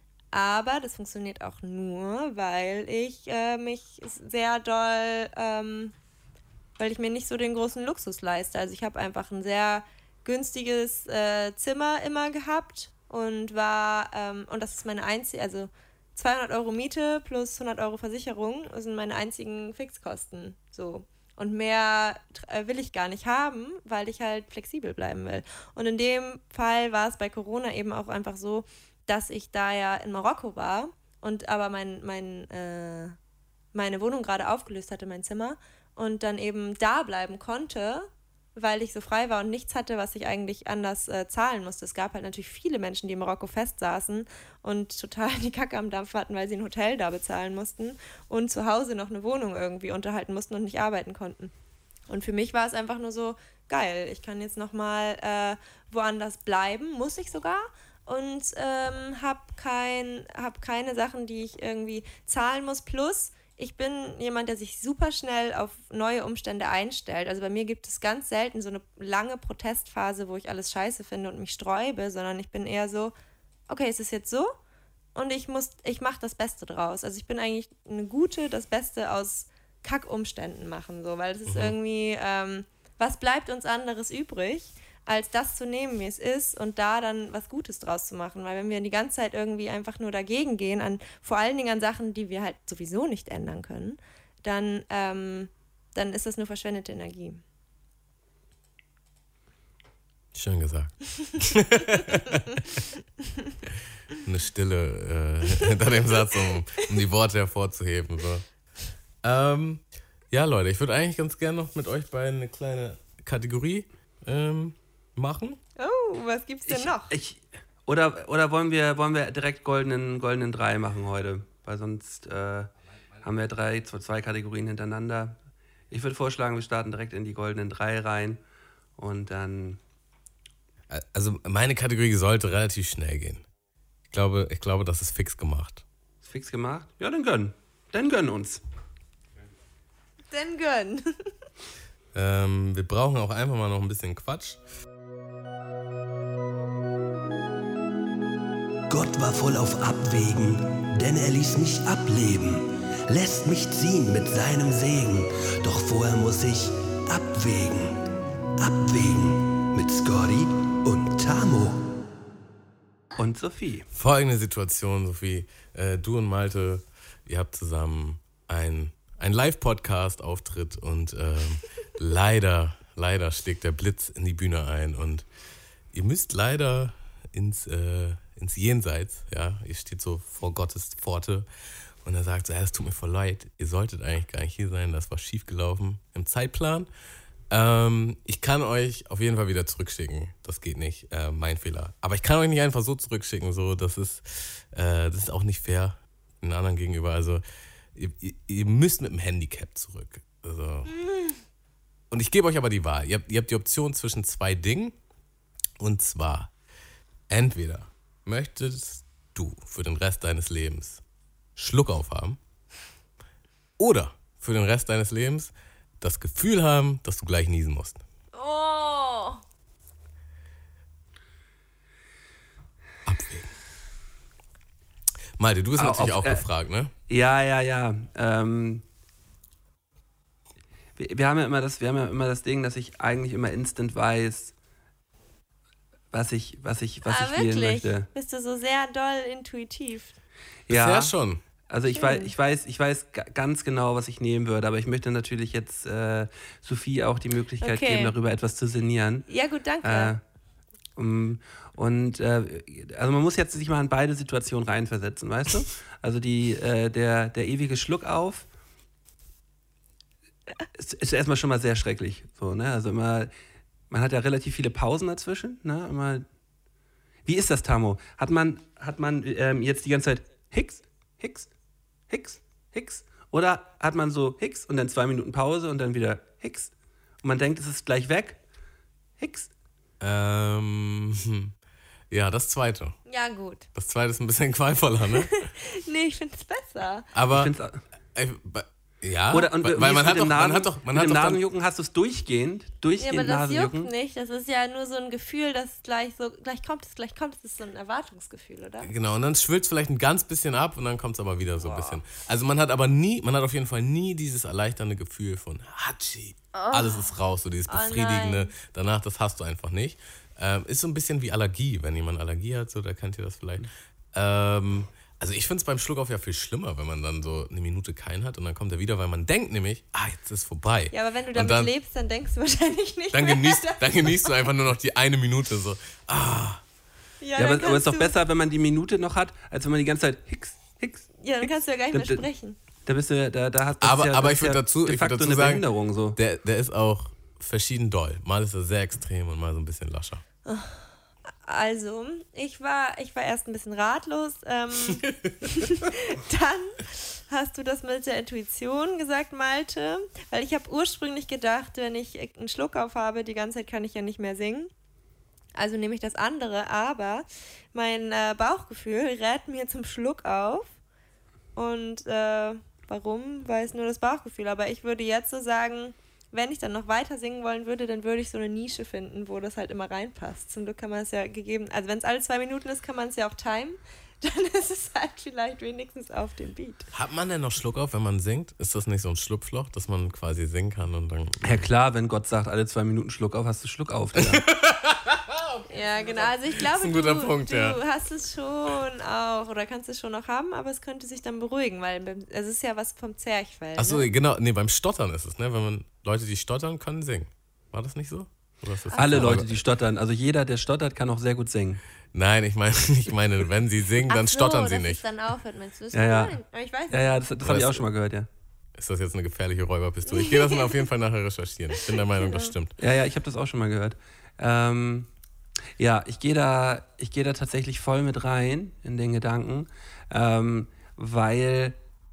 Aber das funktioniert auch nur, weil ich äh, mich sehr doll, ähm, weil ich mir nicht so den großen Luxus leiste. Also ich habe einfach ein sehr günstiges äh, Zimmer immer gehabt und war, ähm, und das ist meine einzige, also zweihundert Euro Miete plus hundert Euro Versicherung sind meine einzigen Fixkosten. So. Und mehr äh, will ich gar nicht haben, weil ich halt flexibel bleiben will. Und in dem Fall war es bei Corona eben auch einfach so, dass ich da ja in Marokko war und aber mein, mein, äh, meine Wohnung gerade aufgelöst hatte, mein Zimmer, und dann eben da bleiben konnte, weil ich so frei war und nichts hatte, was ich eigentlich anders äh, zahlen musste. Es gab halt natürlich viele Menschen, die in Marokko festsaßen und total die Kacke am Dampf hatten, weil sie ein Hotel da bezahlen mussten und zu Hause noch eine Wohnung irgendwie unterhalten mussten und nicht arbeiten konnten. Und für mich war es einfach nur so, geil, ich kann jetzt nochmal äh, woanders bleiben, muss ich sogar, und ähm, habe kein, hab keine Sachen, die ich irgendwie zahlen muss. Plus, ich bin jemand, der sich super schnell auf neue Umstände einstellt. Also bei mir gibt es ganz selten so eine lange Protestphase, wo ich alles scheiße finde und mich sträube, sondern ich bin eher so, okay, es ist jetzt so und ich muss, ich mache das Beste draus. Also ich bin eigentlich eine gute, das Beste aus Kackumständen machen, so, weil es ist Mhm. irgendwie, ähm, was bleibt uns anderes übrig, als das zu nehmen, wie es ist und da dann was Gutes draus zu machen. Weil wenn wir die ganze Zeit irgendwie einfach nur dagegen gehen, an, vor allen Dingen an Sachen, die wir halt sowieso nicht ändern können, dann, ähm, dann ist das nur verschwendete Energie. Schön gesagt. Eine Stille äh, hinter dem Satz, um, um die Worte hervorzuheben. So. Ähm, ja, Leute, ich würde eigentlich ganz gerne noch mit euch beiden eine kleine Kategorie ähm, machen. Oh, was gibt's denn Ich, noch? ich, oder oder wollen, wir, wollen wir direkt goldenen, goldenen drei machen heute? Weil sonst äh, haben wir drei, zwei, zwei Kategorien hintereinander. Ich würde vorschlagen, wir starten direkt in die goldenen drei rein und dann... Also meine Kategorie sollte relativ schnell gehen. Ich glaube, ich glaube, das ist fix gemacht. Ist fix gemacht? Ja, dann gönn. Dann gönn uns. Denn gönn. Ähm, wir brauchen auch einfach mal noch ein bisschen Quatsch. Gott war voll auf Abwägen, denn er ließ mich ableben, lässt mich ziehen mit seinem Segen. Doch vorher muss ich abwägen, abwägen mit Scotty und Tamo. Und Sophie. Folgende Situation, Sophie. Äh, du und Malte, ihr habt zusammen ein, ein Live-Podcast-Auftritt und ähm, leider, leider schlägt der Blitz in die Bühne ein und ihr müsst leider ins, äh, ins Jenseits, ja, ihr steht so vor Gottes Pforte und er sagt so, ja, es tut mir voll leid, ihr solltet eigentlich gar nicht hier sein, das war schiefgelaufen im Zeitplan. Ähm, ich kann euch auf jeden Fall wieder zurückschicken, das geht nicht, äh, mein Fehler. Aber ich kann euch nicht einfach so zurückschicken, so, das ist, äh, das ist auch nicht fair den anderen gegenüber, also ihr, ihr, ihr müsst mit dem Handicap zurück, also... Und ich gebe euch aber die Wahl. Ihr habt, ihr habt die Option zwischen zwei Dingen. Und zwar, entweder möchtest du für den Rest deines Lebens Schluck aufhaben oder für den Rest deines Lebens das Gefühl haben, dass du gleich niesen musst. Oh. Abwägen. Malte, du bist Auf- natürlich auch äh, gefragt, ne? Ja, ja, ja. Ähm, wir, wir, haben ja immer das, wir haben ja immer das Ding, dass ich eigentlich immer instant weiß, was ich, was ich, was ah, ich wählen wirklich? möchte. Bist du so sehr doll intuitiv? Ja, Bisher schon. also ich Schön. weiß, ich weiß, ich weiß ga- ganz genau, was ich nehmen würde, aber ich möchte natürlich jetzt äh, Sophie auch die Möglichkeit Okay. geben, darüber etwas zu sinnieren. Ja, gut, danke. Äh, um, und äh, also man muss jetzt sich mal in beide Situationen reinversetzen, weißt du? Also die, äh, der, der ewige Schluck auf ist, ist erstmal schon mal sehr schrecklich. So, ne? Also immer, man hat ja relativ viele Pausen dazwischen. Ne? Immer, wie ist das, Tamo? Hat man, hat man ähm, jetzt die ganze Zeit Hicks, Hicks, Hicks, Hicks? Oder hat man so Hicks und dann zwei Minuten Pause und dann wieder Hicks? Und man denkt, es ist gleich weg. Hicks. Ähm, hm. Ja, das zweite. Ja, gut. Das zweite ist ein bisschen qualvoller, ne? Nee, ich finde es besser. Aber, Ich find's, äh, bei- ja, oder, und weil wie weil ist man mit hat, dem doch, man Nasen- hat doch, man mit hat dem doch dann, Nasenjucken hast du es durchgehend, Ja, durchgehend aber das juckt Nasenjucken. nicht. Das ist ja nur so ein Gefühl, das gleich so, gleich kommt es, gleich kommt es. Das ist so ein Erwartungsgefühl, oder? genau, und dann schwillt es vielleicht ein ganz bisschen ab und dann kommt es aber wieder so ein bisschen. Also man hat aber nie, man hat auf jeden Fall nie dieses erleichternde Gefühl von Hatschi, alles ist raus, so dieses Oh befriedigende, nein. danach, das hast du einfach nicht. Ähm, ist so ein bisschen wie Allergie, wenn jemand Allergie hat, so, da kennt ihr das vielleicht. Ähm, also ich finde es beim Schluck auf ja viel schlimmer, wenn man dann so eine Minute keinen hat und dann kommt er wieder, weil man denkt nämlich, ah, jetzt ist vorbei. Ja, aber wenn du Und damit dann, lebst, dann denkst du wahrscheinlich nicht dann mehr. genießt, dann genießt du einfach nur noch die eine Minute so. Ah, Ja, Ja, aber, dann aber es ist kannst doch du- besser, wenn man die Minute noch hat, als wenn man die ganze Zeit Hicks, Hicks. Ja, dann kannst du ja gar nicht mehr Da- da- sprechen. Da bist du, da, da hast das Aber- ist ja, aber das ich ist würd ja dazu- de ich würd facto dazu eine sagen, Behinderung so. der, der ist auch verschieden doll. Mal ist er sehr extrem und mal so ein bisschen lascher. Also, ich war, ich war erst ein bisschen ratlos. Ähm, dann hast du das mit der Intuition gesagt, Malte. Weil ich habe ursprünglich gedacht, wenn ich einen Schluck auf habe, die ganze Zeit kann ich ja nicht mehr singen. Also nehme ich das andere. Aber mein äh, Bauchgefühl rät mir zum Schluck auf. Und äh, warum, weiß nur das Bauchgefühl. Aber ich würde jetzt so sagen, wenn ich dann noch weiter singen wollen würde, dann würde ich so eine Nische finden, wo das halt immer reinpasst. Zum Glück kann man es ja gegeben, also wenn es alle zwei Minuten ist, kann man es ja auch timen. Dann ist es halt vielleicht wenigstens auf dem Beat. Hat man denn noch Schluck auf, wenn man singt? Ist das nicht so ein Schlupfloch, dass man quasi singen kann und dann... Ja klar, wenn Gott sagt, alle zwei Minuten Schluck auf, hast du Schluck auf. Digga. Ja, genau. Also ich glaube, ein guter du, Punkt, du ja. hast es schon auch oder kannst es schon noch haben, aber es könnte sich dann beruhigen, weil beim- es ist ja was vom Zwerchfell. Achso, ne? genau. Nee, beim Stottern ist es, ne? Wenn man Leute, die stottern, können singen. War das nicht so? Oder ist das Alle Leute, die stottern. Also jeder, der stottert, kann auch sehr gut singen. Nein, ich meine, ich meine, wenn sie singen, dann Ach so, stottern sie dass nicht. es dann aufhört, meinst du? Das Ja, kann ja. sein. Aber ich weiß Ja, ja, das, das habe ich Was- auch schon mal gehört, ja. Ist das jetzt eine gefährliche Räuberpistole? Ich gehe das dann auf jeden Fall nachher recherchieren. Ich bin der Meinung, das stimmt. Ja, ja, ich habe das auch schon mal gehört. Ähm, ja, ich gehe da, ich gehe da tatsächlich voll mit rein in den Gedanken, ähm, weil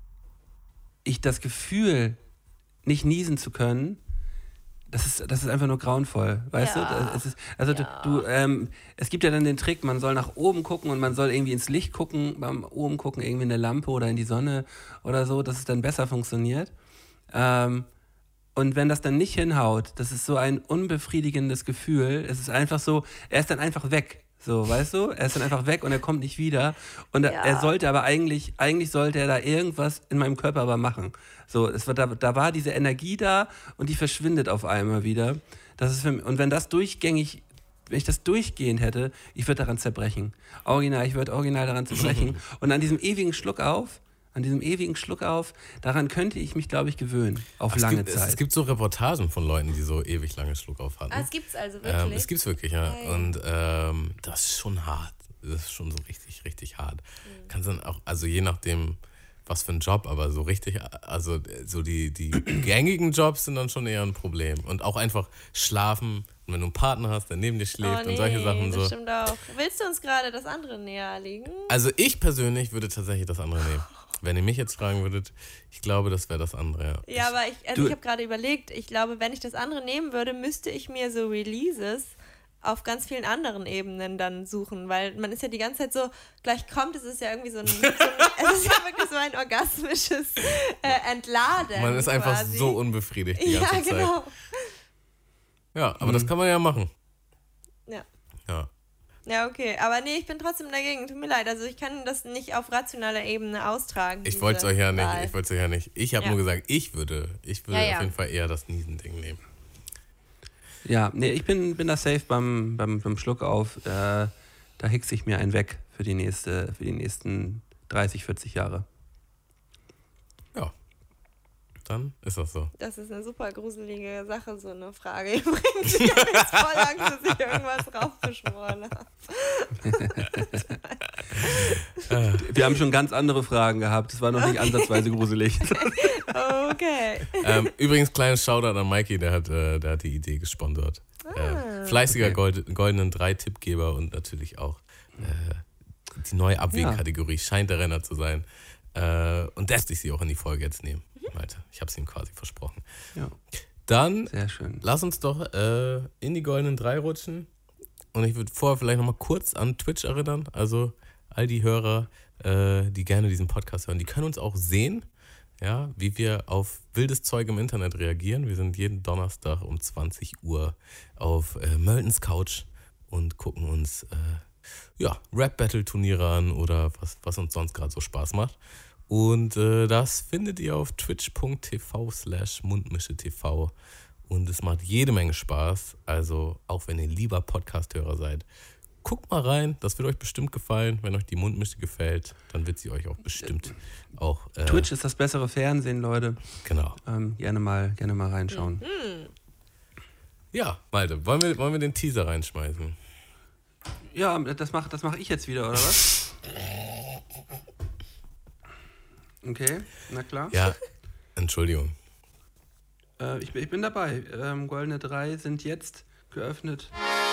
ich das Gefühl, nicht niesen zu können, das ist, das ist einfach nur grauenvoll, weißt Ja. du? Es ist, also Ja. du, du ähm, es gibt ja dann den Trick, man soll nach oben gucken und man soll irgendwie ins Licht gucken, beim oben gucken, irgendwie in eine Lampe oder in die Sonne oder so, dass es dann besser funktioniert. Ähm, und wenn das dann nicht hinhaut, das ist so ein unbefriedigendes Gefühl. Es ist einfach so, er ist dann einfach weg. So, weißt du? Er ist dann einfach weg und er kommt nicht wieder. Und er, Ja. er sollte aber eigentlich, eigentlich sollte er da irgendwas in meinem Körper aber machen. So, es war, da, da war diese Energie da und die verschwindet auf einmal wieder. Das ist für mich, und wenn das durchgängig, wenn ich das durchgehend hätte, ich würde daran zerbrechen. Original, ich würde original daran zerbrechen. Und an diesem ewigen Schluck auf, an diesem ewigen Schluck auf, daran könnte ich mich, glaube ich, gewöhnen. Auf Es lange gibt, Zeit. es gibt so Reportagen von Leuten, die so ewig lange Schluck auf hatten. Ah, es gibt's also wirklich. Ähm, es gibt's wirklich, ja. Okay. Und ähm, das ist schon hart. Das ist schon so richtig, richtig hart. Mhm. Kannst dann auch, also je nachdem, was für ein Job, aber so richtig, also so die, die gängigen Jobs sind dann schon eher ein Problem. Und auch einfach schlafen. Und wenn du einen Partner hast, der neben dir schläft Oh, nee, und solche Sachen das so. stimmt auch. Willst du uns gerade das andere näher legen? Also ich persönlich würde tatsächlich das andere nehmen. Wenn ihr mich jetzt fragen würdet, ich glaube, das wäre das andere. Ja. Ja, aber ich, also Du- ich habe gerade überlegt, ich glaube, wenn ich das andere nehmen würde, müsste ich mir so Releases auf ganz vielen anderen Ebenen dann suchen, weil man ist ja die ganze Zeit so, gleich kommt, es ist ja irgendwie so ein, so ein es ist ja wirklich so ein orgasmisches äh, Entladen. Man ist einfach quasi. so unbefriedigt die Ja, ganze Zeit. genau. Ja, aber das kann man ja machen. Ja. Ja. Ja, okay. Aber nee, ich bin trotzdem dagegen. Tut mir leid. Also ich kann das nicht auf rationaler Ebene austragen. Ich wollte es euch ja nicht. Wahl. Ich wollte es euch ja nicht. Ich habe Ja. nur gesagt, ich würde, ich würde Ja, ja. auf jeden Fall eher das Niesending nehmen. Ja, nee, ich bin, bin da safe beim, beim, beim Schluck auf. Äh, da hickse ich mir einen weg für die, nächste, für die nächsten dreißig, vierzig Jahre. Ja. Dann ist das so. Das ist eine super gruselige Sache, so eine Frage. Übrigens, ich habe jetzt voll Angst, dass ich irgendwas raufbeschworen habe. Wir haben schon ganz andere Fragen gehabt. Das war noch nicht ansatzweise gruselig. Okay. ähm, übrigens, kleines Shoutout an Mikey, der hat, äh, der hat die Idee gesponsert. Äh, fleißiger Okay. Gold, goldenen drei-Tippgeber und natürlich auch äh, die neue Abwägenkategorie scheint der Renner zu sein. Äh, und das ich sie auch in die Folge jetzt nehmen. Malte, ich habe es ihm quasi versprochen. Ja, Dann sehr schön. lass uns doch äh, in die goldenen drei rutschen. Und ich würde vorher vielleicht nochmal kurz an Twitch erinnern. Also all die Hörer, äh, die gerne diesen Podcast hören, die können uns auch sehen, ja, wie wir auf wildes Zeug im Internet reagieren. Wir sind jeden Donnerstag um zwanzig Uhr auf äh, Möltens Couch und gucken uns äh, ja, Rap-Battle-Turniere an oder was, was uns sonst gerade so Spaß macht. Und äh, das findet ihr auf twitch.tv slash mundmische.tv. Und es macht jede Menge Spaß. Also auch wenn ihr lieber Podcast-Hörer seid, guckt mal rein. Das wird euch bestimmt gefallen. Wenn euch die Mundmische gefällt, dann wird sie euch auch bestimmt auch... Äh, Twitch ist das bessere Fernsehen, Leute. Genau. Ähm, gerne, mal, gerne mal reinschauen. Ja, Malte, wollen wir, wollen wir den Teaser reinschmeißen? Ja, das mache das mach ich jetzt wieder, oder was? Okay, na klar. Ja, Entschuldigung. Äh, ich, ich bin dabei. Ähm, Goldene drei sind jetzt geöffnet.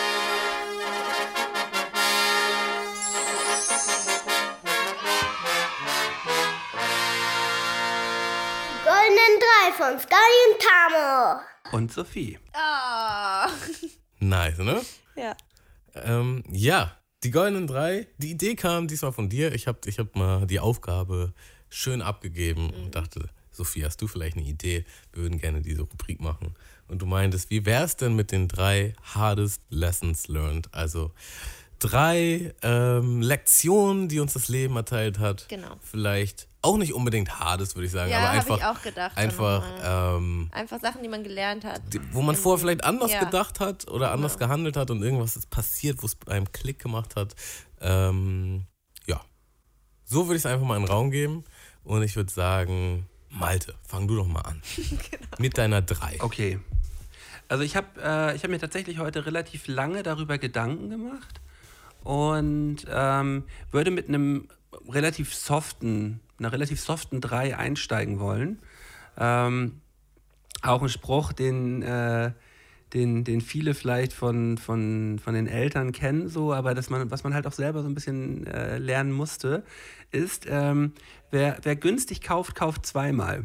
Goldenen drei von Sky und Tamo. Und Sophie. Ah. Nice, ne? Ja. Ähm, ja, die goldenen drei. Die Idee kam diesmal von dir. Ich habe ich hab mal die Aufgabe schön abgegeben und dachte, Sophie, hast du vielleicht eine Idee? Wir würden gerne diese Rubrik machen. Und du meintest, wie wär's denn mit den drei hardest lessons learned? Also drei ähm, Lektionen, die uns das Leben erteilt hat. Genau. Vielleicht auch nicht unbedingt hardest, würde ich sagen, Ja, aber habe einfach, ich auch gedacht. einfach dann, ähm, einfach Sachen, die man gelernt hat. die, wo man vorher vielleicht anders Ja. gedacht hat oder anders Genau. gehandelt hat und irgendwas ist passiert, wo es einem Klick gemacht hat. Ähm, ja, so würde ich es einfach mal in den Raum geben und ich würde sagen, Malte, fang du doch mal an. Genau. Mit deiner drei. Okay. Also ich habe äh, ich hab mir tatsächlich heute relativ lange darüber Gedanken gemacht und ähm, würde mit einem relativ soften, einer relativ soften drei einsteigen wollen. Ähm, auch ein Spruch, den, äh, den, den viele vielleicht von, von, von den Eltern kennen, so, aber dass man, was man halt auch selber so ein bisschen äh, lernen musste, ist, ähm, wer, wer günstig kauft, kauft zweimal.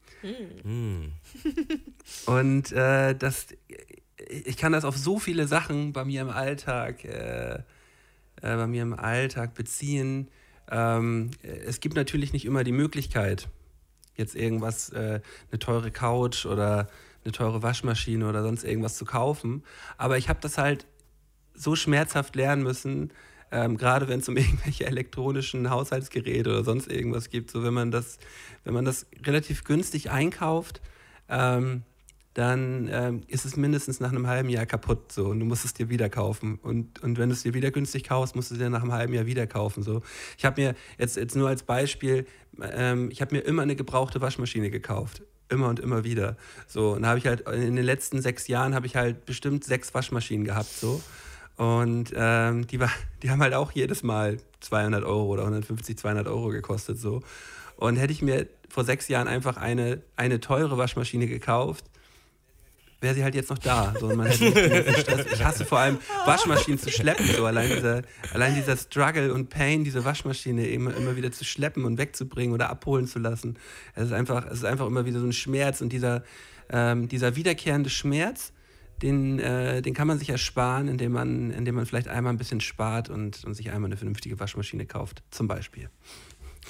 Und äh, das, ich kann das auf so viele Sachen bei mir im Alltag, äh, äh, bei mir im Alltag beziehen. Ähm, es gibt natürlich nicht immer die Möglichkeit, jetzt irgendwas, äh, eine teure Couch oder eine teure Waschmaschine oder sonst irgendwas zu kaufen. Aber ich habe das halt so schmerzhaft lernen müssen, ähm, gerade wenn es um irgendwelche elektronischen Haushaltsgeräte oder sonst irgendwas gibt. So, wenn man das, wenn man das relativ günstig einkauft, ähm, dann ähm, ist es mindestens nach einem halben Jahr kaputt. So, und du musst es dir wieder kaufen. Und, und wenn du es dir wieder günstig kaufst, musst du es dir nach einem halben Jahr wieder kaufen. So. Ich habe mir jetzt, jetzt nur als Beispiel, ähm, ich habe mir immer eine gebrauchte Waschmaschine gekauft. Immer und immer wieder. So, und habe ich halt in den letzten sechs Jahren habe ich halt bestimmt sechs Waschmaschinen gehabt. So. Und ähm, die, war, die haben halt auch jedes Mal zweihundert Euro oder hundertfünfzig, zweihundert Euro gekostet. So. Und hätte ich mir vor sechs Jahren einfach eine, eine teure Waschmaschine gekauft, wäre sie halt jetzt noch da. So, und man hätte nicht Stress. Ich hasse vor allem, Waschmaschinen zu schleppen. So. Allein, dieser, allein dieser Struggle und Pain, diese Waschmaschine immer, immer wieder zu schleppen und wegzubringen oder abholen zu lassen. Es ist einfach, es ist einfach immer wieder so ein Schmerz. Und dieser, ähm, dieser wiederkehrende Schmerz, den, äh, den kann man sich ersparen, indem man, indem man vielleicht einmal ein bisschen spart und, und sich einmal eine vernünftige Waschmaschine kauft, zum Beispiel.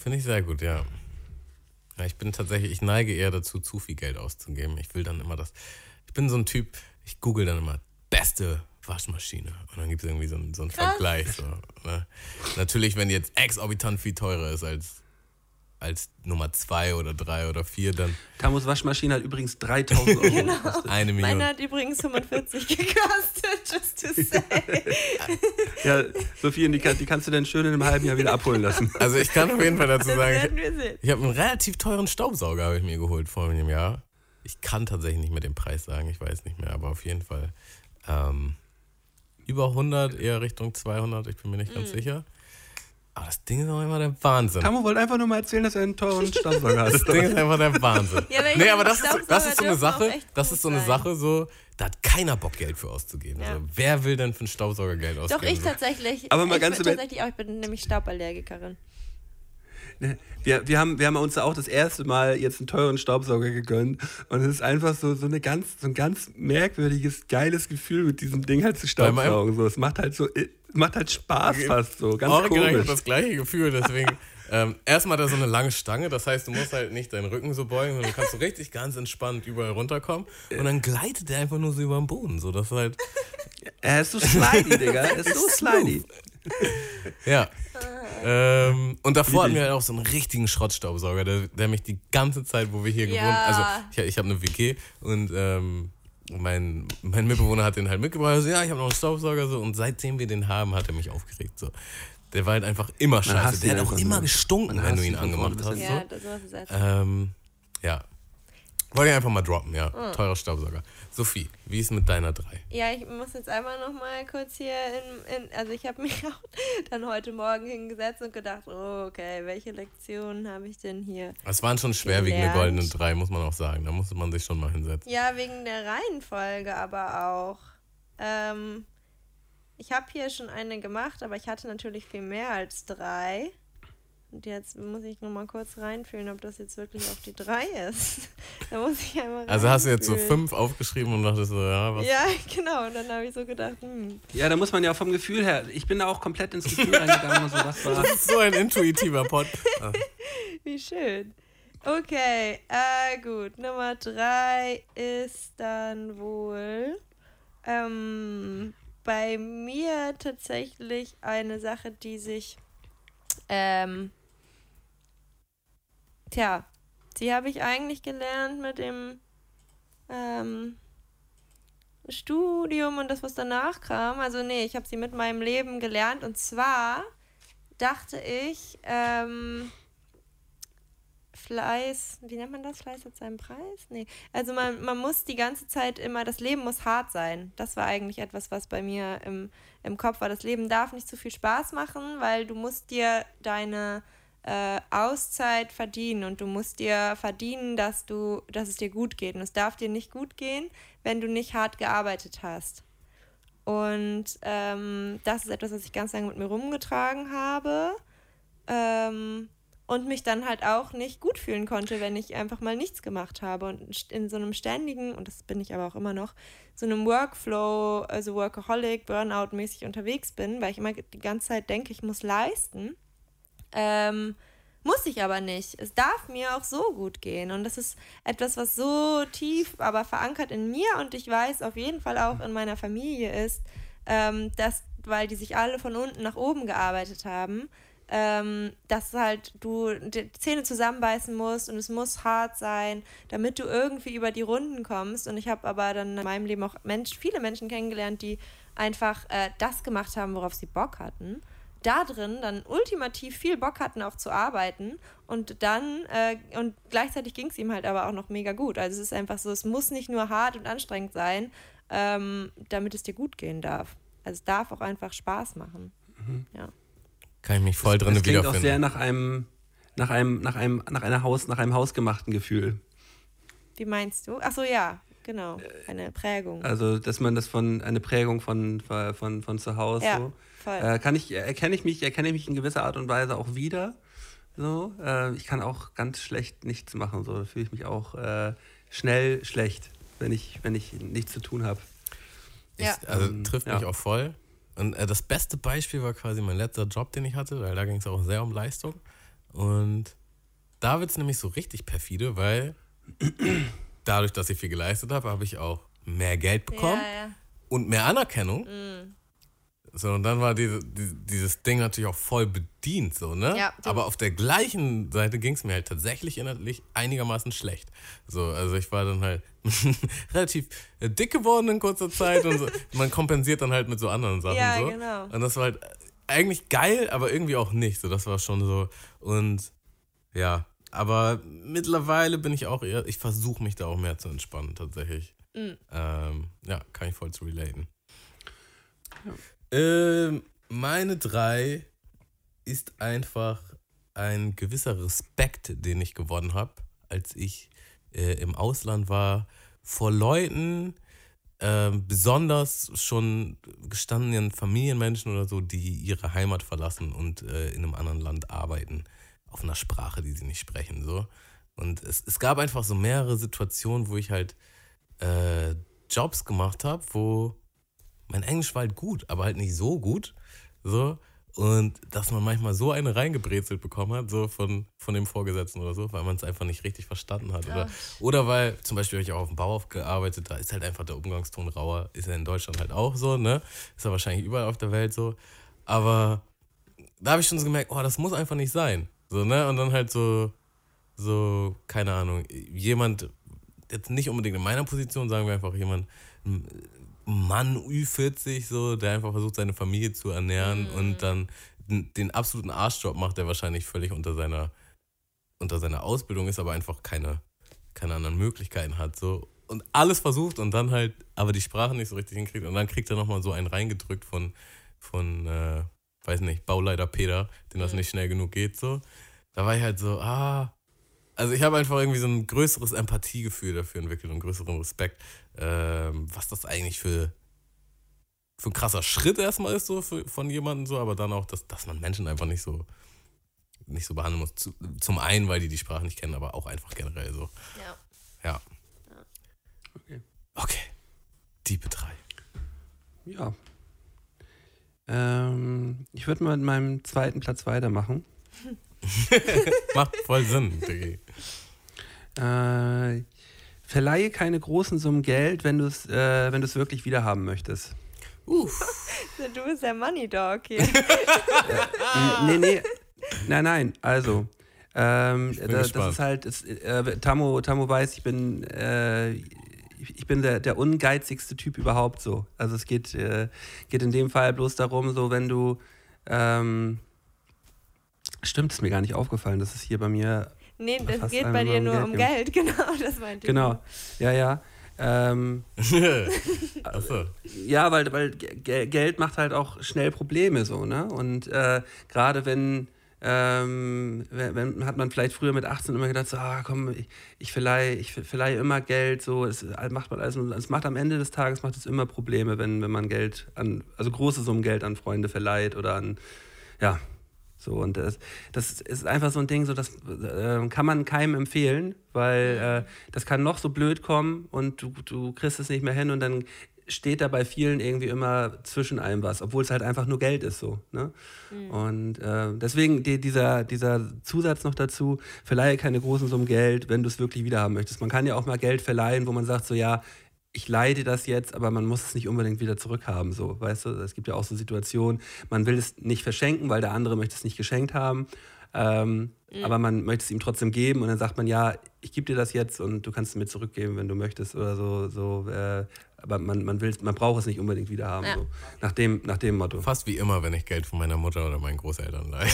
Finde ich sehr gut, ja. ja. Ich bin tatsächlich, ich neige eher dazu, zu viel Geld auszugeben. Ich will dann immer das, ich bin so ein Typ, ich google dann immer, beste Waschmaschine. Und dann gibt es irgendwie so einen, so einen Vergleich. So, ne? Natürlich, wenn die jetzt exorbitant viel teurer ist als, als Nummer zwei oder drei oder vier, dann... Tamus Waschmaschine hat übrigens dreitausend Euro Genau. gekostet. Eine Million. Meine hat übrigens fünfundvierzig gekostet, just to say. Ja, Sophie, die, kann, die kannst du dann schön in einem halben Jahr wieder abholen lassen. Also ich kann auf jeden Fall dazu Das sagen, werden wir sehen. ich, ich habe einen relativ teuren Staubsauger habe ich mir geholt vor einem Jahr. Ich kann tatsächlich nicht mehr den Preis sagen, ich weiß nicht mehr, aber auf jeden Fall ähm, über hundert, eher Richtung zweihundert, ich bin mir nicht ganz Mhm. sicher. Aber das Ding ist auch immer der Wahnsinn. Tamu wollte einfach nur mal erzählen, dass er einen teuren Staubsauger hat. Das Ding ist einfach der Wahnsinn. Ja, aber ich nee, finde, aber das ist, das ist so eine Staubsauger dürfen Sache, auch echt das gut ist so eine sein. Sache, so, da hat keiner Bock, Geld für auszugeben. Ja. So, wer will denn für einen Staubsauger Geld ausgeben? Doch, ich so? tatsächlich. Aber mal ich ganz bin im- tatsächlich auch, ich bin nämlich Stauballergikerin. Wir, wir, haben, wir haben uns auch das erste Mal jetzt einen teuren Staubsauger gegönnt und es ist einfach so, so, eine ganz, so ein ganz merkwürdiges, geiles Gefühl, mit diesem Ding halt zu Weil man- staubsaugen. So. Es macht halt so, es macht halt Spaß fast so, ganz Original, ich komisch. hab das gleiche Gefühl, deswegen. ähm, erstmal hat er so eine lange Stange, das heißt, du musst halt nicht deinen Rücken so beugen, sondern du kannst so richtig ganz entspannt überall runterkommen und dann gleitet der einfach nur so über den Boden, so dass halt, Er ist so slidey, Digga, er ist so slidey. ja. Ähm, und davor hatten wir halt auch so einen richtigen Schrottstaubsauger, der, der mich die ganze Zeit, wo wir hier Ja. gewohnt, also ich, ich habe eine W G und ähm, mein, mein Mitbewohner hat den halt mitgebracht, also, ja, ich habe noch einen Staubsauger so und seitdem wir den haben, hat er mich aufgeregt so. Der war halt einfach immer scheiße, hasst ihn der hat auch einfach immer nur. gestunken, Man wenn hasst du ihn ihn von vorne angemacht bis hast. hinten. So. Ja, das war es jetzt. Ähm, ja. Wollte ich einfach mal droppen, ja. Teurer Staubsauger. Sophie, wie ist mit deiner drei? Ja, ich muss jetzt einmal noch mal kurz hier in, in also ich habe mich auch dann heute Morgen hingesetzt und gedacht, oh, okay, welche Lektionen habe ich denn hier? Es waren schon schwerwiegende Gelernt. goldene drei, muss man auch sagen. Da musste man sich schon mal hinsetzen. Ja, wegen der Reihenfolge aber auch. Ähm, ich habe hier schon eine gemacht, aber ich hatte natürlich viel mehr als drei. Und jetzt muss ich noch mal kurz reinfühlen, ob das jetzt wirklich auf die drei ist. Da muss ich einmal Also hast du jetzt so reinfühlen. fünf aufgeschrieben und dachtest so, ja, was? Ja, genau. Und dann habe ich so gedacht, hm, Ja, da muss man ja vom Gefühl her, ich bin da auch komplett ins Gefühl reingegangen und so, was war. Das ist so ein intuitiver Pod. Ah. wie schön. Okay, äh, gut. Nummer drei ist dann wohl ähm, bei mir tatsächlich eine Sache, die sich ähm, tja, die habe ich eigentlich gelernt mit dem ähm, Studium und das, was danach kam. Also nee, ich habe sie mit meinem Leben gelernt und zwar dachte ich, ähm, Fleiß, wie nennt man das? Fleiß hat seinen Preis? Nee. Also man, man muss die ganze Zeit immer, das Leben muss hart sein. Das war eigentlich etwas, was bei mir im, im Kopf war. Das Leben darf nicht zu viel Spaß machen, weil du musst dir deine äh, Auszeit verdienen und du musst dir verdienen, dass du, dass es dir gut geht. Und es darf dir nicht gut gehen, wenn du nicht hart gearbeitet hast. Und ähm, das ist etwas, was ich ganz lange mit mir rumgetragen habe. Ähm, und mich dann halt auch nicht gut fühlen konnte, wenn ich einfach mal nichts gemacht habe. Und in so einem ständigen, und das bin ich aber auch immer noch, so einem Workflow, also Workaholic, Burnout-mäßig unterwegs bin, weil ich immer die ganze Zeit denke, ich muss leisten. Ähm, muss ich aber nicht. Es darf mir auch so gut gehen. Und das ist etwas, was so tief, aber verankert in mir und ich weiß auf jeden Fall auch in meiner Familie ist, ähm, dass, weil die sich alle von unten nach oben gearbeitet haben, ähm, dass halt du die Zähne zusammenbeißen musst und es muss hart sein, damit du irgendwie über die Runden kommst. Und ich habe aber dann in meinem Leben auch Mensch, viele Menschen kennengelernt, die einfach äh, das gemacht haben, worauf sie Bock hatten. Da drin dann ultimativ viel Bock hatten, auch zu arbeiten und dann, äh, und gleichzeitig ging es ihm halt aber auch noch mega gut. Also es ist einfach so, es muss nicht nur hart und anstrengend sein, ähm, damit es dir gut gehen darf. Also es darf auch einfach Spaß machen. Mhm. Ja. Kann ich mich voll Das drin klingt auch wiederfinden. sehr nach einem, nach einem, nach einem, nach einer Haus, nach einem hausgemachten Gefühl. Wie meinst du? Ach so, ja, genau. Eine Prägung. Also, dass man das von, eine Prägung von, von, von, von zu Hause, Ja, so. voll. Äh, kann ich, erkenne ich mich, erkenne ich mich in gewisser Art und Weise auch wieder. So, äh, ich kann auch ganz schlecht nichts machen. So, da fühle ich mich auch äh, schnell schlecht, wenn ich, wenn ich nichts zu tun habe. Ich, Ja. also Ähm, trifft ja. mich auch voll. Und äh, das beste Beispiel war quasi mein letzter Job, den ich hatte, weil da ging es auch sehr um Leistung. Und da wird es nämlich so richtig perfide, weil dadurch, dass ich viel geleistet habe, habe ich auch mehr Geld bekommen Ja, ja. und mehr Anerkennung. Mm. So, und dann war diese, die, dieses Ding natürlich auch voll bedient, so, ne? Ja, du- Aber auf der gleichen Seite ging es mir halt tatsächlich inhaltlich einigermaßen schlecht. So, also ich war dann halt relativ äh, dick geworden in kurzer Zeit und so. Man kompensiert dann halt mit so anderen Sachen. Ja, so. genau. Und das war halt eigentlich geil, aber irgendwie auch nicht. So, das war schon so. Und ja, aber mittlerweile bin ich auch eher, ich versuche mich da auch mehr zu entspannen, tatsächlich. Mm. Ähm, ja, kann ich voll zu relaten. Ähm, meine drei ist einfach ein gewisser Respekt, den ich gewonnen habe, als ich äh, im Ausland war, vor Leuten, äh, besonders schon gestandenen Familienmenschen oder so, die ihre Heimat verlassen und äh, in einem anderen Land arbeiten, auf einer Sprache, die sie nicht sprechen. So. Und es, es gab einfach so mehrere Situationen, wo ich halt äh, Jobs gemacht habe, wo mein Englisch war halt gut, aber halt nicht so gut. So. Und dass man manchmal so eine reingebrezelt bekommen hat, so von, von dem Vorgesetzten oder so, weil man es einfach nicht richtig verstanden hat. Oder, oder weil, zum Beispiel habe ich auch auf dem Bauhof gearbeitet, da ist halt einfach der Umgangston rauer. Ist ja in Deutschland halt auch so, ne? Ist ja wahrscheinlich überall auf der Welt so. Aber da habe ich schon so gemerkt, oh, das muss einfach nicht sein. So, ne? Und dann halt so, so, keine Ahnung, jemand, jetzt nicht unbedingt in meiner Position, sagen wir einfach jemand, Mann Ü vierzig, so, der einfach versucht, seine Familie zu ernähren mm. und dann den, den absoluten Arschjob macht, der wahrscheinlich völlig unter seiner, unter seiner Ausbildung ist, aber einfach keine, keine anderen Möglichkeiten hat. So. Und alles versucht und dann halt, aber die Sprache nicht so richtig hinkriegt. Und dann kriegt er nochmal so einen reingedrückt von, von äh, weiß nicht, Bauleiter Peter, dem das mm. nicht schnell genug geht. So. Da war ich halt so, ah... Also ich habe einfach irgendwie so ein größeres Empathiegefühl dafür entwickelt und größeren Respekt, ähm, was das eigentlich für, für ein krasser Schritt erstmal ist so für, von jemandem so, aber dann auch, dass, dass man Menschen einfach nicht so nicht so behandeln muss. Zu, zum einen, weil die die Sprache nicht kennen, aber auch einfach generell so. Ja. Ja. Ja. Okay. Okay. Diepe drei. Ja. Ähm, ich würde mal mit meinem zweiten Platz weitermachen. Macht voll Sinn, Diggi. Äh, verleihe keine großen Summen Geld, wenn du es äh, wenn du es wirklich wieder haben möchtest. Uff. Du bist der Money Dog hier. äh, nee, nee. Nein, nein. Also, ähm, da, das ist halt, ist, äh, Tammo, Tammo weiß, ich bin, äh, ich bin der, der ungeizigste Typ überhaupt so. Also es geht, äh, geht in dem Fall bloß darum, so wenn du, ähm, stimmt, ist mir gar nicht aufgefallen, dass es hier bei mir... Nee, das fast geht einmal bei dir um nur Geld um geht. Geld, genau, das meinte ich. Genau, ja, ja. Ähm, Achso. ja, weil, weil G- Geld macht halt auch schnell Probleme so, ne? Und äh, gerade wenn, ähm, wenn, wenn hat man vielleicht früher mit achtzehn immer gedacht, so, ah komm, ich, ich verleihe ich verleihe immer Geld, so, es macht man also, es macht am Ende des Tages macht es immer Probleme, wenn, wenn man Geld an, also große Summen Geld an Freunde verleiht oder an, ja. So, und das, das ist einfach so ein Ding, so das äh, kann man keinem empfehlen, weil äh, das kann noch so blöd kommen und du, du kriegst es nicht mehr hin und dann steht da bei vielen irgendwie immer zwischen einem was, obwohl es halt einfach nur Geld ist so. Ne? Mhm. Und äh, deswegen die, dieser, dieser Zusatz noch dazu, verleihe keine großen Summen Geld, wenn du es wirklich wieder haben möchtest. Man kann ja auch mal Geld verleihen, wo man sagt so, ja, ich leih dir das jetzt, aber man muss es nicht unbedingt wieder zurückhaben, so, weißt du? Es gibt ja auch so Situationen, man will es nicht verschenken, weil der andere möchte es nicht geschenkt haben, ähm, mhm. aber man möchte es ihm trotzdem geben und dann sagt man, ja, ich gebe dir das jetzt und du kannst es mir zurückgeben, wenn du möchtest oder so, so äh, aber man, man will, man braucht es nicht unbedingt wieder haben, ja. so, nach dem, nach dem Motto. Fast wie immer, wenn ich Geld von meiner Mutter oder meinen Großeltern leihe.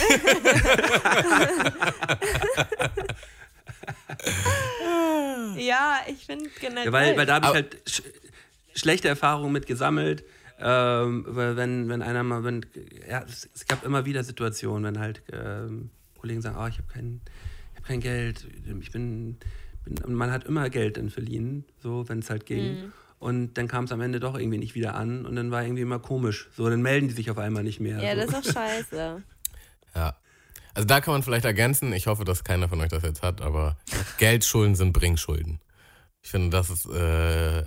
Ja, ich finde generell... Ja, weil, weil da habe ich halt sch- schlechte Erfahrungen mit gesammelt. Ähm, weil wenn, wenn einer mal, wenn, ja, es, es gab immer wieder Situationen, wenn halt ähm, Kollegen sagen, oh, ich habe kein, ich hab kein Geld, ich bin, bin, und man hat immer Geld dann verliehen, so, wenn es halt ging. Mhm. Und dann kam es am Ende doch irgendwie nicht wieder an und dann war irgendwie immer komisch. So, dann melden die sich auf einmal nicht mehr. Ja, so. das ist auch scheiße. Ja. Also da kann man vielleicht ergänzen, ich hoffe, dass keiner von euch das jetzt hat, aber Geldschulden sind Bringschulden. Ich finde, das ist äh,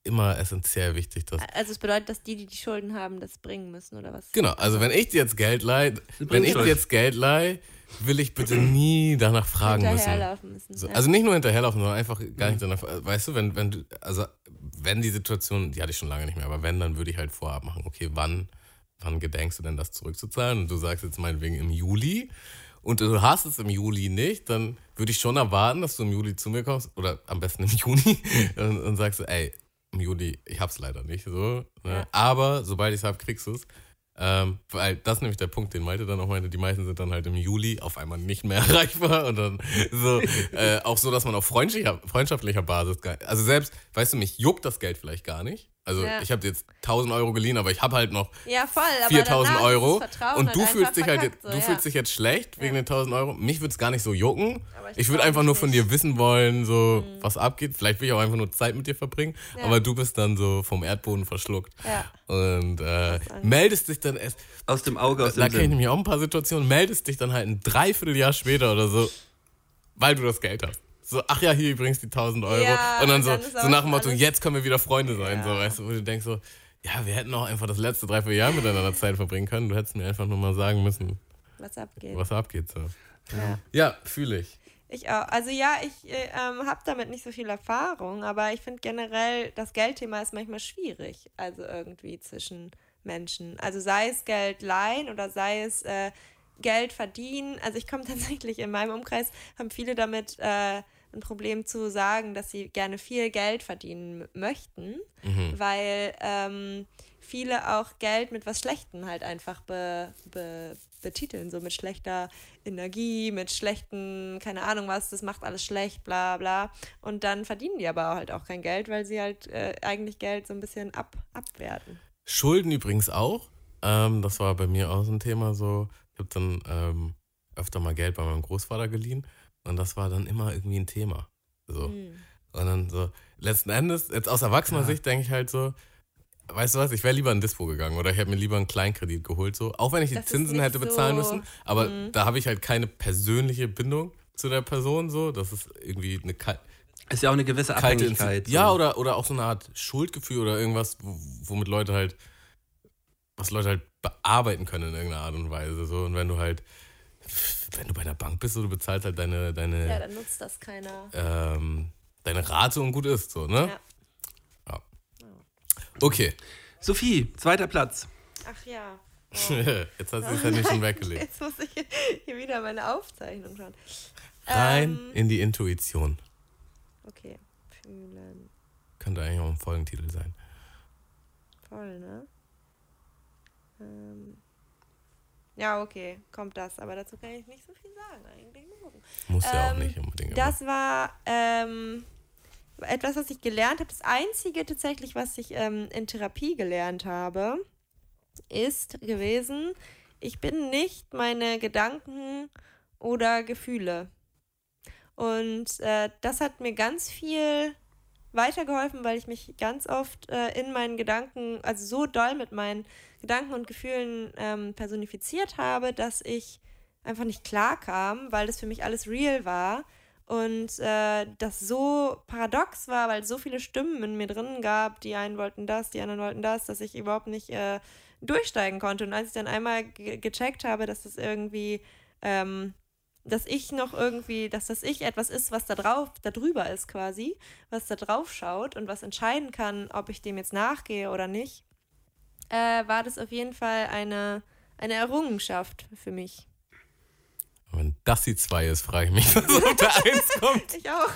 immer essentiell wichtig, dass... Also es bedeutet, dass die, die die Schulden haben, das bringen müssen, oder was? Genau, also wenn ich dir jetzt Geld leihe, wenn ich dir jetzt Geld leihe, will ich bitte nie danach fragen müssen. Hinterherlaufen müssen. So, ja. also nicht nur hinterherlaufen, sondern einfach gar nicht danach, weißt du, wenn, wenn du, also wenn die Situation, die hatte ich schon lange nicht mehr, aber wenn, dann würde ich halt vorab machen, okay, wann, wann gedenkst du denn, das zurückzuzahlen? Und du sagst jetzt meinetwegen im Juli und du hast es im Juli nicht, dann würde ich schon erwarten, dass du im Juli zu mir kommst oder am besten im Juni und, und sagst, ey, im Juli, ich hab's leider nicht, so, ne? Ja. Aber sobald ich es hab, kriegst du es. Ähm, weil das ist nämlich der Punkt, den Malte dann auch meinte, die meisten sind dann halt im Juli auf einmal nicht mehr erreichbar und dann so, äh, auch so, dass man auf freundschaftlicher, freundschaftlicher Basis, gar, also selbst, weißt du, mich juckt das Geld vielleicht gar nicht. Also Ja. ich habe dir jetzt tausend Euro geliehen, aber ich habe halt noch Ja, voll, aber viertausend danach Euro ist das Vertrauen und halt du einfach fühlst dich halt, verkackt, jetzt- so, du ja. fühlst dich jetzt schlecht wegen Ja. den tausend Euro. Mich würde es gar nicht so jucken. Aber ich Ich würde freu einfach mich nur von nicht. dir wissen wollen, so was abgeht. Vielleicht will ich auch einfach nur Zeit mit dir verbringen, Ja. aber du bist dann so vom Erdboden verschluckt. Ja. Und äh, Angst. meldest dich dann erst, Aus dem Auge, aus da dem kenne ich Sinn. nämlich auch ein paar Situationen, meldest dich dann halt ein Dreivierteljahr später oder so, weil du das Geld hast. So, ach ja, hier übrigens die tausend Euro. Ja, und dann und so, dann ist so auch nach dem Motto, alles- jetzt können wir wieder Freunde sein. Ja. So, weißt du, wo du denkst so, ja, wir hätten auch einfach das letzte Dreivierteljahr miteinander Zeit verbringen können. Du hättest mir einfach nur mal sagen müssen, Was abgeht. was abgeht. So. Ja. Ja, fühle ich. Ich auch. Also ja, ich äh, ähm, habe damit nicht so viel Erfahrung, aber ich finde generell, das Geldthema ist manchmal schwierig, also irgendwie zwischen Menschen. Also sei es Geld leihen oder sei es äh, Geld verdienen. Also ich komme tatsächlich in meinem Umkreis, haben viele damit äh, ein Problem zu sagen, dass sie gerne viel Geld verdienen m- möchten, weil ähm, viele auch Geld mit was Schlechtem halt einfach be, be, betiteln, so mit schlechter Energie, mit schlechten, keine Ahnung was, das macht alles schlecht, bla bla. Und dann verdienen die aber halt auch kein Geld, weil sie halt äh, eigentlich Geld so ein bisschen ab, abwerten. Schulden übrigens auch. Ähm, das war bei mir auch so ein Thema so. Ich habe dann ähm, öfter mal Geld bei meinem Großvater geliehen und das war dann immer irgendwie ein Thema. So. Mhm. Und dann so, letzten Endes, jetzt aus erwachsener Ja. Sicht denke ich halt so, weißt du was, ich wäre lieber in Dispo gegangen oder ich hätte mir lieber einen Kleinkredit geholt, so. Auch wenn ich die Das ist Zinsen nicht hätte bezahlen so- müssen, aber Mhm. da habe ich halt keine persönliche Bindung zu der Person, so. Das ist irgendwie eine kal- Ist ja auch eine gewisse kalte Abhängigkeit. Insti- Ja, oder, oder auch so eine Art Schuldgefühl oder irgendwas, wo- womit Leute halt, was Leute halt bearbeiten können in irgendeiner Art und Weise, so. Und wenn du halt, wenn du bei einer Bank bist, so, du bezahlst halt deine, deine, Ja, dann nutzt das keiner. ähm, deine Rate und gut ist, so, ne? Ja. Ja. Okay. Sophie, zweiter Platz. Ach ja. Jetzt hast du das Handy schon weggelegt. Jetzt muss ich hier wieder meine Aufzeichnung schauen. Rein Ähm, in die Intuition. Okay, fühlen. Könnte eigentlich auch ein Folgentitel sein. Voll, ne? Ähm, ja, okay, kommt das. Aber dazu kann ich nicht so viel sagen eigentlich. Mal gucken. Muss ja auch Ähm, nicht unbedingt. immer. Das war ähm, etwas, was ich gelernt habe. Das Einzige tatsächlich, was ich ähm, in Therapie gelernt habe, ist gewesen, ich bin nicht meine Gedanken oder Gefühle. Und äh, das hat mir ganz viel weitergeholfen, weil ich mich ganz oft äh, in meinen Gedanken, also so doll mit meinen Gedanken und Gefühlen ähm, personifiziert habe, dass ich einfach nicht klar kam, weil das für mich alles real war und äh, das so paradox war, weil es so viele Stimmen in mir drin gab, die einen wollten das, die anderen wollten das, dass ich überhaupt nicht äh, durchsteigen konnte. Und als ich dann einmal ge- gecheckt habe, dass das irgendwie ähm, dass ich noch irgendwie, dass das Ich etwas ist, was da drauf, da drüber ist quasi, was da drauf schaut und was entscheiden kann, ob ich dem jetzt nachgehe oder nicht, äh, war das auf jeden Fall eine, eine Errungenschaft für mich. Und wenn das die zwei ist, frage ich mich, was auf der eins kommt. Ich auch.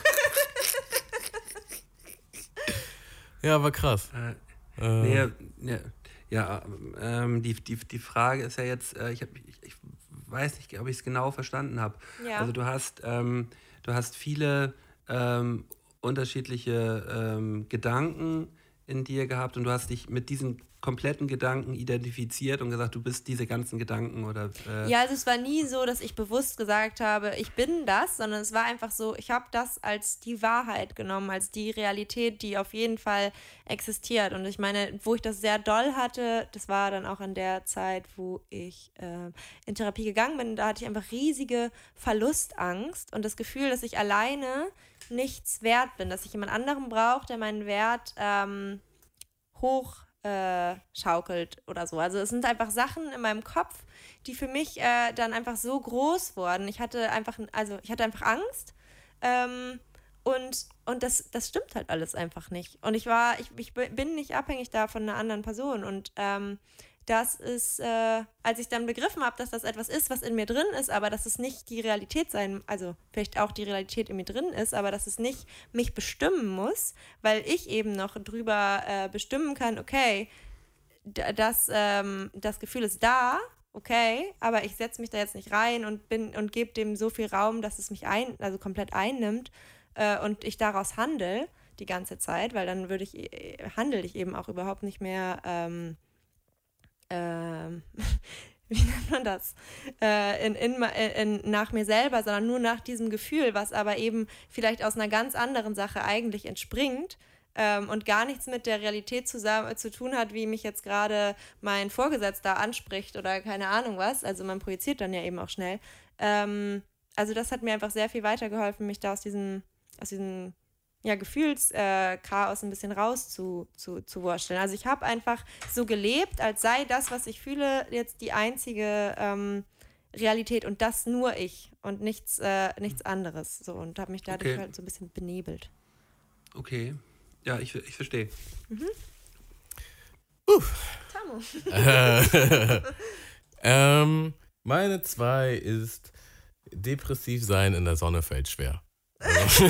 Ja, aber krass. Äh, Äh, nee, nee, ja, ähm, die, die, die Frage ist ja jetzt, äh, ich, hab, ich, ich weiß nicht, ob ich es genau verstanden habe. Ja. Also du hast, ähm, du hast viele ähm, unterschiedliche ähm, Gedanken in dir gehabt und du hast dich mit diesen kompletten Gedanken identifiziert und gesagt, du bist diese ganzen Gedanken oder... Äh Ja, also es war nie so, dass ich bewusst gesagt habe, ich bin das, sondern es war einfach so, ich habe das als die Wahrheit genommen, als die Realität, die auf jeden Fall existiert. Und ich meine, wo ich das sehr doll hatte, das war dann auch in der Zeit, wo ich äh, in Therapie gegangen bin, da hatte ich einfach riesige Verlustangst und das Gefühl, dass ich alleine nichts wert bin, dass ich jemand anderen brauche, der meinen Wert ähm, hoch Äh, schaukelt oder so. Also es sind einfach Sachen in meinem Kopf, die für mich äh, dann einfach so groß wurden. Ich hatte einfach, also ich hatte einfach Angst ähm, und, und das, das stimmt halt alles einfach nicht. Und ich war, ich, ich bin nicht abhängig da von einer anderen Person und ähm, das ist, äh, als ich dann begriffen habe, dass das etwas ist, was in mir drin ist, aber dass es nicht die Realität sein, also vielleicht auch die Realität in mir drin ist, aber dass es nicht mich bestimmen muss, weil ich eben noch drüber äh, bestimmen kann, okay, d- das, ähm, das Gefühl ist da, okay, aber ich setze mich da jetzt nicht rein und bin und gebe dem so viel Raum, dass es mich ein, also komplett einnimmt äh, und ich daraus handle die ganze Zeit, weil dann würde ich, handle ich eben auch überhaupt nicht mehr ähm, Ähm, wie nennt man das, äh, in, in, in, nach mir selber, sondern nur nach diesem Gefühl, was aber eben vielleicht aus einer ganz anderen Sache eigentlich entspringt ähm, und gar nichts mit der Realität zusammen, zu tun hat, wie mich jetzt gerade mein Vorgesetzter anspricht oder keine Ahnung was. Also man projiziert dann ja eben auch schnell. Ähm, also das hat mir einfach sehr viel weitergeholfen, mich da aus diesem, aus diesem ja, Gefühlschaos äh, ein bisschen raus zu, zu, zu wursteln. Also ich habe einfach so gelebt, als sei das, was ich fühle, jetzt die einzige ähm, Realität und das nur ich und nichts, äh, nichts anderes. So, und habe mich dadurch Okay. halt so ein bisschen benebelt. Okay, ja, ich, ich verstehe. Mhm. Uff. Tamo. Äh, ähm, meine zwei ist, depressiv sein in der Sonne fällt schwer. Also,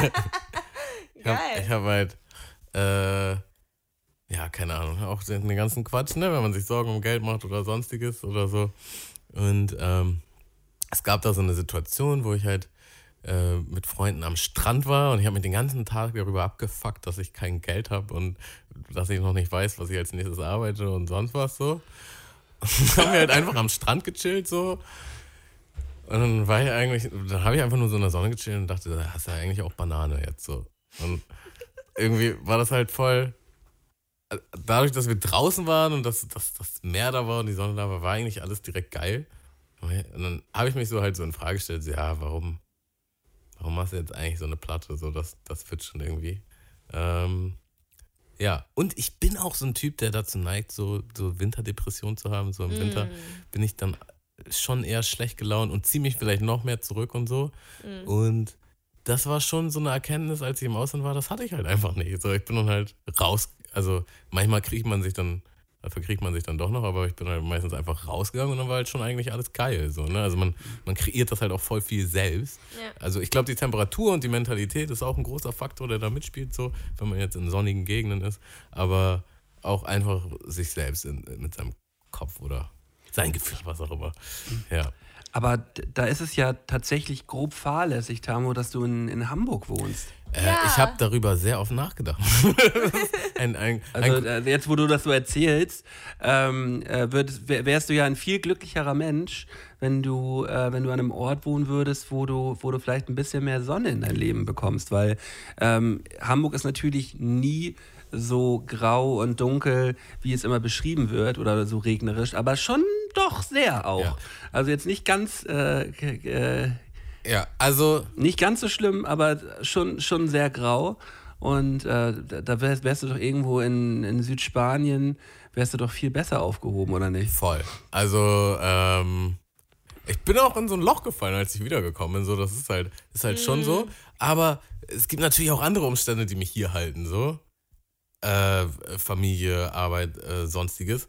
ich habe Geil. hab halt, äh, ja, keine Ahnung, auch den ganzen Quatsch, ne, wenn man sich Sorgen um Geld macht oder sonstiges oder so. Und ähm, es gab da so eine Situation, wo ich halt äh, mit Freunden am Strand war und ich habe mich den ganzen Tag darüber abgefuckt, dass ich kein Geld habe und dass ich noch nicht weiß, was ich als nächstes arbeite und sonst was so. Und dann haben wir halt einfach am Strand gechillt so. Und dann war ich eigentlich, dann habe ich einfach nur so in der Sonne gechillt und dachte, da hast du ja eigentlich auch Banane jetzt so. Und irgendwie war das halt voll, dadurch, dass wir draußen waren und dass, dass das Meer da war und die Sonne da war, war eigentlich alles direkt geil. Und dann habe ich mich so halt so in Frage gestellt, so, ja, warum, warum machst du jetzt eigentlich so eine Platte? So, das, das wird schon irgendwie. Ähm, ja, und ich bin auch so ein Typ, der dazu neigt, so, so Winterdepression zu haben. So im Winter bin ich dann schon eher schlecht gelaunt und ziehe mich vielleicht noch mehr zurück und so. Mhm. Und das war schon so eine Erkenntnis, als ich im Ausland war, das hatte ich halt einfach nicht. So, ich bin dann halt raus, also manchmal kriegt man sich dann, verkriegt man sich dann doch noch, aber ich bin halt meistens einfach rausgegangen und dann war halt schon eigentlich alles geil. So, ne? Also man, man kreiert das halt auch voll viel selbst. Ja. Also ich glaube, die Temperatur und die Mentalität ist auch ein großer Faktor, der da mitspielt, so, wenn man jetzt in sonnigen Gegenden ist. Aber auch einfach sich selbst in, mit seinem Kopf oder sein Gefühl, was auch immer. Ja. Aber d- da ist es ja tatsächlich grob fahrlässig, Tamo, dass du in, in Hamburg wohnst. Äh, Ja. Ich habe darüber sehr oft nachgedacht. ein, ein, Also ein, äh, jetzt, wo du das so erzählst, ähm, äh, würdest, wär, wärst du ja ein viel glücklicherer Mensch, wenn du, äh, wenn du an einem Ort wohnen würdest, wo du, wo du vielleicht ein bisschen mehr Sonne in dein Leben bekommst. Weil ähm, Hamburg ist natürlich nie so grau und dunkel, wie es immer beschrieben wird, oder so regnerisch, aber schon doch sehr auch. Ja. Also jetzt nicht ganz äh, äh, ja, also nicht ganz so schlimm, aber schon, schon sehr grau. Und äh, da wärst, wärst du doch irgendwo in, in Südspanien, wärst du doch viel besser aufgehoben, oder nicht? voll. Also ähm, ich bin auch in so ein Loch gefallen, als ich wiedergekommen bin. So, das ist halt, ist halt schon so. Aber es gibt natürlich auch andere Umstände, die mich hier halten. So äh, Familie, Arbeit, äh, sonstiges.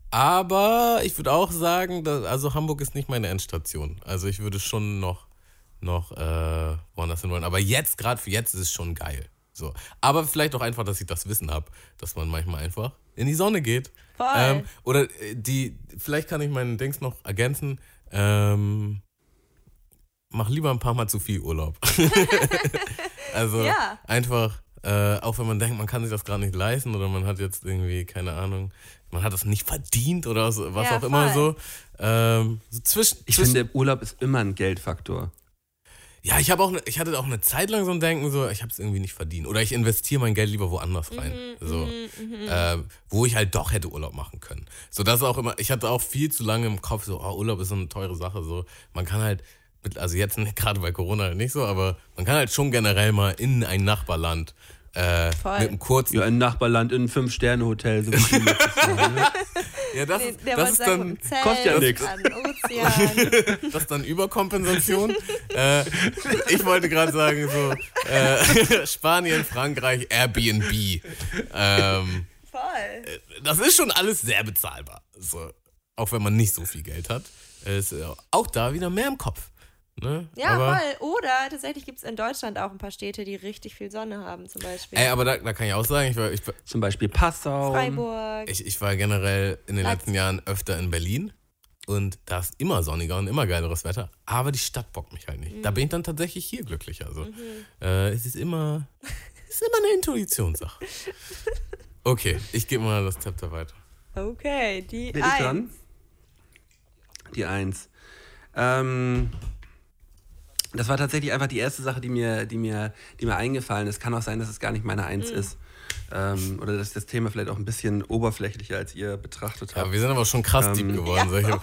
Aber ich würde auch sagen, dass, also Hamburg ist nicht meine Endstation. Also ich würde schon noch, noch äh, woanders hin wollen. Aber jetzt, gerade für jetzt, ist es schon geil. So. Aber vielleicht auch einfach, dass ich das Wissen habe, dass man manchmal einfach in die Sonne geht. Voll. Ähm, oder äh, die, vielleicht kann ich meinen Dings noch ergänzen. Ähm, mach lieber ein paar Mal zu viel Urlaub. Also Ja. einfach, Äh, auch wenn man denkt, man kann sich das gerade nicht leisten oder man hat jetzt irgendwie, keine Ahnung, man hat das nicht verdient oder so, was Ja, auch immer voll. so. Ähm, so zwischen, Ich zwischen, finde, Urlaub ist immer ein Geldfaktor. Ja, ich habe auch, ne, ich hatte auch eine Zeit lang so ein Denken, so, ich habe es irgendwie nicht verdient. Oder ich investiere mein Geld lieber woanders rein. Mhm, so, mhm, mhm. äh, wo ich halt doch hätte Urlaub machen können. So, das ist auch immer, ich hatte auch viel zu lange im Kopf, so, oh, Urlaub ist so eine teure Sache. So, man kann halt, mit, also jetzt nicht, gerade bei Corona halt nicht so, aber man kann halt schon generell mal in ein Nachbarland äh, Voll. mit einem kurzen. Ja, ein Nachbarland in ein Fünf-Sterne-Hotel. So wie du letztes Mal, ne? Ja, das, Nee, ist, der das wollte ist sagen, dann. mit dem Zelt kostet ja nix. an Ozean. Das ist dann Überkompensation. äh, ich wollte gerade sagen, so äh, Spanien, Frankreich, Airbnb. Ähm, Voll. das ist schon alles sehr bezahlbar. So, auch wenn man nicht so viel Geld hat. Ist äh, auch da wieder mehr im Kopf. Ne? Ja, aber, voll. Oder tatsächlich gibt es in Deutschland auch ein paar Städte, die richtig viel Sonne haben, zum Beispiel. Ey, aber da, da kann ich auch sagen, ich war, ich, war, Zum Beispiel Passau. Freiburg. ich, ich war generell in den Leipzig. letzten Jahren öfter in Berlin. Und da ist immer sonniger und immer geileres Wetter. Aber die Stadt bockt mich halt nicht. Mhm. Da bin ich dann tatsächlich hier glücklicher. Also, äh, es ist immer, es ist immer eine Intuitionssache. Okay, ich gebe mal das Zepter weiter. Okay, die Bin ich eins. dran? Die Eins. Ähm, das war tatsächlich einfach die erste Sache, die mir, die mir, die mir eingefallen ist. Kann auch sein, dass es gar nicht meine Eins Mhm. ist. Ähm, oder dass das Thema vielleicht auch ein bisschen oberflächlicher als ihr betrachtet Ja, habt. wir sind aber schon krass Ähm, deep geworden. solche,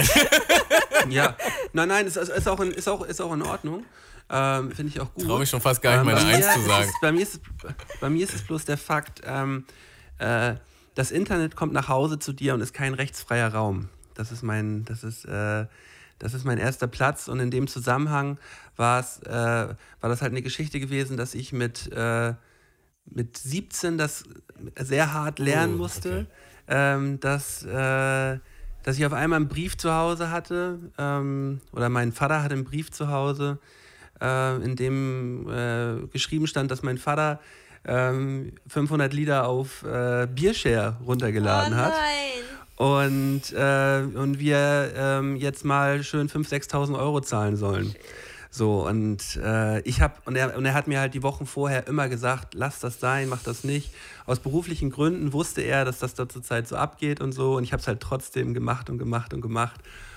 Ja, nein, nein, ist, ist, auch, in, ist, auch, ist auch in Ordnung. Ähm, Finde ich auch gut. traue mich schon fast gar nicht, meine Ähm, Eins ja, zu es sagen. Ist, bei, mir ist es, bei mir ist es bloß der Fakt, ähm, äh, das Internet kommt nach Hause zu dir und ist kein rechtsfreier Raum. Das ist mein, das ist, äh, das ist mein erster Platz und in dem Zusammenhang war es, äh, war das halt eine Geschichte gewesen, dass ich mit, äh, mit siebzehn das sehr hart lernen Oh, musste, okay. ähm, dass, äh, dass ich auf einmal einen Brief zu Hause hatte, ähm, oder mein Vater hatte einen Brief zu Hause, äh, in dem äh, geschrieben stand, dass mein Vater ähm, fünfhundert Lieder auf äh, Biershare runtergeladen oh hat. nein. Und, äh, und wir ähm, jetzt mal schön fünftausend, sechstausend Euro zahlen sollen. So, und äh, ich hab, und er, und er hat mir halt die Wochen vorher immer gesagt, lass das sein, mach das nicht. Aus beruflichen Gründen wusste er, dass das da zur Zeit so abgeht und so. Und ich habe es halt trotzdem gemacht und gemacht und gemacht.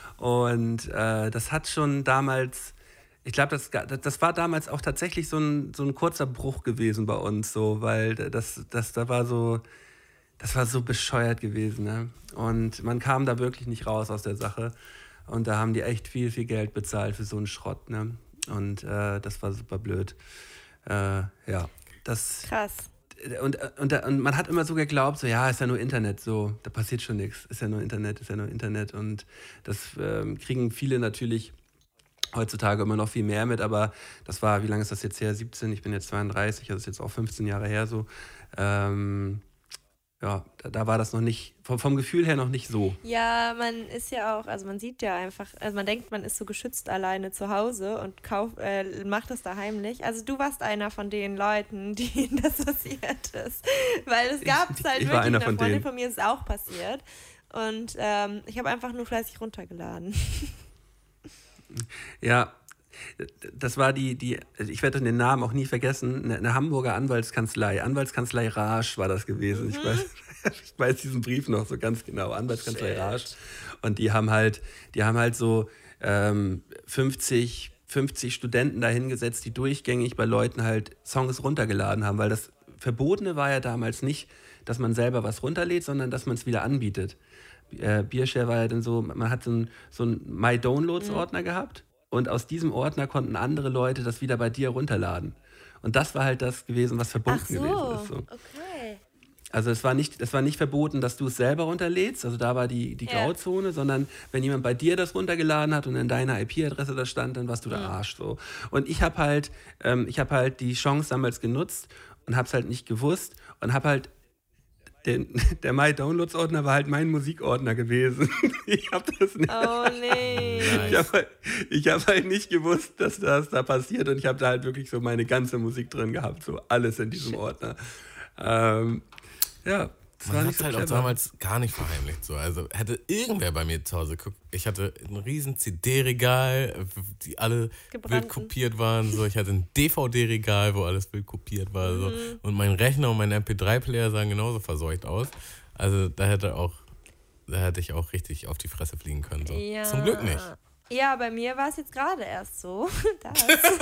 Und äh, das hat schon damals, ich glaube, das, das war damals auch tatsächlich so ein, so ein kurzer Bruch gewesen bei uns, so, weil das, das da war so, das war so bescheuert gewesen. Ne? Und man kam da wirklich nicht raus aus der Sache. Und da haben die echt viel, viel Geld bezahlt für so einen Schrott. Ne? Und äh, das war super blöd. Äh, ja, das. Krass. Und, und, und man hat immer so geglaubt, so, ja, ist ja nur Internet, so, da passiert schon nichts. Ist ja nur Internet, ist ja nur Internet. Und das ähm, kriegen viele natürlich heutzutage immer noch viel mehr mit. Aber das war, wie lange ist das jetzt her? siebzehn, ich bin jetzt zweiunddreißig, das ist jetzt auch fünfzehn Jahre her so. Ähm, Ja, da, da war das noch nicht, vom, vom Gefühl her noch nicht so. Ja, man ist ja auch, also man sieht ja einfach, also man denkt, man ist so geschützt alleine zu Hause und kauf, äh, macht das da heimlich. Also du warst einer von den Leuten, denen das passiert ist. Weil es gab es halt ich war wirklich, einer eine von Freundin denen. von mir ist es auch passiert. Und ähm, ich habe einfach nur fleißig runtergeladen. Ja, das war die, die, ich werde den Namen auch nie vergessen, eine, eine Hamburger Anwaltskanzlei, Anwaltskanzlei Raasch war das gewesen. Ich, weiß, ich weiß diesen Brief noch so ganz genau, Anwaltskanzlei Shit. Raasch. Und die haben halt, die haben halt so ähm, fünfzig, fünfzig Studenten da hingesetzt, die durchgängig bei Leuten halt Songs runtergeladen haben, weil das Verbotene war ja damals nicht, dass man selber was runterlädt, sondern dass man es wieder anbietet. Äh, Biershare war ja dann so, man hat so einen so einen My Downloads-Ordner mhm. gehabt. Und aus diesem Ordner konnten andere Leute das wieder bei dir runterladen. Und das war halt das gewesen, was verboten Ach so, gewesen ist. So. okay. Also es war nicht, es war nicht verboten, dass du es selber runterlädst. Also da war die, die Ja. Grauzone, sondern wenn jemand bei dir das runtergeladen hat und in deiner I P-Adresse da stand, dann warst du der Mhm. Arsch. So. Und ich habe halt, ähm, ich habe halt die Chance damals genutzt und habe es halt nicht gewusst und habe halt Den, der My Downloads Ordner war halt mein Musikordner gewesen. Ich habe das nicht. Oh nee. Ich habe halt, ich hab halt nicht gewusst, dass das da passiert und ich habe da halt wirklich so meine ganze Musik drin gehabt, so alles in diesem Ordner. Ähm, ja, Das war Man hat nicht so halt auch clever. damals gar nicht verheimlicht. So. Also hätte irgendwer bei mir zu Hause geguckt. Ich hatte ein riesen C D-Regal, die alle Gebrannten. wild kopiert waren. So. Ich hatte ein D V D-Regal, wo alles wild kopiert war. So. Und mein Rechner und mein M P drei Player sahen genauso verseucht aus. Also da hätte auch, da hätte ich auch richtig auf die Fresse fliegen können. So. Ja. Zum Glück nicht. Ja, bei mir war es jetzt gerade erst so, dass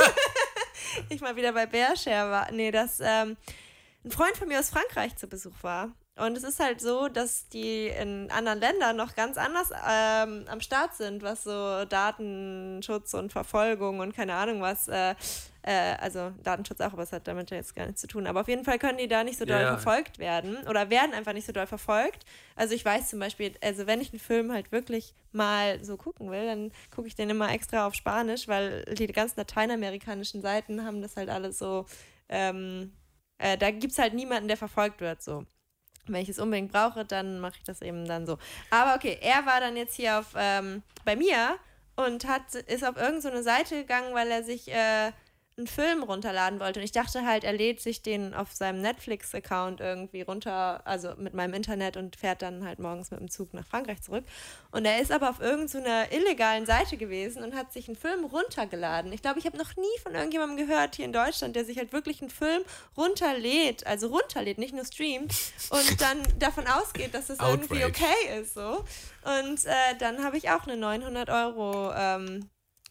ich mal wieder bei Bearshare war. Nee, dass ähm, ein Freund von mir aus Frankreich zu Besuch war. Und es ist halt so, dass die in anderen Ländern noch ganz anders ähm, am Start sind, was so Datenschutz und Verfolgung und keine Ahnung was, äh, äh, also Datenschutz auch, aber es hat damit ja jetzt gar nichts zu tun. Aber auf jeden Fall können die da nicht so doll Ja. verfolgt werden oder werden einfach nicht so doll verfolgt. Also ich weiß zum Beispiel, also wenn ich einen Film halt wirklich mal so gucken will, dann gucke ich den immer extra auf Spanisch, weil die ganzen lateinamerikanischen Seiten haben das halt alles so, ähm, äh, da gibt es halt niemanden, der verfolgt wird, so. Wenn ich es unbedingt brauche, dann mache ich das eben dann so. Aber okay, er war dann jetzt hier auf ähm, bei mir und hat, ist auf irgendeine so eine Seite gegangen, weil er sich äh, einen Film runterladen wollte. Und ich dachte halt, er lädt sich den auf seinem Netflix-Account irgendwie runter, also mit meinem Internet und fährt dann halt morgens mit dem Zug nach Frankreich zurück. Und er ist aber auf irgendeiner so einer illegalen Seite gewesen und hat sich einen Film runtergeladen. Ich glaube, ich habe noch nie von irgendjemandem gehört hier in Deutschland, der sich halt wirklich einen Film runterlädt, also runterlädt, nicht nur streamt und dann davon ausgeht, dass das irgendwie Outrage. okay ist, so. Und äh, dann habe ich auch eine neunhundert Euro ähm,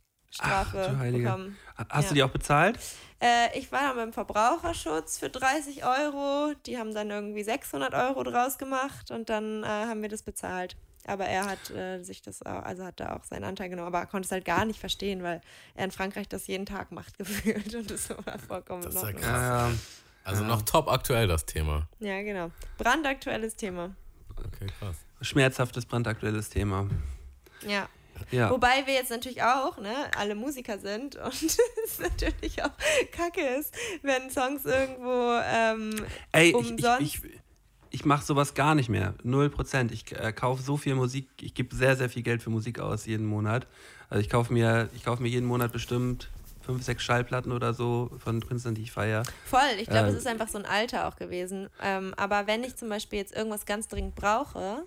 Strafe Ach, du Heilige. bekommen. Hast Ja. du die auch bezahlt? Äh, ich war dann beim Verbraucherschutz für dreißig Euro. Die haben dann irgendwie sechshundert Euro draus gemacht und dann äh, haben wir das bezahlt. Aber er hat äh, sich das, auch, also hat da auch seinen Anteil genommen, aber er konnte es halt gar nicht verstehen, weil er in Frankreich das jeden Tag macht, gefühlt. Und das war vollkommen Das in ist ja Ordnung. krass. Ähm, Also noch top aktuell das Thema. Ja, genau. Brandaktuelles Thema. Okay, krass. schmerzhaftes, brandaktuelles Thema. Ja. Ja. Wobei wir jetzt natürlich auch, ne, alle Musiker sind und es natürlich auch kacke ist, wenn Songs irgendwo ähm, Ey, ich, umsonst... ich, ich, ich mache sowas gar nicht mehr. Null Prozent. Ich äh, kaufe so viel Musik, ich gebe sehr, sehr viel Geld für Musik aus jeden Monat. Also ich kaufe mir, ich kaufe mir jeden Monat bestimmt fünf, sechs Schallplatten oder so von Künstlern, die ich feiere. Voll, ich glaube, Äh, es ist einfach so ein Alter auch gewesen. Ähm, aber wenn ich zum Beispiel jetzt irgendwas ganz dringend brauche,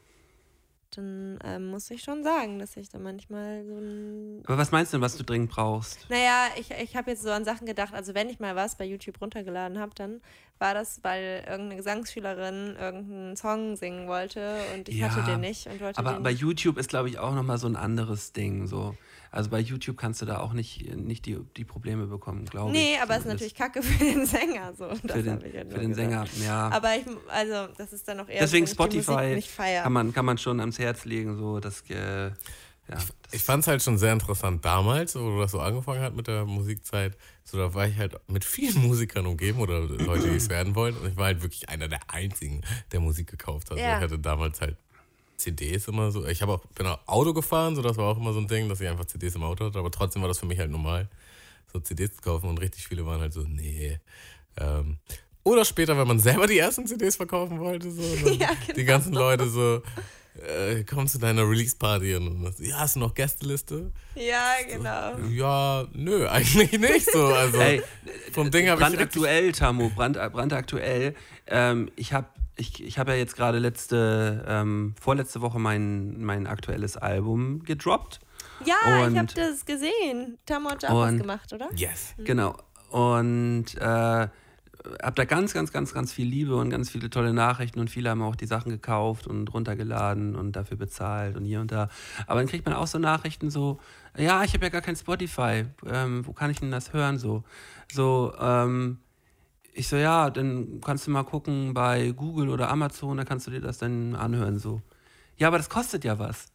dann ähm, muss ich schon sagen, dass ich da manchmal so ein... Aber was meinst du denn, was du dringend brauchst? Naja, ich, ich habe jetzt so an Sachen gedacht, also wenn ich mal was bei YouTube runtergeladen habe, dann war das, weil irgendeine Gesangsschülerin irgendeinen Song singen wollte und ich Ja, hatte den nicht und wollte Aber den bei nicht. YouTube ist, glaube ich, auch nochmal so ein anderes Ding. So. Also bei YouTube kannst du da auch nicht, nicht die, die Probleme bekommen, glaube ich. Nee, aber es ist Zumindest natürlich kacke für den Sänger. So. Das für den, hab ich ja nur für den gesagt. Sänger, ja. Aber ich, also das ist dann auch eher Deswegen so, wenn ich die Spotify Musik nicht feiere. kann man, kann man schon ans Herz legen, so dass äh, ja, das, Ich fand es halt schon sehr interessant damals, wo das so angefangen hat mit der Musikzeit. So, da war ich halt mit vielen Musikern umgeben oder Leute, die es werden wollten. Und ich war halt wirklich einer der Einzigen, der Musik gekauft hat. Ja. Ich hatte damals halt C Ds immer so. Ich habe auch, bin auch Auto gefahren, so das war auch immer so ein Ding, dass ich einfach C Ds im Auto hatte. Aber trotzdem war das für mich halt normal, so C Ds zu kaufen. Und richtig viele waren halt so, nee. Ähm, oder später, wenn man selber die ersten C Ds verkaufen wollte, so. Und dann Ja, die genau. ganzen Leute so, äh, komm zu deiner Release-Party und dann, ja, hast du noch Gästeliste? Ja, genau. Ja, nö, eigentlich nicht so. Also Ey, vom Ding habe ich richtig, brandaktuell, Tamo, brand, brandaktuell. Ähm, ich habe ich, ich hab ja jetzt gerade letzte, ähm, vorletzte Woche mein, mein aktuelles Album gedroppt. Ja, ich Und- habe das gesehen. Tammo hat da auch was und- gemacht, oder? yes. Genau. Und äh, habe da ganz, ganz, ganz, ganz viel Liebe und ganz viele tolle Nachrichten und viele haben auch die Sachen gekauft und runtergeladen und dafür bezahlt und hier und da. Aber dann kriegt man auch so Nachrichten so, ja, ich habe ja gar kein Spotify, ähm, wo kann ich denn das hören? So, so ähm, ich so, ja, dann kannst du mal gucken bei Google oder Amazon, da kannst du dir das dann anhören. So, ja, aber das kostet ja was.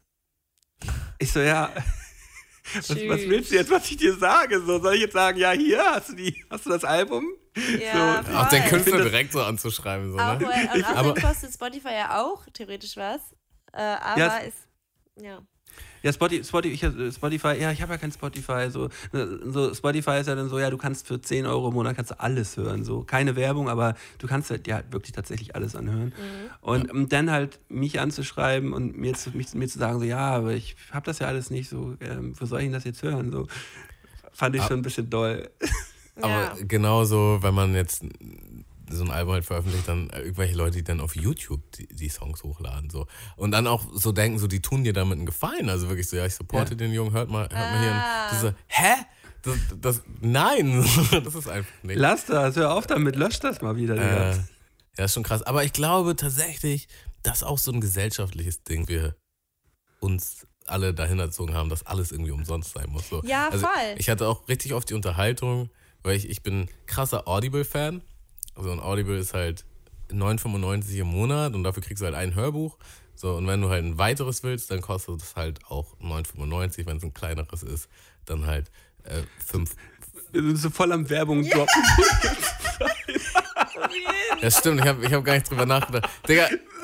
Ich so, ja, was, was willst du jetzt, was ich dir sage? So, soll ich jetzt sagen, ja, hier, hast du, die, hast du das Album? Ja, So, Auch den voll. Künstler Ich find direkt so anzuschreiben. So, Auch, ne? weil- und Aber- außerdem kostet Spotify ja auch theoretisch was. Äh, aber Ja, ist, ja. Ja, Spotify, Spotify, ich, Spotify ja, ich habe ja kein Spotify. So, so, Spotify ist ja dann so, ja, du kannst für zehn Euro im Monat kannst du alles hören. So, keine Werbung, aber du kannst halt ja wirklich tatsächlich alles anhören. Mhm. Und um dann halt mich anzuschreiben und mir zu, mich, mir zu sagen, so, ja, aber ich habe das ja alles nicht so, ähm, wo soll ich denn das jetzt hören? So, fand ich Ab- schon ein bisschen doll. Aber ja. genauso, wenn man jetzt so ein Album halt veröffentlicht, dann irgendwelche Leute, die dann auf YouTube die, die Songs hochladen. So. Und dann auch so denken, so die tun dir damit einen Gefallen. Also wirklich so, ja, ich supporte Ja. den Jungen, hört mal, hört mal hier. Ah. Und du so, hä? Das, das, nein, das ist einfach nicht. Lass das, hör auf damit, lösch das mal wieder. Digga. Äh, ja, ist schon krass. Aber ich glaube tatsächlich, das ist auch so ein gesellschaftliches Ding. Wir uns alle dahin erzogen haben, dass alles irgendwie umsonst sein muss. So. Ja, also, voll. Ich hatte auch richtig oft die Unterhaltung, weil ich, ich bin krasser Audible-Fan. Also ein Audible ist halt neun fünfundneunzig im Monat und dafür kriegst du halt ein Hörbuch. So, und wenn du halt ein weiteres willst, dann kostet es halt auch neun fünfundneunzig. Wenn es ein kleineres ist, dann halt äh, fünf. Wir sind so voll am Werbung droppen. Ja, stimmt, ich habe ich hab gar nicht drüber nachgedacht. Digga,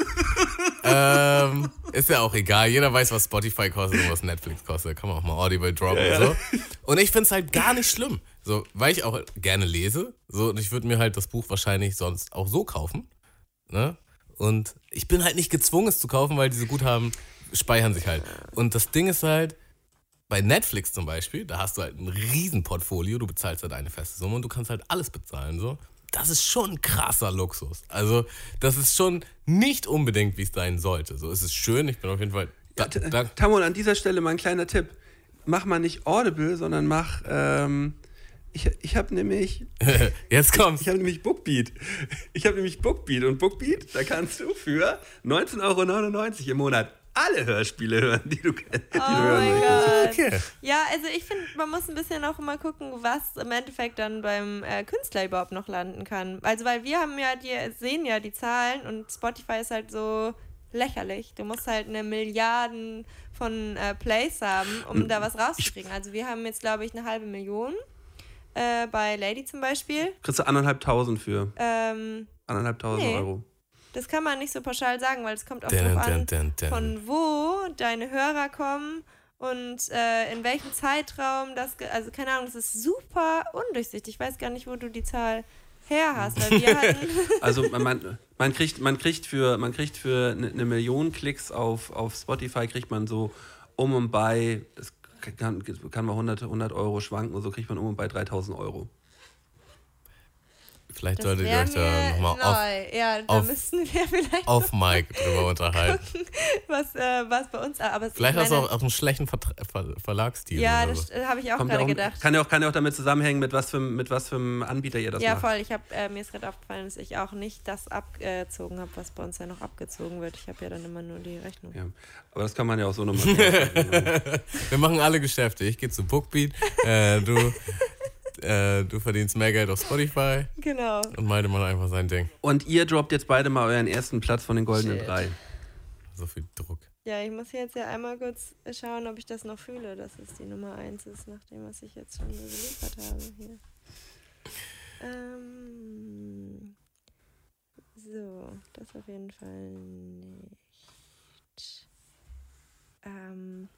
ähm, ist ja auch egal. Jeder weiß, was Spotify kostet und was Netflix kostet. Kann man auch mal Audible droppen Ja, und ja. so. Und ich find's halt gar nicht schlimm. So, weil ich auch gerne lese. So, und ich würde mir halt das Buch wahrscheinlich sonst auch so kaufen. Ne? Und ich bin halt nicht gezwungen, es zu kaufen, weil diese Guthaben speichern sich halt. Und das Ding ist halt, bei Netflix zum Beispiel, da hast du halt ein Riesenportfolio, du bezahlst halt eine feste Summe und du kannst halt alles bezahlen. So. Das ist schon ein krasser Luxus. Also, das ist schon nicht unbedingt, wie es sein sollte. So, es ist schön, ich bin auf jeden Fall. Da, T- da, Tamon, an dieser Stelle mal ein kleiner Tipp. Mach mal nicht Audible, sondern mach, ähm, ich, ich habe nämlich, jetzt kommt's. ich habe nämlich Bookbeat. Ich habe nämlich Bookbeat und Bookbeat, da kannst du für neunzehn Euro neunundneunzig im Monat alle Hörspiele hören, die du, die du Oh hören mein möchtest. Gott. Okay. Ja, also ich finde, man muss ein bisschen auch immer gucken, was im Endeffekt dann beim äh, Künstler überhaupt noch landen kann. Also weil wir haben ja, die sehen ja die Zahlen und Spotify ist halt so lächerlich. Du musst halt eine Milliarden von äh, Plays haben, um da was rauszukriegen. Also wir haben jetzt, glaube ich, eine halbe Million äh, bei Lady zum Beispiel. Kriegst du anderthalb tausend für. Ähm, Anderthalb tausend Nee. Euro. das kann man nicht so pauschal sagen, weil es kommt auch Dun, darauf an, dun, dun, dun. von wo deine Hörer kommen und äh, in welchem Zeitraum das, ge- also keine Ahnung, das ist super undurchsichtig. Ich weiß gar nicht, wo du die Zahl her hast, weil wir hatten, Also man, man, man, kriegt, man kriegt für, man kriegt für eine ne Million Klicks auf, auf Spotify, kriegt man so um und bei, das kann, kann mal hundert, hundert Euro schwanken, und so kriegt man um und bei dreitausend Euro. Vielleicht das solltet ihr wäre euch da mir nochmal auf, neu. Ja, da auf- müssten wir vielleicht auf Mic drüber unterhalten. was, äh, was bei uns, aber es- Vielleicht ich hast du meine, auch, auch einen schlechten Vertra Ver Verlagsstil. ja, oder das so. äh, habe ich auch Kommt ja gerade auch, gedacht. kann, ja auch, kann ja auch damit zusammenhängen, mit was für, mit was für einem Anbieter ihr das Ja, macht. voll. Ich habe äh, mir ist gerade aufgefallen, dass ich auch nicht das abgezogen habe, was bei uns ja noch abgezogen wird. Ich habe ja dann immer nur die Rechnung. Ja. Aber das kann man ja auch so nochmal machen. Wir machen alle Geschäfte. Ich gehe zu Bookbeat, äh, du, äh, du verdienst mehr Geld auf Spotify Genau. und Malte macht einfach sein Ding. Und ihr droppt jetzt beide mal euren ersten Platz von den Goldenen Shit. Drei. So viel Druck. Ja, ich muss jetzt ja einmal kurz schauen, ob ich das noch fühle, dass es die Nummer eins ist, nach dem, was ich jetzt schon so geliefert habe hier. Ähm, so, das auf jeden Fall nicht. Ähm,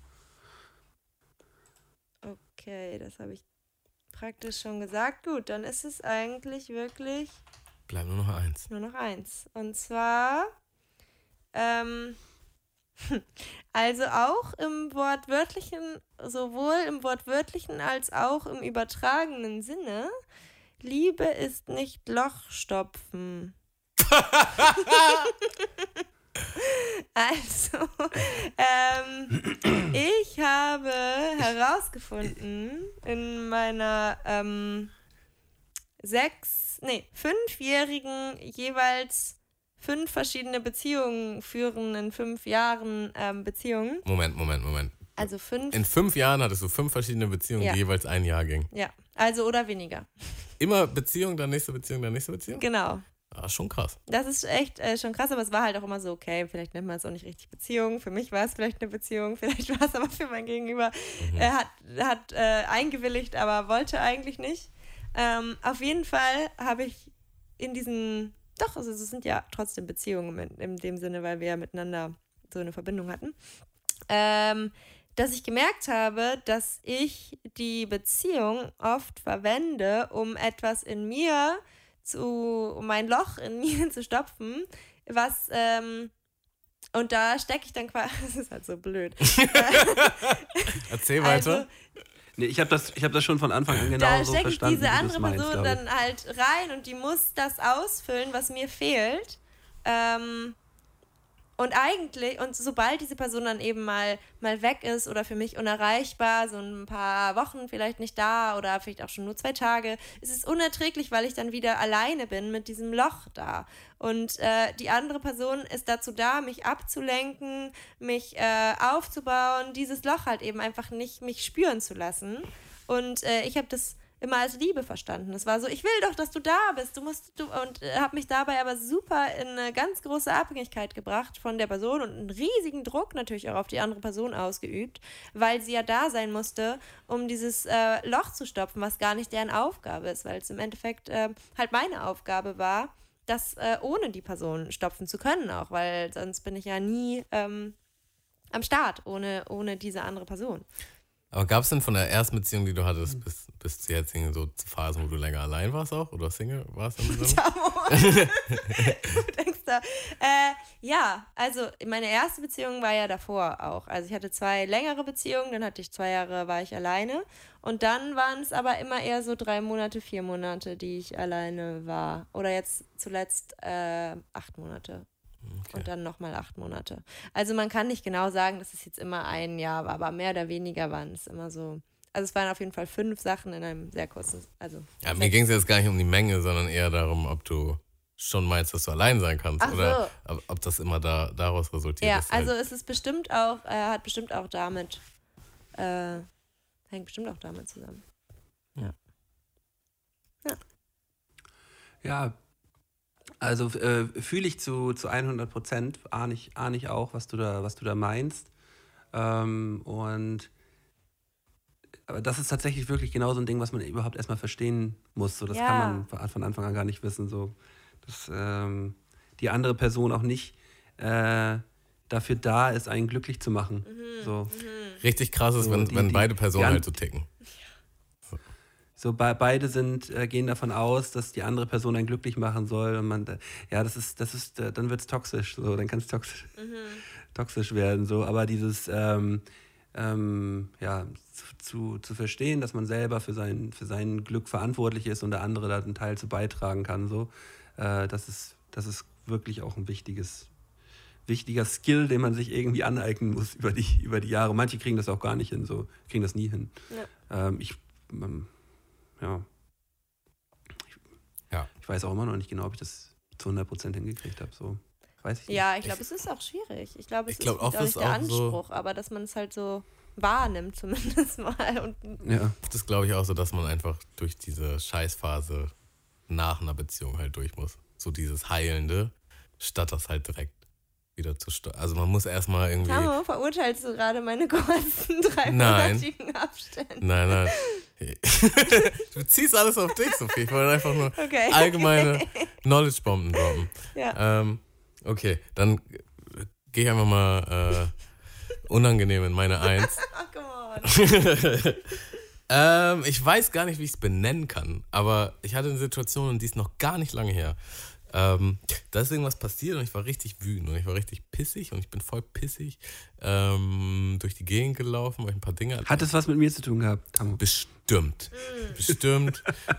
okay, das habe ich praktisch schon gesagt. Gut, dann ist es eigentlich wirklich Bleibt nur noch eins. nur noch eins. Und zwar, ähm, also auch im wortwörtlichen, sowohl im wortwörtlichen als auch im übertragenen Sinne, Liebe ist nicht Lochstopfen. Also, ähm, ich habe herausgefunden in meiner ähm, sechs, nee, fünfjährigen jeweils fünf verschiedene Beziehungen führen in fünf Jahren ähm, Beziehungen. Moment, Moment, Moment. Also fünf, In fünf Jahren hattest du fünf verschiedene Beziehungen, Ja. die jeweils ein Jahr gingen. ja, also oder weniger. Immer Beziehung, dann nächste Beziehung, dann nächste Beziehung? Genau. Ah, schon krass. Das ist echt äh, schon krass, aber es war halt auch immer so, okay, vielleicht nennt man es auch nicht richtig Beziehung. Für mich war es vielleicht eine Beziehung, vielleicht war es aber für mein Gegenüber. Mhm. Er hat, hat äh, eingewilligt, aber wollte eigentlich nicht. Ähm, auf jeden Fall habe ich in diesen, doch, also es sind ja trotzdem Beziehungen in, in dem Sinne, weil wir ja miteinander so eine Verbindung hatten, ähm, dass ich gemerkt habe, dass ich die Beziehung oft verwende, um etwas in mir zu, um ein Loch in mir zu stopfen, was, ähm, und da stecke ich dann quasi, das ist halt so blöd. Erzähl Also, weiter. Nee, ich habe das, ich hab das schon von Anfang an genau Da so stecke ich verstanden, diese wie andere du's meinst, Person glaub ich. dann halt rein und die muss das ausfüllen, was mir fehlt. Ähm, und eigentlich, und sobald diese Person dann eben mal, mal weg ist oder für mich unerreichbar, so ein paar Wochen vielleicht nicht da oder vielleicht auch schon nur zwei Tage, ist es unerträglich, weil ich dann wieder alleine bin mit diesem Loch da. Und äh, die andere Person ist dazu da, mich abzulenken, mich äh, aufzubauen, dieses Loch halt eben einfach nicht mich spüren zu lassen. Und äh, ich habe das immer als Liebe verstanden. Es war so, ich will doch, dass du da bist. Du musst, du, und äh, habe mich dabei aber super in eine ganz große Abhängigkeit gebracht von der Person und einen riesigen Druck natürlich auch auf die andere Person ausgeübt, weil sie ja da sein musste, um dieses äh, Loch zu stopfen, was gar nicht deren Aufgabe ist, weil es im Endeffekt äh, halt meine Aufgabe war, das äh, ohne die Person stopfen zu können auch, weil sonst bin ich ja nie ähm, am Start ohne, ohne diese andere Person. Aber gab es denn von der ersten Beziehung, die du hattest, bis, bis zur jetzigen so Phasen, wo du länger allein warst auch? Oder Single warst? Du denkst da. Äh, ja, also meine erste Beziehung war ja davor auch. Also ich hatte zwei längere Beziehungen, dann hatte ich zwei Jahre, war ich alleine. Und dann waren es aber immer eher so drei Monate, vier Monate, die ich alleine war. Oder jetzt zuletzt äh, acht Monate. Okay. Und dann nochmal acht Monate. Also man kann nicht genau sagen, dass es jetzt immer ein Jahr war, aber mehr oder weniger waren es immer so. Also es waren auf jeden Fall fünf Sachen in einem sehr kurzen, also. Ja, mir ging es jetzt gar nicht um die Menge, sondern eher darum, ob du schon meinst, dass du allein sein kannst. Ach oder so. ob, ob das immer da, daraus resultiert. Ja, ist halt. also es ist bestimmt auch, äh, hat bestimmt auch damit, äh, hängt bestimmt auch damit zusammen. Ja. Ja. Ja, also äh, fühle ich zu, zu hundert Prozent, ahne ich, ahne ich auch, was du da, was du da meinst. Ähm, und aber das ist tatsächlich wirklich genau so ein Ding, was man überhaupt erstmal verstehen muss. So, das Ja. kann man von- von Anfang an gar nicht wissen. So, dass ähm, die andere Person auch nicht äh, dafür da ist, einen glücklich zu machen. So. Richtig krass ist, So, wenn, die- wenn die- beide Personen die an- halt so ticken. So, be beide sind, äh, gehen davon aus, dass die andere Person einen glücklich machen soll. Und man, äh, ja, das ist, das ist, äh, dann wird es toxisch. So, dann kann es toxisch, toxisch werden. So, aber dieses, ähm, ähm, ja, zu, zu, zu verstehen, dass man selber für sein, für sein Glück verantwortlich ist und der andere da einen Teil zu beitragen kann, so, äh, das ist, das ist wirklich auch ein wichtiges, wichtiger Skill, den man sich irgendwie aneignen muss über die, über die Jahre. Manche kriegen das auch gar nicht hin, so, kriegen das nie hin. Ja. Ähm, ich, ähm, ja. Ich, Ja. ich weiß auch immer noch nicht genau, ob ich das zu hundert Prozent hingekriegt habe. So. Weiß ich nicht. Ja, ich glaube, es ist auch schwierig. Ich glaube, es Ich glaub, ist oft auch nicht ist der auch so- Anspruch, aber dass man es halt so wahrnimmt zumindest mal. Und Ja. Das ist, glaube ich, auch so, dass man einfach durch diese Scheißphase nach einer Beziehung halt durch muss. So dieses Heilende, statt das halt direkt wieder zu starten. Also man muss erstmal irgendwie... Tamo, verurteilst du gerade meine kurzen Nein. dreimonatigen Abstände? Nein, nein. Du ziehst alles auf dich, Sophie. Ich wollte einfach nur Okay. allgemeine Knowledge-Bomben droppen. Ja. Ähm, okay, dann gehe ich einfach mal äh, unangenehm in meine Eins. Ach, come on. ähm, ich weiß gar nicht, wie ich es benennen kann, aber ich hatte eine Situation und die ist noch gar nicht lange her. Ähm, da ist irgendwas passiert und ich war richtig wütend und ich war richtig pissig und ich bin voll pissig ähm, durch die Gegend gelaufen, weil ich ein paar Dinge Hat es was mit mir zu tun gehabt, Tamo? Bestimmt. Bestimmt.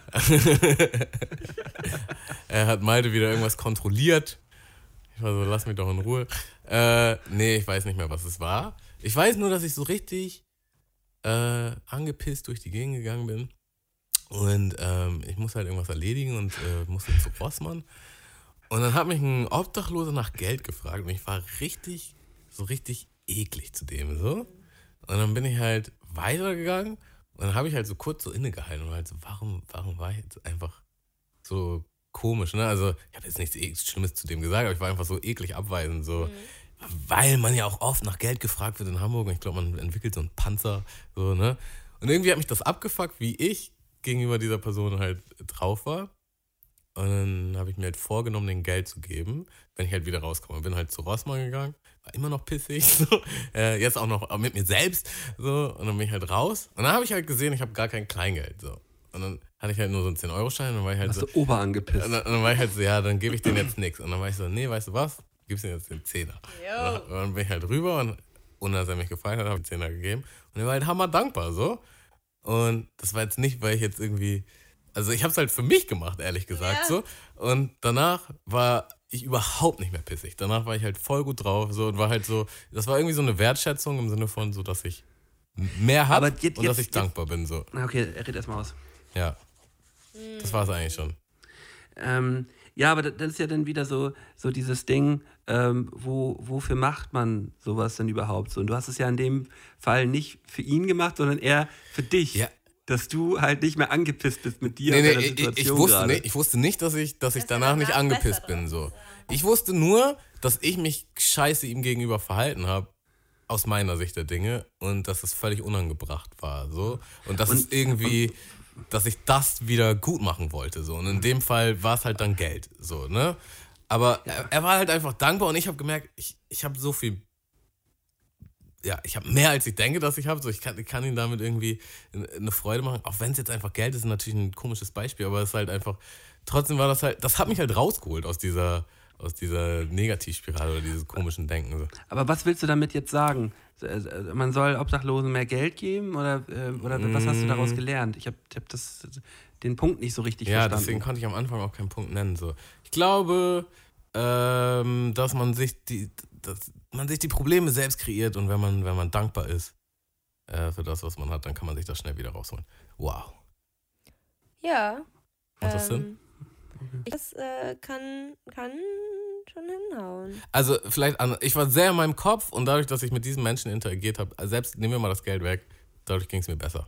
Er hat Malte wieder irgendwas kontrolliert. Ich war so, lass mich doch in Ruhe. Äh, nee, ich weiß nicht mehr, was es war. Ich weiß nur, dass ich so richtig äh, angepisst durch die Gegend gegangen bin. Und ähm, ich muss halt irgendwas erledigen und äh, musste zu Rossmann. Und dann hat mich ein Obdachloser nach Geld gefragt und ich war richtig, so richtig eklig zu dem, so. Und dann bin ich halt weitergegangen und dann habe ich halt so kurz so innegehalten und halt so, warum, warum war ich jetzt einfach so komisch, ne? Also ich habe jetzt nichts Schlimmes zu dem gesagt, aber ich war einfach so eklig abweisend, so. Mhm. Weil man ja auch oft nach Geld gefragt wird in Hamburg und ich glaube, man entwickelt so einen Panzer, so, ne? Und irgendwie hat mich das abgefuckt, wie ich gegenüber dieser Person halt drauf war. Und dann habe ich mir halt vorgenommen, den Geld zu geben, wenn ich halt wieder rauskomme. Bin halt zu Rossmann gegangen, war immer noch pissig, so. äh, jetzt auch noch mit mir selbst, so. Und dann bin ich halt raus. Und dann habe ich halt gesehen, ich habe gar kein Kleingeld, so. Und dann hatte ich halt nur so einen zehn-Euro-Schein und dann war ich halt Hast so... du oberangepisst? Und dann, und dann war ich halt so, ja, dann gebe ich denen jetzt nichts. Und dann war ich so, nee, weißt du was? Gibst denen jetzt den Zehner. Und dann, und dann bin ich halt rüber und ohne dass er mich gefragt hat, habe ich den Zehner gegeben. Und er war halt hammer dankbar, so. Und das war jetzt nicht, weil ich jetzt irgendwie, also ich habe es halt für mich gemacht, ehrlich gesagt, Ja. so. Und danach war ich überhaupt nicht mehr pissig. Danach war ich halt voll gut drauf, so, und war halt so, das war irgendwie so eine Wertschätzung im Sinne von so, dass ich mehr habe Aber und jetzt- dass jetzt- ich jetzt- dankbar bin, so. Okay, er redet erstmal aus. Ja. Das war es eigentlich schon. Ähm, ja, aber das ist ja dann wieder so, so dieses Ding, ähm, wo, wofür macht man sowas denn überhaupt so? Und du hast es ja in dem Fall nicht für ihn gemacht, sondern eher für dich. Ja. Dass du halt nicht mehr angepisst bist mit dir Nee, und nee, deiner ich, ich, Situation ich, wusste gerade. nicht, ich wusste nicht, dass ich, dass ich Dass er danach nicht danach angepisst besser bin. drauf So. Ich wusste nur, dass ich mich scheiße ihm gegenüber verhalten habe, aus meiner Sicht der Dinge, und dass es völlig unangebracht war. So. Und dass Und- es irgendwie, dass ich das wieder gut machen wollte. So. Und in dem Fall war es halt dann Geld. So, ne? Aber er, er war halt einfach dankbar, und ich habe gemerkt, ich, ich habe so viel. Ja, ich habe mehr, als ich denke, dass ich habe. So, ich kann, ich kann ihm damit irgendwie eine Freude machen. Auch wenn es jetzt einfach Geld ist, ist natürlich ein komisches Beispiel, aber es ist halt einfach, trotzdem war das halt, das hat mich halt rausgeholt aus dieser, aus dieser Negativspirale oder dieses komischen Denken. So. Aber was willst du damit jetzt sagen? Äh, Man soll Obdachlosen mehr Geld geben oder, äh, oder was hast du daraus gelernt? Ich habe ich hab das, den Punkt nicht so richtig Ja, verstanden. deswegen konnte ich am Anfang auch keinen Punkt nennen. So. Ich glaube, ähm, dass man sich die, dass man sich die Probleme selbst kreiert, und wenn man, wenn man dankbar ist äh, für das, was man hat, dann kann man sich das schnell wieder rausholen. Wow. Ja. Macht das Sinn? ähm, Das äh, kann, kann schon hinhauen. Also vielleicht, an, ich war sehr in meinem Kopf, und dadurch, dass ich mit diesen Menschen interagiert habe, selbst nehmen wir mal das Geld weg, dadurch ging es mir besser.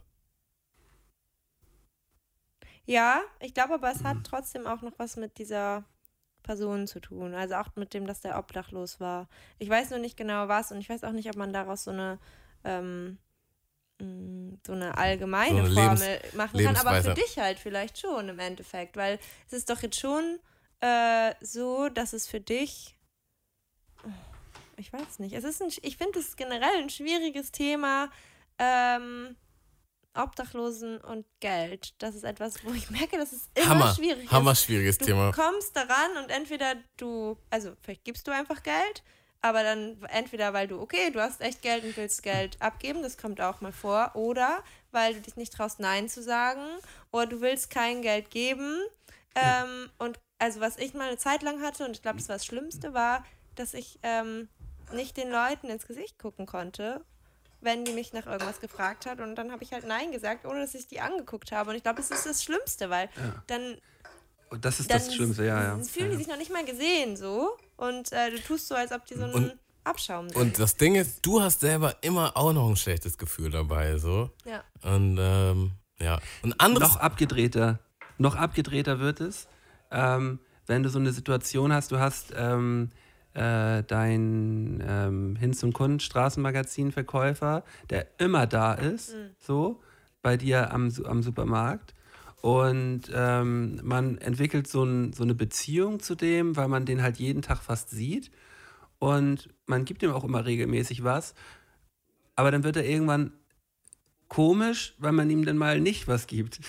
Ja, ich glaube aber, es hat trotzdem auch noch was mit dieser Person zu tun. Also auch mit dem, dass der obdachlos war. Ich weiß nur nicht genau was, und ich weiß auch nicht, ob man daraus so eine ähm, mh, so eine allgemeine So eine Lebens- Formel machen kann, aber für Lebensweise. dich halt vielleicht schon im Endeffekt, weil es ist doch jetzt schon äh, so, dass es für dich, ich weiß nicht, es ist ein, ich finde es generell ein schwieriges Thema, ähm, Obdachlosen und Geld. Das ist etwas, wo ich merke, dass es immer Hammer, schwierig hammer ist. schwieriges Du Thema. kommst daran und entweder du, also vielleicht gibst du einfach Geld, aber dann entweder, weil du, okay, du hast echt Geld und willst Geld abgeben, das kommt auch mal vor, oder weil du dich nicht traust, Nein zu sagen, oder du willst kein Geld geben. Ähm, und also was ich mal eine Zeit lang hatte, und ich glaube, das war das Schlimmste, war, dass ich ähm, nicht den Leuten ins Gesicht gucken konnte, wenn die mich nach irgendwas gefragt hat, und dann habe ich halt Nein gesagt, ohne dass ich die angeguckt habe. Und ich glaube, das ist das Schlimmste, weil dann Und das ist dann das Schlimmste, ja, ja. fühlen die sich noch nicht mal gesehen so, und äh, du tust so, als ob die so einen Und- Abschaum sind. Und das Ding ist, du hast selber immer auch noch ein schlechtes Gefühl dabei, so. Ja. Und ähm, ja. Und anderes. Noch abgedrehter, noch abgedrehter wird es, ähm, wenn du so eine Situation hast, du hast ähm, äh, dein ähm, Hinz und Kunst Straßenmagazin-Verkäufer, der immer da ist, so, bei dir am, Su- am Supermarkt. Und ähm, man entwickelt so, ein, so eine Beziehung zu dem, weil man den halt jeden Tag fast sieht. Und man gibt ihm auch immer regelmäßig was. Aber dann wird er irgendwann komisch, weil man ihm dann mal nicht was gibt.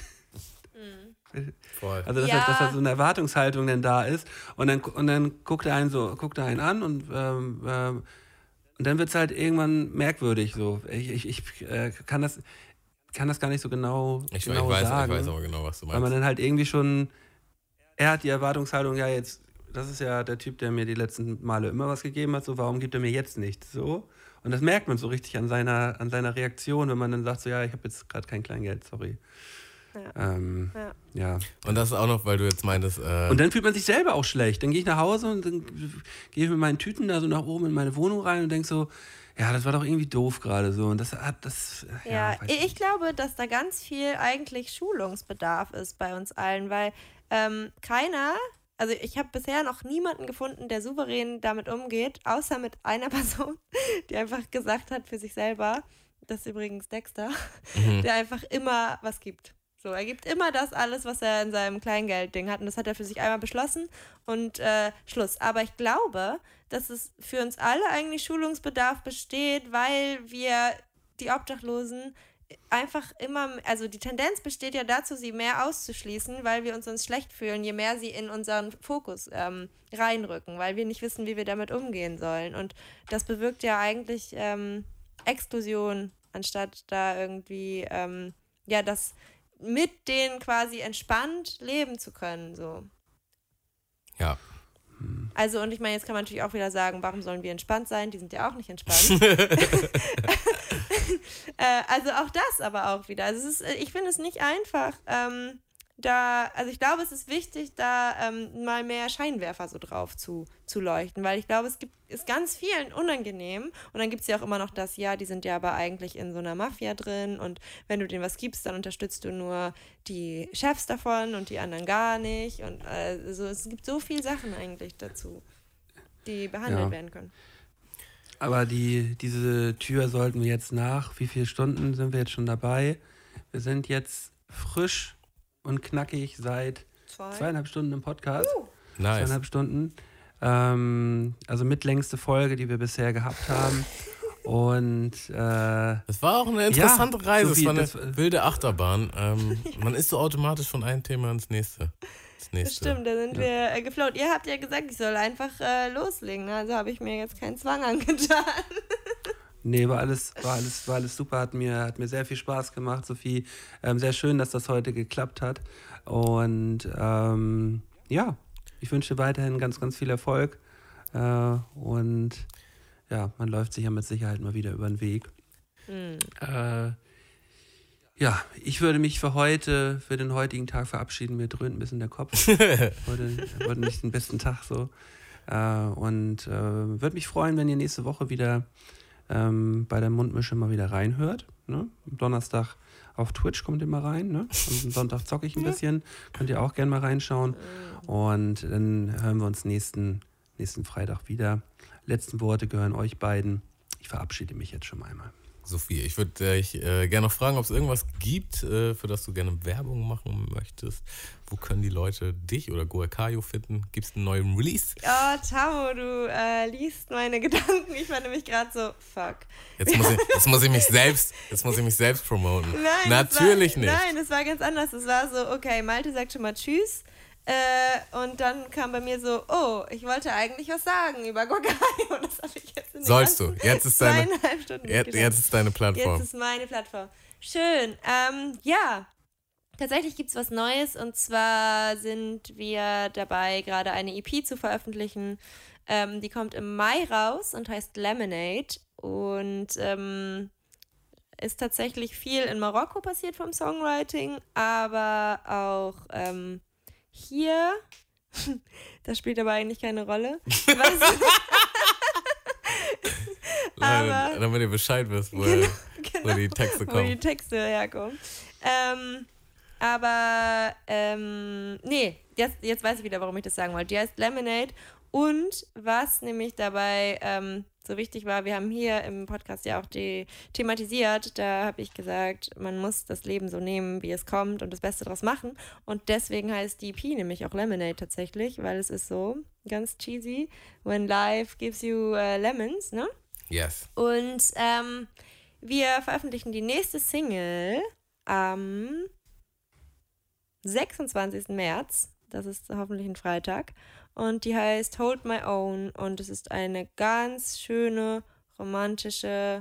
Voll. Also dass, Ja. er, dass er so eine Erwartungshaltung dann da ist. Und dann, und dann guckt er einen so, guckt er einen an, und, ähm, ähm, und dann wird es halt irgendwann merkwürdig. So. Ich, ich, ich äh, kann, das, kann das gar nicht so genau, ich, genau ich, weiß, sagen. ich weiß aber genau, was du Weil man meinst. dann halt irgendwie schon, er hat die Erwartungshaltung, ja jetzt, das ist ja der Typ, der mir die letzten Male immer was gegeben hat, so warum gibt er mir jetzt nichts? So. Und das merkt man so richtig an seiner, an seiner Reaktion, wenn man dann sagt, so ja, ich habe jetzt gerade kein Kleingeld, sorry. Ja. Ähm, Ja. ja. Und das ist auch noch, weil du jetzt meintest, äh, Und dann fühlt man sich selber auch schlecht. Dann gehe ich nach Hause und dann gehe ich mit meinen Tüten da so nach oben in meine Wohnung rein und denke so, ja, das war doch irgendwie doof gerade so. Und das hat das. Ja, Ja, weiß ich glaube, dass da ganz viel eigentlich Schulungsbedarf ist bei uns allen, weil ähm, keiner, also ich habe bisher noch niemanden gefunden, der souverän damit umgeht, außer mit einer Person, die einfach gesagt hat für sich selber, das ist übrigens Dexter, Mhm. der einfach immer was gibt. So, er gibt immer das alles, was er in seinem Kleingeldding hat, und das hat er für sich einmal beschlossen, und äh, Schluss. Aber ich glaube, dass es für uns alle eigentlich Schulungsbedarf besteht, weil wir die Obdachlosen einfach immer, also die Tendenz besteht ja dazu, sie mehr auszuschließen, weil wir uns sonst schlecht fühlen, je mehr sie in unseren Fokus ähm, reinrücken, weil wir nicht wissen, wie wir damit umgehen sollen. Und das bewirkt ja eigentlich ähm, Exklusion, anstatt da irgendwie ähm, ja, das mit denen quasi entspannt leben zu können, so. Ja. Also, und ich meine, jetzt kann man natürlich auch wieder sagen, warum sollen wir entspannt sein? Die sind ja auch nicht entspannt. äh, also auch das aber auch wieder. Also es ist, ich finde es nicht einfach, ähm, da, also ich glaube, es ist wichtig, da ähm, mal mehr Scheinwerfer so drauf zu, zu leuchten, weil ich glaube, es gibt, ist ganz vielen unangenehm und dann gibt es ja auch immer noch das, ja, die sind ja aber eigentlich in so einer Mafia drin und wenn du denen was gibst, dann unterstützt du nur die Chefs davon und die anderen gar nicht und äh, also es gibt so viele Sachen eigentlich dazu, die behandelt Ja. werden können. Aber die, diese Tür sollten wir jetzt nach. Wie viele Stunden sind wir jetzt schon dabei? Wir sind jetzt frisch und knackig seit Zwei. zweieinhalb Stunden im Podcast. Nice. Zweieinhalb Stunden. Ähm, also mitlängste Folge, die wir bisher gehabt haben. Und äh, Es war auch eine interessante Ja, Reise, Sophie, es war eine das- wilde Achterbahn. Ähm, man ist so automatisch von einem Thema ins nächste. Das Das nächste. stimmt, da sind wir äh, gefloat. Ihr habt ja gesagt, ich soll einfach äh, loslegen, ne? Also habe ich mir jetzt keinen Zwang angetan. nee, war alles, war alles, war alles super, hat mir, hat mir sehr viel Spaß gemacht, Sophie. Ähm, sehr schön, dass das heute geklappt hat. Und ähm, ja, ich wünsche dir weiterhin ganz, ganz viel Erfolg. Äh, und ja, man läuft sich ja mit Sicherheit mal wieder über den Weg. Hm. Äh, ja, ich würde mich für heute, für den heutigen Tag verabschieden. Mir dröhnt ein bisschen der Kopf. heute, heute nicht den besten Tag so. Äh, und äh, würde mich freuen, wenn ihr nächste Woche wieder ähm, bei der Mundmische mal wieder reinhört. Ne? Am Donnerstag auf Twitch kommt ihr mal rein. Ne? Am Sonntag zocke ich ein bisschen. Könnt ihr auch gerne mal reinschauen. Und dann hören wir uns nächsten, nächsten Freitag wieder. Letzten Worte gehören euch beiden. Ich verabschiede mich jetzt schon einmal. Sophie, ich würde dich äh, gerne noch fragen, ob es irgendwas gibt, äh, für das du gerne Werbung machen möchtest. Wo können die Leute dich oder Goekayo finden? Gibt es einen neuen Release? Oh, Tamo, du äh, liest meine Gedanken. Ich war nämlich gerade so, fuck. Jetzt muss, ich, jetzt muss ich mich selbst, jetzt muss ich mich selbst promoten. Nein, Natürlich das war, nicht. Nein, das war ganz anders. Es war so, okay, Malte sagt schon mal Tschüss. Äh, und dann kam bei mir so, oh, ich wollte eigentlich was sagen über Goekayo. Und das habe ich jetzt in den Sollst du. ganzen Jetzt ist deine, zweieinhalb Stunden jetzt, nicht jetzt ist deine geschafft. Plattform. Jetzt ist meine Plattform. Schön. Ähm, ja, tatsächlich gibt es was Neues. Und zwar sind wir dabei, gerade eine E P zu veröffentlichen. Ähm, die kommt im Mai raus und heißt Lemonade. Und ähm, ist tatsächlich viel in Marokko passiert vom Songwriting, aber auch ähm, hier, das spielt aber eigentlich keine Rolle. Was? aber, Nein, damit ihr Bescheid wisst, wo, Genau, wo die Texte wo die kommen. Texte herkommen. Ähm, aber, ähm, nee, jetzt, jetzt weiß ich wieder, warum ich das sagen wollte. Die heißt Lemonade. Und was nämlich dabei ähm, so wichtig war, wir haben hier im Podcast ja auch die, thematisiert, da habe ich gesagt, man muss das Leben so nehmen, wie es kommt und das Beste draus machen. Und deswegen heißt die E P nämlich auch Lemonade tatsächlich, weil es ist so ganz cheesy, when life gives you uh, lemons, ne? Yes. Und ähm, wir veröffentlichen die nächste Single am sechsundzwanzigsten März. Das ist hoffentlich ein Freitag. Und die heißt Hold My Own. Und es ist eine ganz schöne, romantische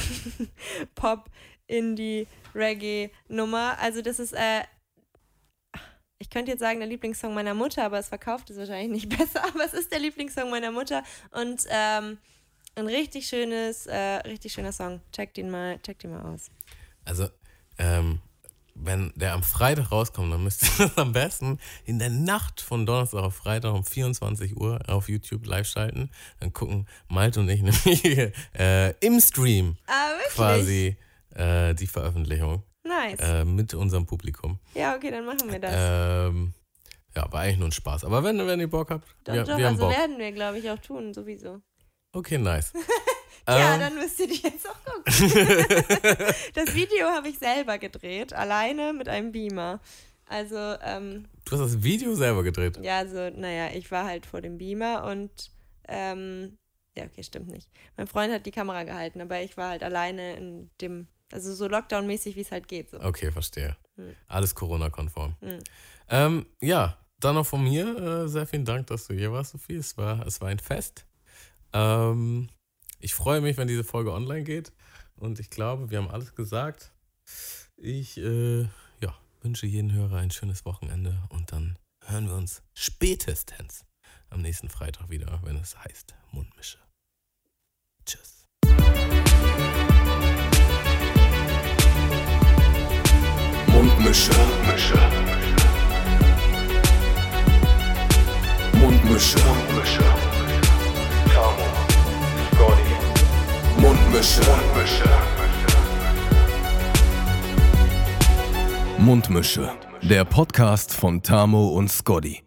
Pop-Indie-Reggae-Nummer. Also das ist, äh, ich könnte jetzt sagen, der Lieblingssong meiner Mutter, aber es verkauft es wahrscheinlich nicht besser. Aber es ist der Lieblingssong meiner Mutter. Und ähm, ein richtig schönes, äh, richtig schöner Song. Checkt ihn mal, checkt ihn mal aus. Also, ähm, wenn der am Freitag rauskommt, dann müsst ihr das am besten in der Nacht von Donnerstag auf Freitag um vierundzwanzig Uhr auf YouTube live schalten. Dann gucken Malte und ich nämlich äh, im Stream Ah, wirklich? quasi äh, die Veröffentlichung Nice. äh, mit unserem Publikum. Ja, okay, dann machen wir das. Ähm, ja, war eigentlich nur ein Spaß. Aber wenn, wenn ihr Bock habt, doch, wir, doch, wir haben also Bock. werden wir, glaube ich, auch tun, sowieso. Okay, nice. Ja, Ähm, dann müsst ihr die jetzt auch gucken. Das Video habe ich selber gedreht, alleine mit einem Beamer. Also, ähm, Du hast das Video selber gedreht. ja, also, naja, ich war halt vor dem Beamer und, ähm, ja, okay, stimmt nicht. Mein Freund hat die Kamera gehalten, aber ich war halt alleine in dem, also so Lockdown-mäßig, wie es halt geht. So. Okay, verstehe. Hm. Alles Corona-konform. Hm. Ähm, ja, dann noch von mir äh, sehr vielen Dank, dass du hier warst, Sophie. Es war, es war ein Fest. Ähm, ich freue mich, wenn diese Folge online geht. Und ich glaube, wir haben alles gesagt. Ich äh, ja, wünsche jedem Hörer ein schönes Wochenende und dann hören wir uns spätestens am nächsten Freitag wieder, wenn es heißt Mundmische. Tschüss. Mundmische. Mundmische. Mundmische. Mundmische. Tamo. Scotty. Mundmische. Mundmische. Mundmische. Der Podcast von Tamo und Scotty.